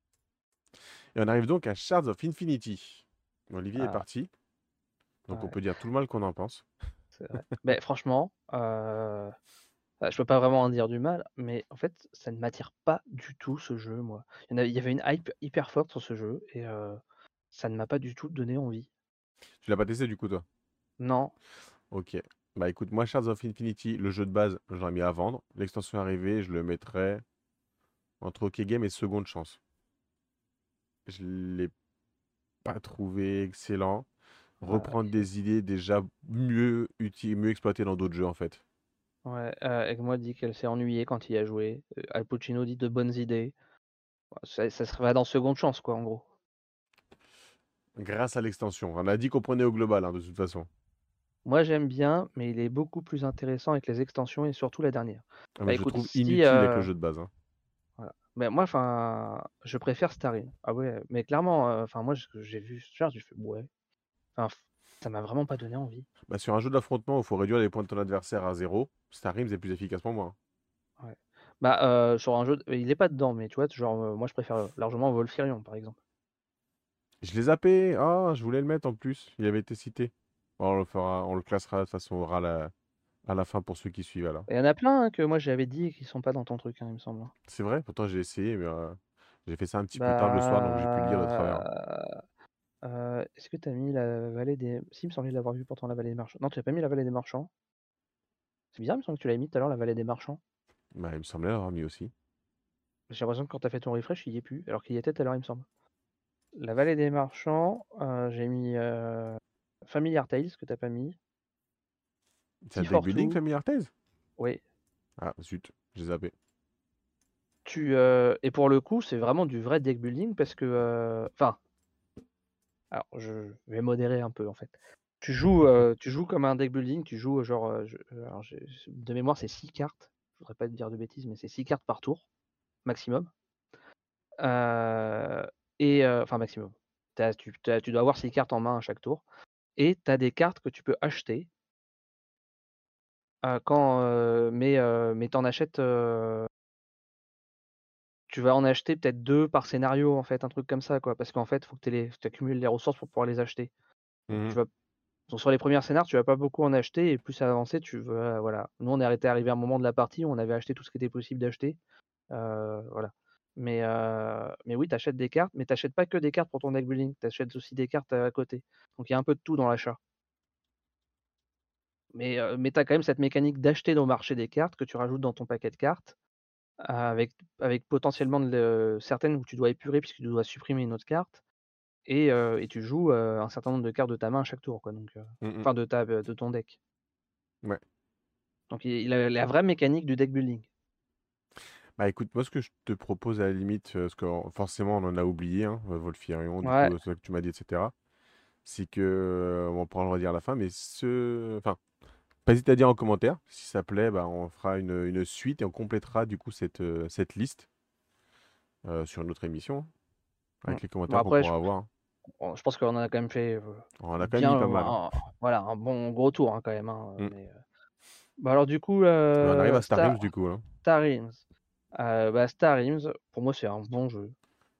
Et on arrive donc à Shards of Infinity. Olivier est Ah, parti. Donc on ouais, peut dire tout le mal qu'on en pense. c'est vrai. Mais franchement, euh, euh, je peux pas vraiment en dire du mal, mais en fait, ça ne m'attire pas du tout ce jeu, moi. Il y en a- il y avait une hype hyper forte sur ce jeu et euh, ça ne m'a pas du tout donné envie. Tu l'as pas testé du coup, toi? Non. Ok. Bah écoute, moi, Shards of Infinity, le jeu de base, j'en ai mis à vendre. L'extension est arrivée, je le mettrais entre OK Game et Seconde Chance. Je l'ai pas trouvé excellent. Reprendre Ouais, des idées déjà mieux utiles, mieux exploitées dans d'autres jeux en fait. ouais, euh, Egmoi dit qu'elle s'est ennuyée quand il y a joué. Euh, Al Pacino dit de bonnes idées. Ouais, Ça, ça se va dans seconde chance, quoi, en gros. Grâce à l'extension. On a dit qu'on prenait au global, hein, de toute façon. Moi, j'aime bien, mais il est beaucoup plus intéressant avec les extensions et surtout la dernière. Ah, Bah mais je le écoute, trouve si. inutile avec le euh, jeu de base, hein. voilà. Mais moi, enfin, je préfère Starine. Ah ouais, mais clairement, euh, enfin, moi, ce que j'ai vu ce genre, j'ai fait, ouais. Enfin, f- ça m'a vraiment pas donné envie. Bah, sur un jeu d'affrontement où il faut réduire les points de ton adversaire à zéro, Star est plus efficace pour moi, hein. Ouais. Bah, euh, sur un jeu, de- il est pas dedans, mais tu vois, genre, euh, moi, je préfère largement Volfirion, par exemple. Je l'ai zappé. Ah, je voulais le mettre en plus. Il avait été cité. Bon, on le fera, on le classera de toute façon oral à, à la fin pour ceux qui suivent alors. Il y en a plein hein, que moi, j'avais dit et qui sont pas dans ton truc, hein, il me semble, hein. C'est vrai, pourtant j'ai essayé, mais euh, j'ai fait ça un petit peu tard le soir, donc j'ai pu le lire de travers. Bah, euh, est-ce que tu as mis la vallée des. Si, il me semblait l'avoir vu pourtant, la vallée des marchands. Non, tu n'as pas mis la vallée des marchands. C'est bizarre, il me semble que tu l'avais mis tout à l'heure, la vallée des marchands. Bah, il me semblait l'avoir mis aussi. J'ai l'impression que quand tu as fait ton refresh, il y est plus, alors qu'il y était tout à l'heure, il me semble. La vallée des marchands, euh, j'ai mis euh, Familiar Tales, que t'as pas mis. C'est un T deck for building, Two, Family Arthez? oui. Ah, zut, j'ai zappé. Tu, euh, et pour le coup, c'est vraiment du vrai deck building parce que. euh, Enfin, alors je vais modérer un peu en fait. Tu joues, euh, tu joues comme un deck building, tu joues genre. euh, je- alors, j'ai- de mémoire, c'est six cartes. Je voudrais pas te dire de bêtises, mais c'est six cartes par tour, maximum. Euh, et. euh, Enfin, maximum. T'as- tu, t'as- tu dois avoir six cartes en main à chaque tour. Et tu as des cartes que tu peux acheter. euh, quand, euh, mais euh, mais t'en achètes. euh, tu vas en acheter peut-être deux par scénario, en fait, un truc comme ça, quoi. Parce qu'en fait, faut que tu accumules les ressources pour pouvoir les acheter. Donc, tu Mhm. vas, donc, sur les premières scénars, tu vas pas beaucoup en acheter, et plus ça va avancer, tu vas, voilà. Nous, on est arrêté arrivé à un moment de la partie où on avait acheté tout ce qui était possible d'acheter. euh, voilà. Mais, euh, mais oui, tu achètes des cartes, mais tu achètes pas que des cartes pour ton deck building, tu achètes aussi des cartes à côté. Donc, il y a un peu de tout dans l'achat. Mais, euh, mais tu as quand même cette mécanique d'acheter au marché des cartes que tu rajoutes dans ton paquet de cartes. Avec, avec potentiellement de le- certaines où tu dois épurer puisque tu dois supprimer une autre carte et, euh, et tu joues euh, un certain nombre de cartes de ta main à chaque tour, quoi. Donc, euh, Mhm. enfin de ta de ton deck. Ouais. Donc il, il a la vraie mécanique du deck building. Bah écoute, moi ce que je te propose à la limite, euh, parce que euh, forcément on en a oublié, hein, euh, Volfirion, du Ouais, coup, c'est ça que tu m'as dit, et cetera. C'est que, euh, on pourra le redire à la fin, mais ce... Enfin, pas hésiter à dire en commentaire, si ça plaît, bah, on fera une, une suite et on complétera du coup cette, euh, cette liste euh, sur une autre émission, hein, mmh. avec les Bon commentaires qu'on après je pourra avoir, hein. on je pense qu'on en a quand même fait, heu, On en a quand même bien, mis heu, pas mal, hein. un voilà, un bon gros tour, hein, quand même, hein, heu, Mm. mais, heu, bah, alors du coup, Et on arrive heu, à Star Star Realms du coup, hein. Star Realms, heu, bah, Star Realms, pour moi, c'est un bon jeu.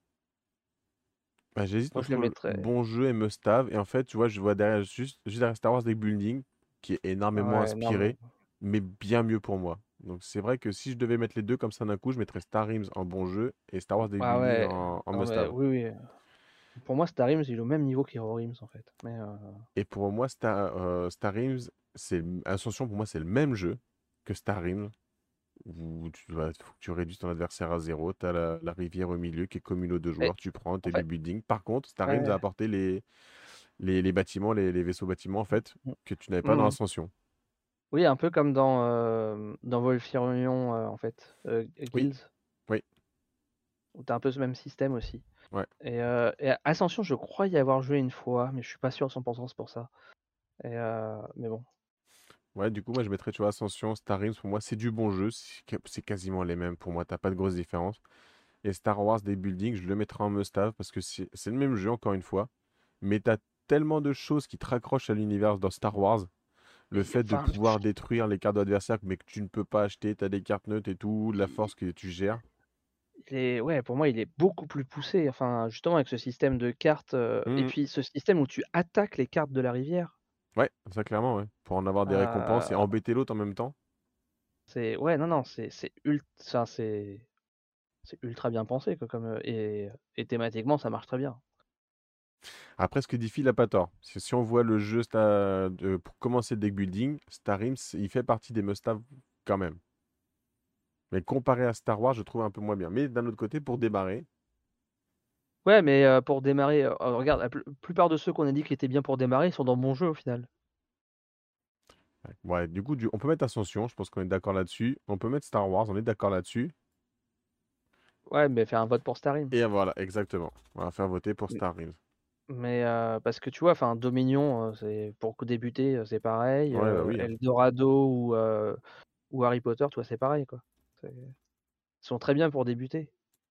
Bah, j'hésite Moi, je le entre le mettrais bon jeu et must-have, et en fait, tu vois, je vois derrière, juste, juste derrière Star Wars Deck Building, qui est énormément ouais, non, mais inspiré, mais bien mieux pour moi. Donc c'est vrai que si je devais mettre les deux comme ça d'un coup, je mettrais Star Realms en bon jeu et Star Wars Deck ah Building ouais, en, en non, mais must-have. oui, oui, heu, pour moi, Star Realms, il est au même niveau qu'Hero Realms, en fait, mais, heu, Et pour moi, Star, euh, Star Realms, c'est Ascension, pour moi, c'est le même jeu que Star Realms, où tu vas, faut que tu réduises ton adversaire à zéro, tu as la, la rivière au milieu qui est commune aux deux et joueurs, tu prends, en t'es du fait building. Par contre, Star Realms a ouais, apporté les, les, les bâtiments, les, les vaisseaux bâtiments, en fait, mmh, que tu n'avais pas dans mmh. Ascension. Oui, un peu comme dans, hem, dans Wolfenstein, heu, en fait, heu, Oui, Guilds, oui, où tu as un peu ce même système aussi. ouais. Et, heu, et Ascension, je crois y avoir joué une fois, mais je suis pas sûr à cent pour cent, c'est pour ça. Et, heu, mais bon. Ouais, du coup, moi, je mettrais, tu vois, Ascension, Star Realms, pour moi, c'est du bon jeu. C'est ca- c'est quasiment les mêmes pour moi. T'as pas de grosse différence. Et Star Wars, des buildings, je le mettrais en must-have parce que c'est c'est le même jeu, encore une fois. Mais t'as tellement de choses qui te raccrochent à l'univers dans Star Wars. Le Et fait de enfin, pouvoir détruire les cartes de l'adversaire, mais que tu ne peux pas acheter, t'as des cartes neutres et tout, de la il force que tu gères. il est ouais, pour moi, il est beaucoup plus poussé, enfin, justement avec ce système de cartes, heu, et Mhm. puis ce système où tu attaques les cartes de la rivière. Ouais, ça clairement, ouais. Pour en avoir des récompenses et Heu, embêter l'autre en même temps. c'est ouais, non, non, c'est c'est ult enfin, c'est c'est ultra bien pensé, quoi, comme, heu, et et thématiquement, ça marche très bien. Après, ce que dit Phil n'a pas tort. Parce que si on voit le jeu sta- de- pour commencer le deck building, Star Realms, il fait partie des must-have quand même. Mais comparé à Star Wars, je trouve un peu moins bien. Mais d'un autre côté, pour démarrer, Ouais, mais, heu, pour démarrer, heu, regarde, la plu plupart de ceux qu'on a dit qui étaient bien pour démarrer, ils sont dans bon jeu, au final. ouais, ouais, du coup, du- on peut mettre Ascension, je pense qu'on est d'accord là-dessus. On peut mettre Star Wars, on est d'accord là-dessus. Ouais, mais fais un vote pour Star Realms. Et voilà, exactement. On va faire voter pour Star Realms. Mais, heu, parce que tu vois, enfin Dominion, heu, c'est pour débuter, heu, c'est pareil, Ouais, bah heu, oui, hein. Eldorado ou, heu, ou Harry Potter, tu vois, c'est pareil, quoi. C'est ils sont très bien pour débuter.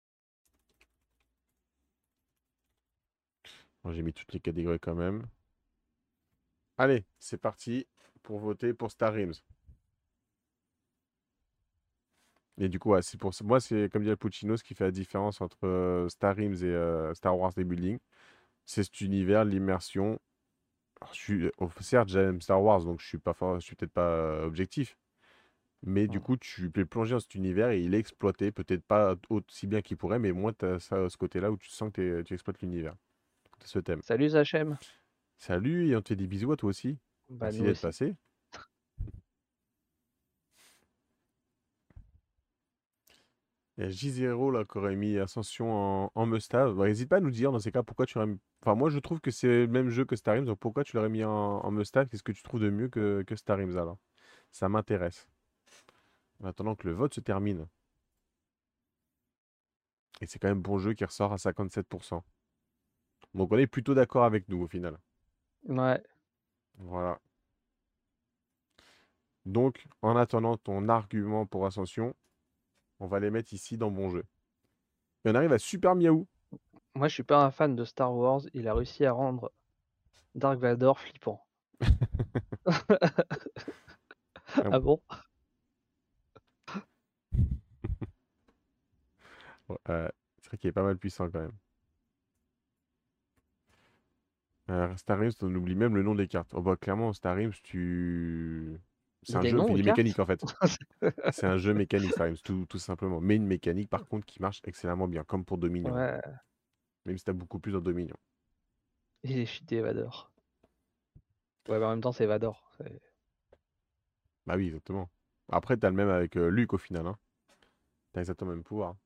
Bon, j'ai mis toutes les catégories quand même. Allez, c'est parti pour voter pour Star Realms. Et du coup, ouais, c'est pour ça- moi, c'est comme dit Al Pacino, ce qui fait la différence entre euh, Star Realms et euh, Star Wars The Building. C'est cet univers, l'immersion. Alors, je suis, oh, certes, j'aime Star Wars, donc je suis pas fort, je suis peut-être pas euh, objectif. Mais du Mmh. coup, tu peux plonger dans cet univers et il est exploité, peut-être pas aussi bien qu'il pourrait, mais au moins tu as ça, ce côté-là où tu sens que t'es- tu exploites l'univers. T'as ce thème. Salut Zachem. Salut, et on te fait des bisous à toi aussi. Bah, Merci nous d'être aussi. passé. Il y a J zéro là qui aurait mis Ascension en, en must-have. Bah, n'hésite pas à nous dire dans ces cas pourquoi tu aurais mis... Enfin, moi je trouve que c'est le même jeu que Star Realms, donc pourquoi tu l'aurais mis en, en must-have? Qu'est-ce que tu trouves de mieux que, que Star Realms alors? Ça m'intéresse. En attendant que le vote se termine. Et c'est quand même bon jeu qui ressort à cinquante-sept pour cent. Donc on est plutôt d'accord avec nous au final. Ouais. Voilà. Donc, en attendant ton argument pour Ascension, on va les mettre ici dans bon jeu. Et on arrive à Super Miaou. Moi, je suis pas un fan de Star Wars, il a réussi à rendre Dark Vador flippant. Ah, Ah bon? ouais, euh, c'est vrai qu'il est pas mal puissant quand même. Euh, Star Realms, on oublie même le nom des cartes. Oh bah clairement, Star Realms, tu... Il C'est y a un des jeu, noms il aux est mécanique cartes? en fait. C'est un jeu mécanique, Star Realms, tout, tout simplement. Mais une mécanique par contre qui marche excellemment bien, comme pour Dominion, hein. Ouais, Même si t'as beaucoup plus dans Dominion. il est cheaté Vador. Ouais, mais en même temps, c'est Vador. C'est Bah oui, exactement. Après, t'as le même avec euh, Luke au final, hein. T'as exactement le même pouvoir.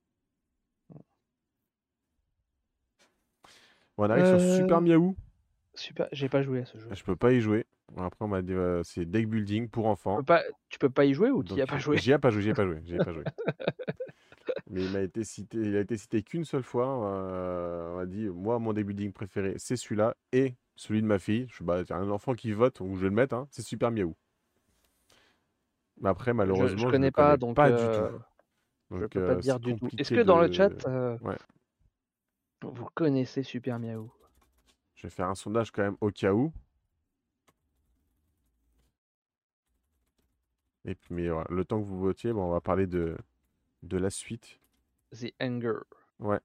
Bon, on arrive sur Super heu, Miaou. super, j'ai pas joué à ce jeu. Je peux pas y jouer. Bon, après, on m'a dit euh, c'est deck building pour Tu enfants. peux pas tu peux pas y jouer ou tu y as Donc, pas euh, joué? j'y ai pas joué, j'y ai pas joué, j'y ai pas joué. Mais il m'a été cité, il a été cité qu'une seule fois. euh, on m'a dit, moi, mon deck building préféré, c'est celui-là et celui de ma fille. Je suis bah, tiens, un enfant qui vote, donc je vais le mettre, hein, c'est Super Miaou. Mais après, Je je malheureusement, je le connais pas, connais donc pas du tout. heu, je Donc, peux pas te euh, dire c'est du tout. Est-ce compliqué que dans le chat, de. heu, Ouais, vous connaissez Super Miaou? je vais faire un sondage quand même au cas où. Et puis, mais voilà, le temps que vous votiez, bon, on va parler de, de la suite. The Hunger. Ouais.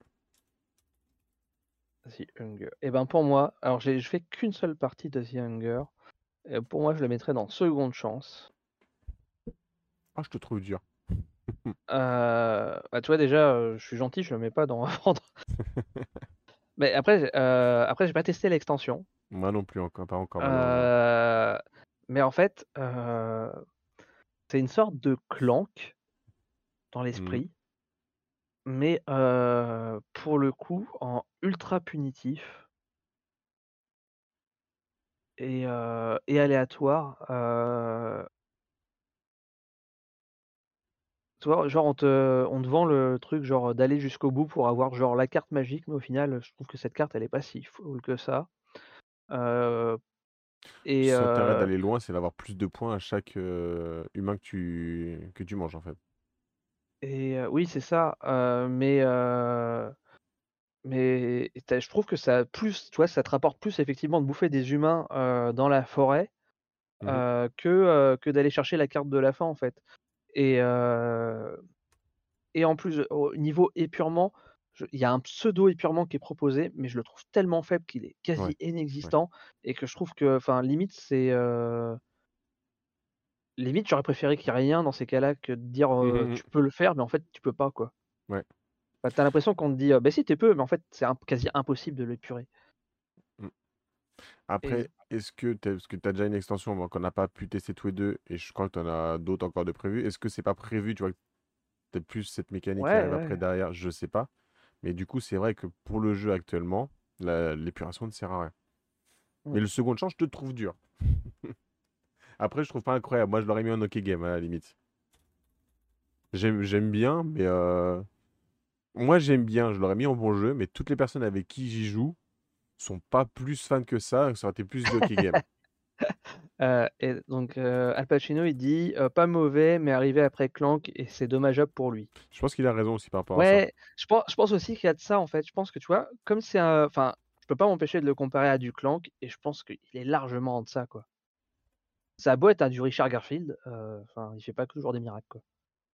The Hunger. Et ben pour moi, alors j'ai je fais qu'une seule partie de The Hunger. Et pour moi, je le mettrais dans seconde chance. Ah, je te trouve dur. Euh, bah, tu vois, déjà, euh, je suis gentil, je le mets pas dans vendre. Mais après, euh, après, j'ai pas testé l'extension. Moi non plus, encore, pas encore, malheureusement. Euh, mais en fait, euh, c'est une sorte de Clank dans Mhm. l'esprit, mais euh, pour le coup, en ultra punitif et, euh, et aléatoire. Euh, tu vois, genre, on te, on te vend le truc, genre, d'aller jusqu'au bout pour avoir, genre, la carte magique, mais au final, je trouve que cette carte, elle est pas si full que ça. Euh, et, Son intérêt euh, d'aller loin, c'est d'avoir plus de points à chaque euh, humain que tu, que tu manges, en fait. et euh, oui, c'est ça. euh, mais euh, mais t'as- je trouve que ça a plus, tu vois, ça te rapporte plus effectivement de bouffer des humains euh, dans la forêt Mhm. euh, que, euh, que d'aller chercher la carte de la fin, en fait. Et, euh, et en plus, au niveau épurement, je- il y a un pseudo épurement qui est proposé, mais je le trouve tellement faible qu'il est Ouais, quasi ouais. inexistant et que je trouve que, enfin, limite, c'est. euh, Limite, j'aurais préféré qu'il y ait rien dans ces cas-là que de dire Mhm, euh, mhm. tu peux le faire, mais en fait, tu peux pas, quoi. Ouais. Bah, t'as l'impression qu'on te dit, euh, bah si, tu peux, mais en fait, c'est imp- quasi impossible de l'épurer. Mm. Et Après, est-ce que t'as, parce que tu as déjà une extension bon, qu'on n'a pas pu tester tous les deux, et je crois que tu en as d'autres encore de prévus, est-ce que c'est pas prévu, tu vois, que tu plus cette mécanique qui ouais, arrive après ouais. derrière, je sais pas. Mais du coup, c'est vrai que pour le jeu actuellement, la- l'épuration ne sert à rien. Mm. Mais le second chance, je te trouve dur. Après, je trouve pas incroyable. Moi, je l'aurais mis en OK game à la limite. J'aime, j'aime bien, mais euh, moi, j'aime bien. Je l'aurais mis en bon jeu, mais toutes les personnes avec qui j'y joue sont pas plus fans que ça. Ça aurait été plus du OK game. Euh, et donc, euh, Al Pacino, il dit euh, pas mauvais, mais arrivé après Clank, et c'est dommageable pour lui. Je pense qu'il a raison aussi par rapport à ça. Ouais, je pense, je pense aussi qu'il y a de ça, en fait. Je pense que, tu vois, comme c'est un. Enfin, je peux pas m'empêcher de le comparer à du Clank, et je pense qu'il est largement en deçà, quoi. Ça a beau être un du Richard Garfield, euh, enfin, il fait pas toujours des miracles, quoi.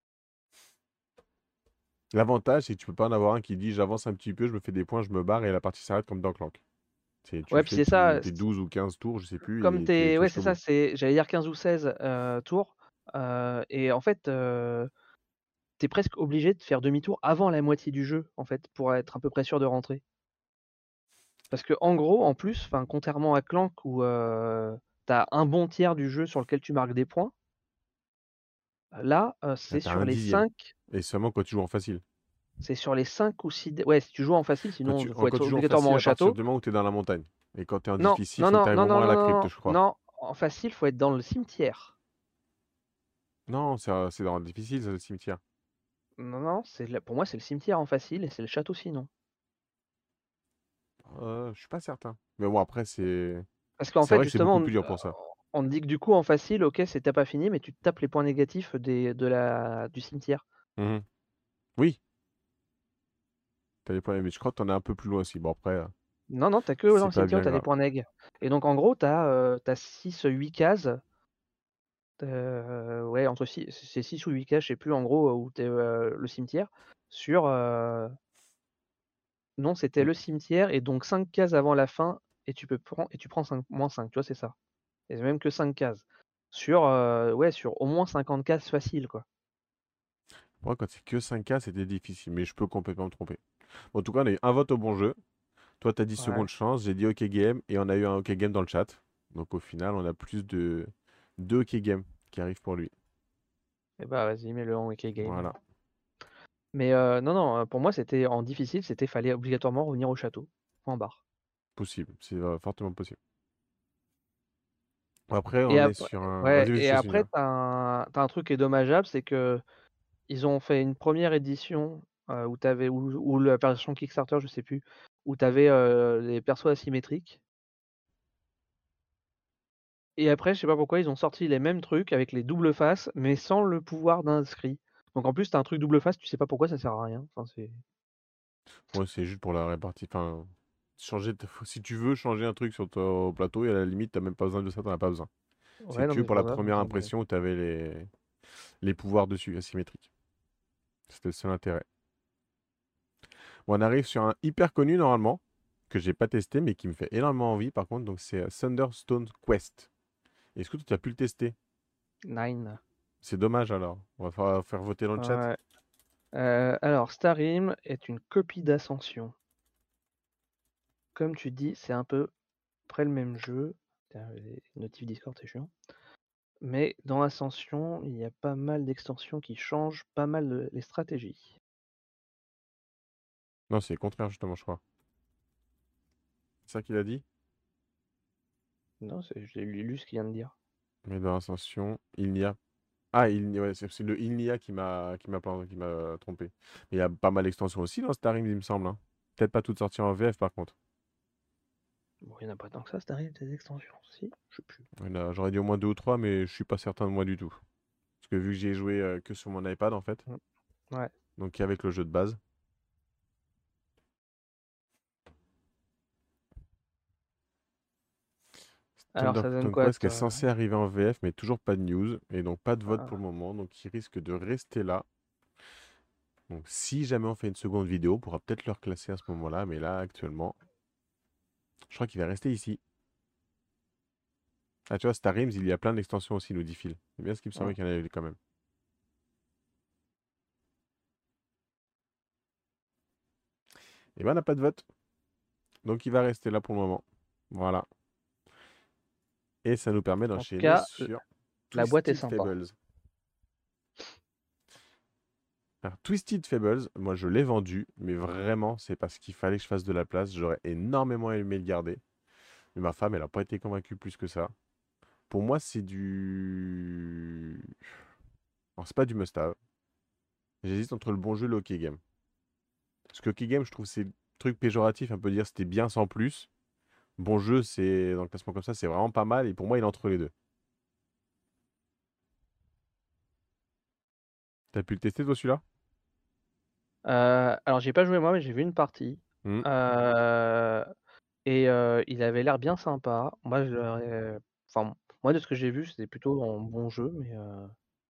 L'avantage, c'est que tu peux pas en avoir un qui dit j'avance un petit peu, je me fais des points, je me barre et la partie s'arrête comme dans Clank. C'est, tu Ouais, puis fais c'est tout, ça. tes c- douze ou quinze tours, je sais plus, Comme et tu, t'es. tu vas Ouais, c'est jusqu'au ça, bout. c'est. J'allais dire quinze ou seize euh, tours. euh, et en fait, euh, t'es presque obligé de faire demi-tour avant la moitié du jeu, en fait, pour être à peu près sûr de rentrer. Parce que en gros, en plus, enfin, contrairement à Clank où euh, t'as un bon tiers du jeu sur lequel tu marques des points, là, euh, Là, c'est t'as sur un les dixième. cinq, Et seulement quand tu joues en facile. c'est sur les cinq ou six. Ouais, si tu joues en facile, Quand sinon tu, il en- faut quand être tu joues en obligatoirement facile au à partir château. du moment où tu es dans la montagne. Et quand tu es en Non, difficile, il non, faut que non, tu arrives non, au non, moins à non, la non, crypte, non, je crois. non, en facile, faut être dans le cimetière. Non, c'est euh, c'est dans le difficile, ça, le cimetière. Non, non, c'est le- pour moi, c'est le cimetière en facile et c'est le château sinon. Euh, je suis pas certain. Mais bon, après, c'est Parce qu'en c'est fait, vrai que c'est justement, beaucoup on, plus dur pour ça. on te dit que du coup, en facile, ok, c'est t'as pas fini, mais tu te tapes les points négatifs des, de la, du cimetière. Mhm. Oui, t'as des points, mais je crois que t'en es un peu plus loin aussi. Bon, après, euh, Non, non, t'as que dans c'est le pas cimetière où bien t'as les grave. points neg. Et donc, en gros, t'as euh, t'as six, huit cases. euh, ouais, entre six, c'est six ou huit cases, je sais plus, en gros, où t'es euh, le cimetière. Sur. euh, Non, c'était Mm. le cimetière, et donc cinq cases avant la fin, et tu peux prendre, et tu prends cinq, moins cinq, tu vois, c'est ça. Et c'est même que cinq cases. Sur, euh, ouais, sur au moins cinquante cases faciles, quoi. Moi, quand c'est que cinq K, c'était difficile, mais je peux complètement me tromper. Bon, en tout cas, on a eu un vote au bon jeu. Toi, t'as dit Ouais. seconde chance, j'ai dit OK game, et on a eu un OK game dans le chat. Donc au final, on a plus de deux OK game qui arrivent pour lui. Et bah, vas-y, mets-le en wiki game. Voilà, Mais euh, non, non, euh, pour moi, c'était en difficile, c'était fallait obligatoirement revenir au château. Point barre. possible, c'est euh, fortement possible. Après, Et on est après, sur un. ouais, Vas-y, vas-y, je et te après, finir. t'as un, t'as un truc qui est dommageable, c'est que ils ont fait une première édition euh, où t'avais ou, ou la version Kickstarter, je sais plus, où t'avais euh, les persos asymétriques. Et après, je sais pas pourquoi, ils ont sorti les mêmes trucs avec les doubles faces, mais sans le pouvoir d'inscrit. Donc en plus, t'as un truc double face, tu sais pas pourquoi, ça sert à rien. Enfin, c'est... Ouais, c'est juste pour la répartie. Enfin, changer. de- si tu veux changer un truc sur ton plateau, et à la limite, t'as même pas besoin de ça, t'en as pas besoin. C'est Ouais, non, que mais c'est pour la pour ça, première ça me- impression où t'avais les... les pouvoirs dessus, asymétriques. C'était le seul intérêt. Bon, on arrive sur un hyper connu normalement, que j'ai pas testé, mais qui me fait énormément envie par contre. Donc c'est euh, Thunderstone Quest. Est-ce que tu as pu le tester? Nine. C'est dommage alors. On va faire, faire voter dans le chat. Ouais. Euh, alors, Starim est une copie d'Ascension. Comme tu dis, c'est un peu près le même jeu. Putain, les notifs Discord, c'est chiant. Mais dans Ascension, il y a pas mal d'extensions qui changent pas mal le- les stratégies. Non, c'est le contraire justement, je crois. C'est ça qu'il a dit? Non, c'est j'ai lu ce qu'il vient de dire. Mais dans Ascension, il n'y a. Ah, il n'y ouais, c'est c'est le il n'y a qui m'a qui m'a plan- qui m'a trompé. Mais il y a pas mal d'extensions aussi dans Starim, il me semble, hein. Peut-être pas toutes sorties en V F par contre. Bon, il n'y en a pas tant que ça, Starim, des extensions. Si, je sais plus. Il y en a- J'aurais dit au moins deux ou trois, mais je suis pas certain de moi du tout. Parce que vu que j'y ai joué euh, que sur mon iPad en fait, Mm. Ouais. donc avec le jeu de base. Alors, ça donne Thunderstone quoi, Quest qui est toi? censé arriver en V F, mais toujours pas de news, et donc pas de vote pour Ah, le moment, donc il risque de rester là. Donc si jamais on fait une seconde vidéo, on pourra peut-être le reclasser à ce moment-là, mais là actuellement, je crois qu'il va rester ici. Ah tu vois, Star Realms, il y a plein d'extensions aussi, nous dit Phil. C'est bien ce qui me mm. semblait qu'il y en avait quand même. Et ben on n'a pas de vote, donc il va rester là pour le moment. Voilà. Et ça nous permet En tout d'enchaîner cas, sur la boîte est Twisted sympa. Fables. Alors, Twisted Fables, moi je l'ai vendu, mais vraiment c'est parce qu'il fallait que je fasse de la place. J'aurais énormément aimé le garder. Mais ma femme, elle n'a pas été convaincue plus que ça. Pour moi, c'est du. Alors, c'est pas du must-have. J'hésite entre le bon jeu et le hockey game. Parce que hockey game, je trouve c'est le truc péjoratif, un peu dire c'était bien sans plus. Bon jeu, c'est dans le classement comme ça, c'est vraiment pas mal. Et pour moi, il est entre les deux. T'as pu le tester toi celui-là? Euh, alors, j'ai pas joué moi, mais j'ai vu une partie. Hmm. Euh, et euh, il avait l'air bien sympa. Moi, je l'aurais- Enfin, moi, de ce que j'ai vu, c'était plutôt un bon jeu, mais euh,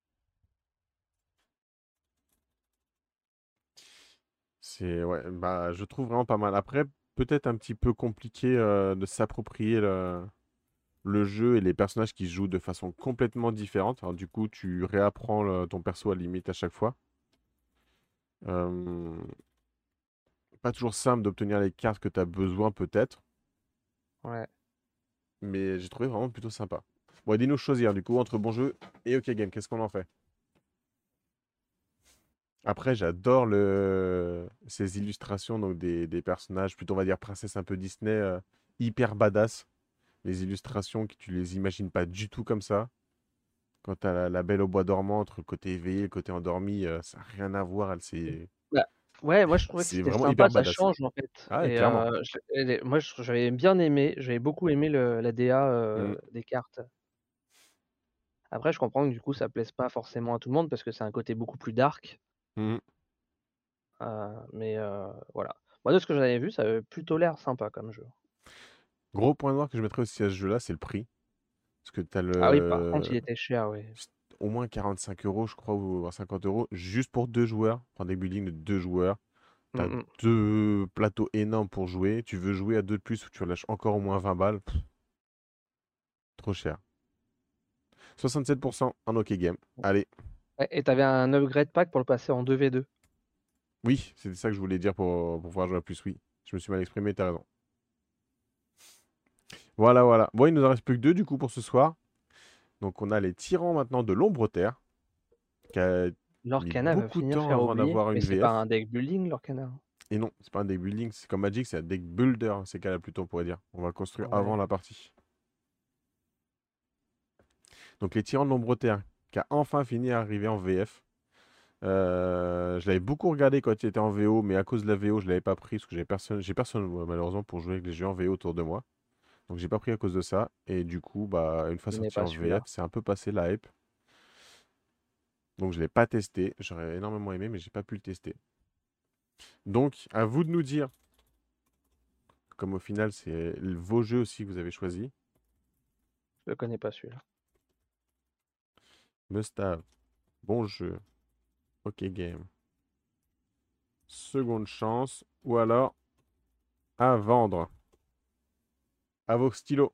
C'est ouais, bah je trouve vraiment pas mal. Après, peut-être un petit peu compliqué euh, de s'approprier le, le jeu et les personnages qui se jouent de façon complètement différente. Alors du coup, tu réapprends le- ton perso à la limite à chaque fois. Euh, Pas toujours simple d'obtenir les cartes que tu as besoin peut-être, ouais. mais j'ai trouvé vraiment plutôt sympa. Bon, dis-nous choisir du coup entre bon jeu et OK Game, qu'est-ce qu'on en fait? Après, j'adore le... ces illustrations donc des, des personnages, plutôt on va dire princesse un peu Disney, euh, hyper badass. Les illustrations, que tu les imagines pas du tout comme ça. Quand tu as la, la Belle au bois dormant, entre le côté éveillé et le côté endormi, euh, ça n'a rien à voir. Elle, c'est Bah, ouais, moi je trouvais que c'est c'était vraiment hyper sympa, ça badass. change en fait. Ah, ouais, Et clairement. euh, je- et les- moi je- j'avais bien aimé, j'avais beaucoup aimé le, la D A euh, Mm, des cartes. Après, je comprends que du coup ça plaise pas forcément à tout le monde parce que c'est un côté beaucoup plus dark. mm. euh, mais euh, voilà. Moi de ce que j'avais vu, ça avait plutôt l'air sympa comme jeu. Gros point noir que je mettrais aussi à ce jeu-là, c'est le prix. Parce que tu as Ah oui, par contre le... il était cher, oui. au moins quarante-cinq euros, je crois, ou cinquante euros, juste pour deux joueurs. Prends des buildings de deux joueurs. Tu as Mm, mm. deux plateaux énormes pour jouer. Tu veux jouer à deux de plus ou tu relâches encore au moins vingt balles. Pff, trop cher. soixante-sept pour cent en OK Game. Allez. Ouais, et t'avais un upgrade pack pour le passer en deux v deux. Oui, c'était ça que je voulais dire pour, pour pouvoir jouer à plus. Oui, je me suis mal exprimé, t'as raison. Voilà, voilà. Bon, il nous en reste plus que deux du coup pour ce soir. Donc on a les tyrans maintenant de l'ombre-terre, qui a mis Lorcana va beaucoup de finir temps faire avant oublier, d'avoir mais une c'est pas V F. un deck building Lorcana. Et non, c'est pas un deck building, c'est comme Magic, c'est un deck builder, c'est qu'à plutôt on pourrait dire. On va le construire avant Ouais. la partie. Donc les tyrans de l'ombre-terre, qui a enfin fini à arriver en V F. Euh, je l'avais beaucoup regardé quand il était en V O, mais à cause de la V O, je l'avais pas pris parce que j'ai personne, j'ai personne euh, malheureusement pour jouer avec les jeux en V O autour de moi. Donc j'ai pas pris à cause de ça. Et du coup, bah une fois Je n'ai sorti pas en V F, celui-là. c'est un peu passé la hype. Donc je l'ai pas testé. J'aurais énormément aimé, mais j'ai pas pu le tester. Donc à vous de nous dire, comme au final c'est vos jeux aussi que vous avez choisis. Je le connais pas celui-là. Must have, bon jeu, ok game, seconde chance, ou alors à vendre. À vos stylos.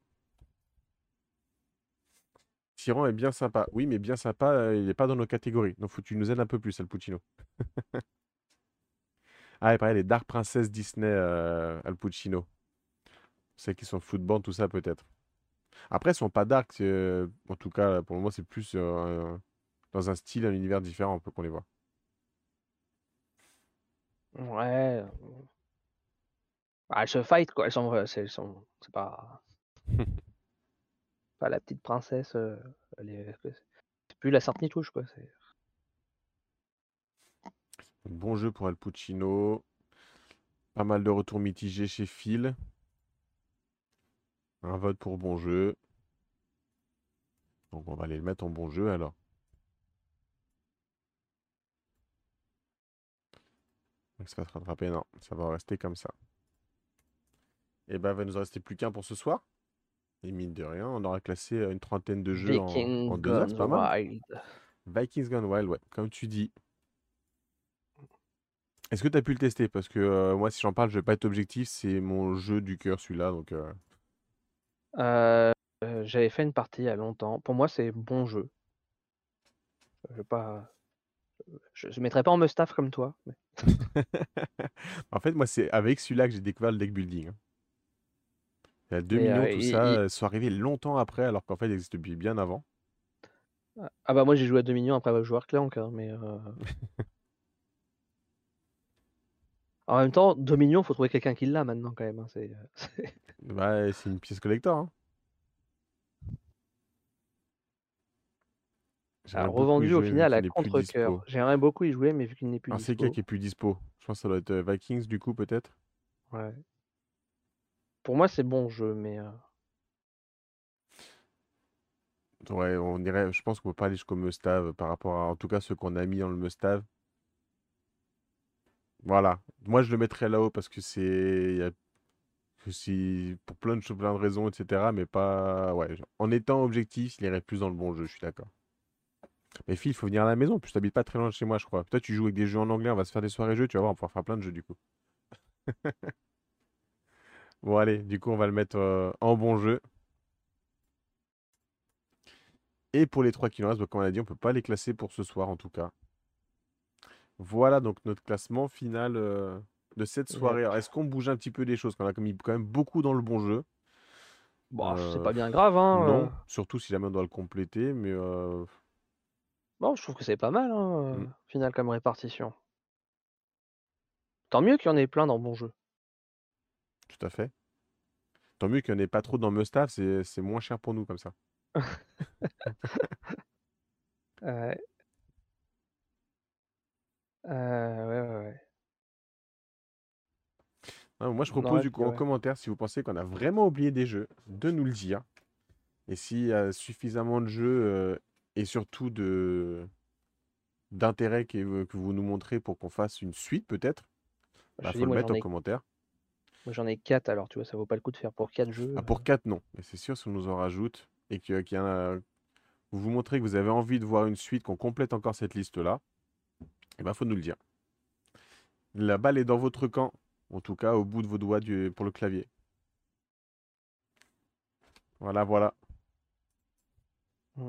Tyran est bien sympa. Oui, mais bien sympa, euh, il n'est pas dans nos catégories. Donc faut que tu nous aides un peu plus, Al Pacino. Ah, et pareil, les Dark Princess Disney, euh, Al Pacino. Celles qui sont football, tout ça peut-être. Après, elles sont pas dark. euh, en tout cas, pour le moment, c'est plus euh, un- dans un style, un univers différent un peu qu'on les voit. Ouais. Ah, elles se fight quoi. Elles sont, euh, c'est, elles sont, c'est pas, pas la petite princesse. euh, elle est- c'est plus la Sainte Touche quoi. C'est... Bon jeu pour Al Pacino. Pas mal de retours mitigés chez Phil. Un vote pour bon jeu. Donc on va aller le mettre en bon jeu alors. Donc ça va se rattraper, non. Ça va rester comme ça. Et ben, il va nous en rester plus qu'un pour ce soir. Et mine de rien, on aura classé euh, une trentaine de jeux en, en Viking deux heures, c'est Guns pas mal. Wild. Vikings Gone Wild, ouais, comme tu dis. Est-ce que tu as pu le tester? Parce que euh, moi, si j'en parle, je vais pas être objectif. C'est mon jeu du cœur, celui-là. Donc, euh, Euh, euh, j'avais fait une partie il y a longtemps. Pour moi, c'est bon jeu. Je vais pas, je, je mettrais pas en must-have comme toi. Mais... En fait, moi, c'est avec celui-là que j'ai découvert le deck building, hein. Il y a deux mais, millions, euh, tout il- ça, il- euh, sont arrivés longtemps après, alors qu'en fait, ils existent depuis bien avant. Ah bah moi j'ai joué à Dominion après avoir joué à Clank, hein, mais euh, en même temps, Dominion, faut trouver quelqu'un qui l'a maintenant quand même, hein, c'est, euh, c'est- Bah, c'est une pièce collector, hein. J'aimerais Alors, beaucoup y revendu au jouer vu final qu'il à n'est plus contre-cœur. dispo. J'aimerais beaucoup y jouer, mais vu qu'il n'est plus Alors, c'est quel dispo. qui est plus dispo? Je pense que ça doit être euh, Vikings, du coup, peut-être. Ouais. Pour moi, c'est bon jeu, mais euh, Ouais, on irait, je pense qu'on peut pas aller jusqu'au Mustave par rapport à, en tout cas, ceux qu'on a mis dans le Mustave. Voilà. Moi, je le mettrais là-haut parce que c'est, il y a- que si, pour plein de choses, plein de raisons, et cetera. Mais pas, ouais. genre, En étant objectif, il irait plus dans le bon jeu, je suis d'accord. Mais Phil, il faut venir à la maison. En plus, t'habites pas très loin de chez moi, je crois. Toi, tu joues avec des jeux en anglais, on va se faire des soirées jeux, tu vas voir, on va pouvoir faire plein de jeux du coup. Bon, allez, du coup, on va le mettre euh, en bon jeu. Et pour les trois qui nous restent, bah, comme on a dit, on peut pas les classer pour ce soir, en tout cas. Voilà donc notre classement final euh, de cette yep. soirée. Alors, est-ce qu'on bouge un petit peu des choses? Qu'on a mis quand même beaucoup dans le bon jeu. Bon, c'est Euh, pas bien grave, hein. euh. non, surtout si jamais on doit le compléter, mais euh, Bon, je trouve que c'est pas mal, hein, euh, hmm, au final comme répartition. Tant mieux qu'il y en ait plein dans bon jeu. tout à fait. Tant mieux qu'il n'y en ait pas trop dans Mustaf, c'est c'est moins cher pour nous comme ça. Ouais, euh, ouais, ouais, ouais. Ah, moi, je propose Non, et du puis coup en ouais. commentaire, si vous pensez qu'on a vraiment oublié des jeux, de nous le dire. Et s'il y a suffisamment de jeux euh, et surtout de d'intérêt que, que vous nous montrez pour qu'on fasse une suite peut-être, Je bah te faut dis, le moi mettre j'en en ai, commentaire. moi j'en ai quatre, alors tu vois, ça vaut pas le coup de faire pour quatre jeux. Ah, euh. pour quatre non. Mais c'est sûr, si on nous en rajoute et que- qu'il y en a, vous vous montrez que vous avez envie de voir une suite, qu'on complète encore cette liste-là, il bah, faut nous le dire. La balle est dans votre camp, en tout cas au bout de vos doigts du- pour le clavier. Voilà, voilà. Mm.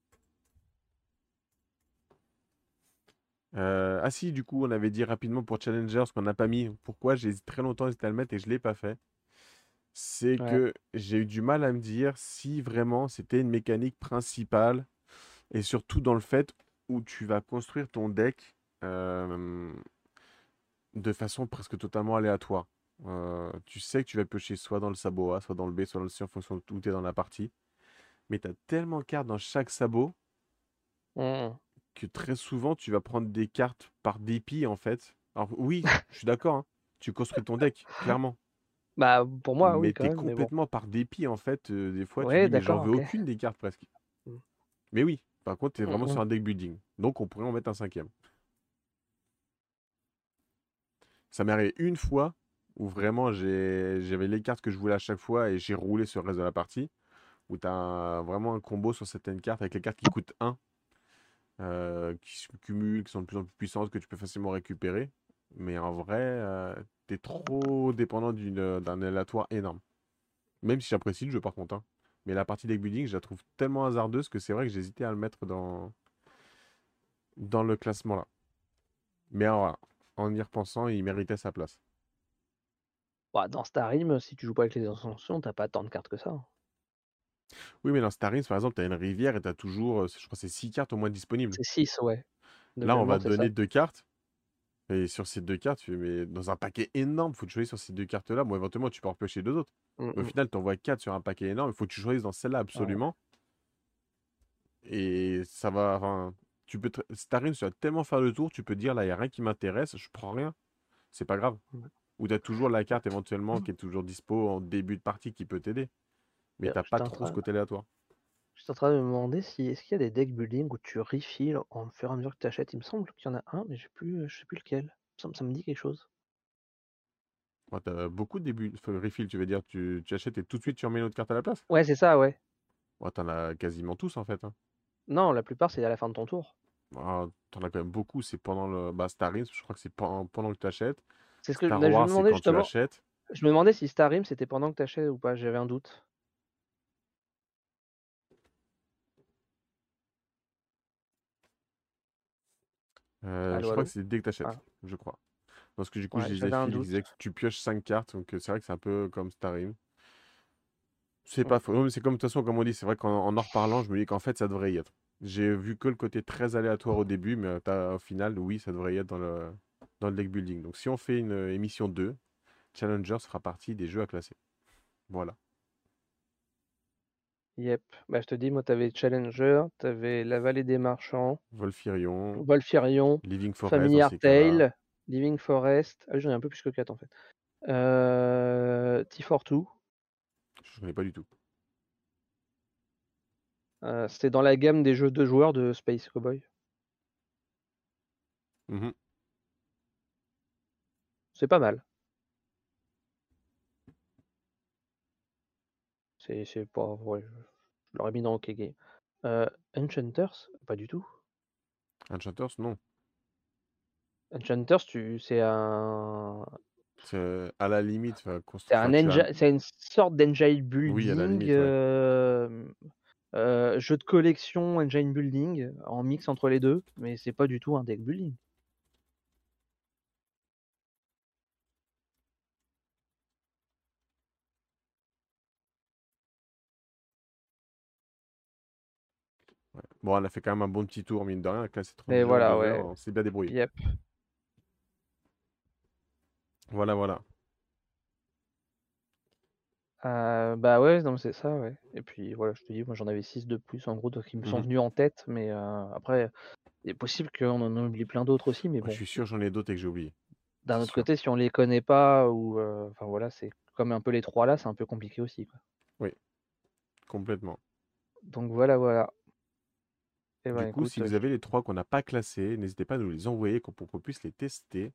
Euh, ah si, du coup, on avait dit rapidement pour Challengers qu'on n'a pas mis. Pourquoi j'ai très longtemps hésité à le mettre et je ne l'ai pas fait. C'est Ouais. que j'ai eu du mal à me dire si vraiment c'était une mécanique principale et surtout dans le fait où tu vas construire ton deck euh, de façon presque totalement aléatoire. Euh, tu sais que tu vas piocher soit dans le sabot A, soit dans le B, soit dans le C en fonction de où tu es dans la partie. Mais tu as tellement de cartes dans chaque sabot Mm. que très souvent, tu vas prendre des cartes par dépit, en fait. Alors oui, je suis d'accord, hein, tu construis ton deck, clairement. Bah, pour moi, oui, Mais quand tu es même, mais bon. complètement par dépit, en fait, heu, des fois, tu Ouais, dis: «Mais j'en d'accord, veux OK. aucune des cartes presque». Mmh. Mais oui, par contre, tu es Mmh vraiment sur mh. un deck building. Donc on pourrait en mettre un cinquième. Ça m'est arrivé une fois où vraiment j'ai j'avais les cartes que je voulais à chaque fois et j'ai roulé sur le reste de la partie. Où tu as vraiment un combo sur certaines cartes avec les cartes qui coûtent un, euh, qui se cumulent, qui sont de plus en plus puissantes, que tu peux facilement récupérer. Mais en vrai, tu es trop dépendant d'une- d'un aléatoire énorme. Même si j'apprécie le jeu par contre, hein. Mais la partie deck building, je la trouve tellement hasardeuse que c'est vrai que j'hésitais à le mettre dans, dans le classement là. Mais alors, voilà, en y repensant, il méritait sa place. Bah, dans Starim, si tu joues pas avec les ascensions, tu pas tant de cartes que ça, hein. Oui, mais dans Starins, par exemple, tu as une rivière et tu as toujours, euh, je crois, que c'est six cartes au moins disponibles. C'est six, ouais. De Là, on va mémoire, te c'est ça. donner deux cartes. Et sur ces deux cartes, tu fais, mais dans un paquet énorme, faut que tu choisisses sur ces deux cartes-là. Bon, éventuellement, tu peux en repiocher deux autres. Mmh Mais au mh. final, tu envoies quatre sur un paquet énorme. Il faut que tu choisisses dans celle-là Ouais. absolument. Et ça va. Enfin, tu peux. te- Si t'arrives, tu vas tellement faire le tour, tu peux dire là, il n'y a rien qui m'intéresse, je prends rien. C'est pas grave. Mmh. Ou tu as toujours la carte éventuellement qui est toujours dispo en début de partie qui peut t'aider. Mais D'ailleurs, t'as pas j'étais en trop ce train côté aléatoire. j'étais en train de me demander si est-ce qu'il y a des deck building où tu refills en fur et à mesure que tu achètes? Il me semble qu'il y en a un, mais j'ai plus, je sais plus lequel. Ça me ça me dit quelque chose. Ouais, t'as beaucoup de débuts. Enfin, refill, tu veux dire, tu, tu achètes et tout de suite tu remets une autre carte à la place. Ouais, c'est ça, ouais. Ouais, t'en as quasiment tous en fait, hein. Non, la plupart, c'est à la fin de ton tour. Ah, t'en as quand même beaucoup, c'est pendant le. Bah, Starins, je crois que c'est pendant, pendant que tu achètes. C'est ce que Star bah, je me Wars, c'est demandais quand tu justement, achètes. je me demandais si Starim, c'était pendant que tu achètes ou pas, j'avais un doute. Euh, je Allô, crois que allô? c'est dès que tu achètes, Ah, je crois. Parce que du coup, je ouais, disais j'avais un Phil, il doute. disait que tu pioches cinq cartes, donc euh, c'est vrai que c'est un peu comme Starim. C'est Mmh. pas faux. Non, mais c'est comme, de toute façon, comme on dit, c'est vrai qu'en en en reparlant, je me dis qu'en fait, ça devrait y être. J'ai vu que le côté très aléatoire au début, mais euh, t'as- au final, oui, ça devrait y être dans le, dans le deck building. Donc si on fait une euh, émission deux, Challenger fera partie des jeux à classer. Voilà. Yep. Bah, je te dis, moi, t'avais Challenger, t'avais La Vallée des Marchands, Volfirion, Volfirion, Living Forest dans Familiar ces cas-là. Tale, Living Forest. Ah oui, j'en ai un peu plus que quatre en fait. Euh, T quarante-deux. Je connais pas du tout. Euh, c'était dans la gamme des jeux de joueurs de Space Cowboy. Mhm. C'est pas mal. C'est c'est pas. Ouais, je je l'aurais mis dans OK Game. Euh, Enchanters? Pas du tout. Enchanters, non. Enchanters, tu, c'est un, C'est euh, à la limite, enfin, constru- c'est un enfin, tu as. engi- c'est une sorte d'engine Oui, à la building, limite, ouais. euh, euh, jeu de collection, engine building, en mix entre les deux, mais c'est pas du tout un deck building. Ouais. Bon, elle a fait quand même un bon petit tour, mine de rien. Elle a classé Mais trente jeux en voilà, deux heures. ouais. On s'est bien débrouillé. Yep. Voilà, voilà. Euh, bah ouais, non, mais c'est ça, ouais. Et puis voilà, je te dis, moi j'en avais six de plus en gros, donc qui me sont Mhm. venus en tête, mais euh, après, il est possible qu'on en oublie plein d'autres aussi, mais Moi, je bon, suis sûr, j'en ai d'autres et que j'ai oublié. d'un C'est autre sûr. côté, si on les connaît pas, ou euh, enfin voilà, c'est comme un peu les trois là, c'est un peu compliqué aussi, quoi. Oui, complètement. Donc voilà, voilà. Et Du ben coup, si écoute, vous je- avez les trois qu'on n'a pas classés, n'hésitez pas à nous les envoyer qu'on- pour qu'on puisse les tester.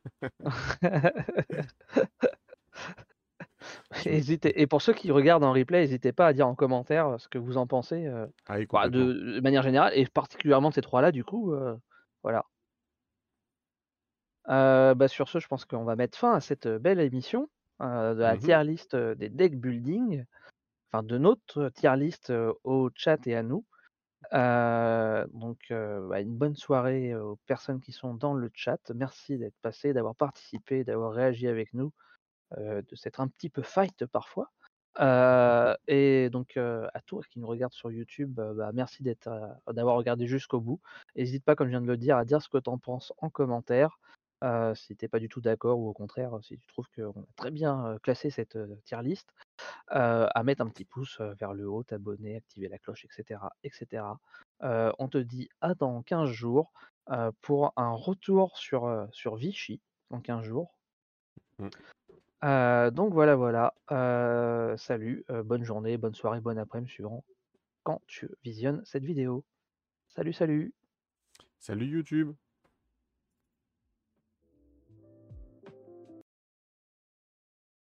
Je me- hésitez. Et pour ceux qui regardent en replay, n'hésitez pas à dire en commentaire euh, ce que vous en pensez, euh, Ah oui, bah, complètement. de, de manière générale, et particulièrement de ces trois là, du coup, euh, voilà. Euh, bah, sur ce, je pense qu'on va mettre fin à cette euh, belle émission euh, de la Mhm. tier list euh, des deck building, enfin de notre tier list euh, au chat et à nous. Euh, donc, euh, bah, une bonne soirée aux personnes qui sont dans le chat. Merci d'être passé, d'avoir participé, d'avoir réagi avec nous, euh, de s'être un petit peu fight parfois. Euh, et donc, euh, à toi qui nous regarde sur YouTube, euh, bah, merci d'être, euh, d'avoir regardé jusqu'au bout. N'hésite pas, comme je viens de le dire, à dire ce que tu en penses en commentaire. Euh, si t'es pas du tout d'accord ou au contraire, si tu trouves qu'on a très bien euh, classé cette euh, tier list. heu, à mettre un petit pouce, heu, vers le haut, t'abonner, activer la cloche et cetera et cetera. Heu, on te dit à dans quinze jours, heu, pour un retour sur, heu, sur Vichy, dans quinze jours. Mmh. Heu, donc voilà, voilà, heu, salut, heu, bonne journée, bonne soirée, bon après-midi suivant quand tu visionnes cette vidéo. Salut, salut! Salut YouTube!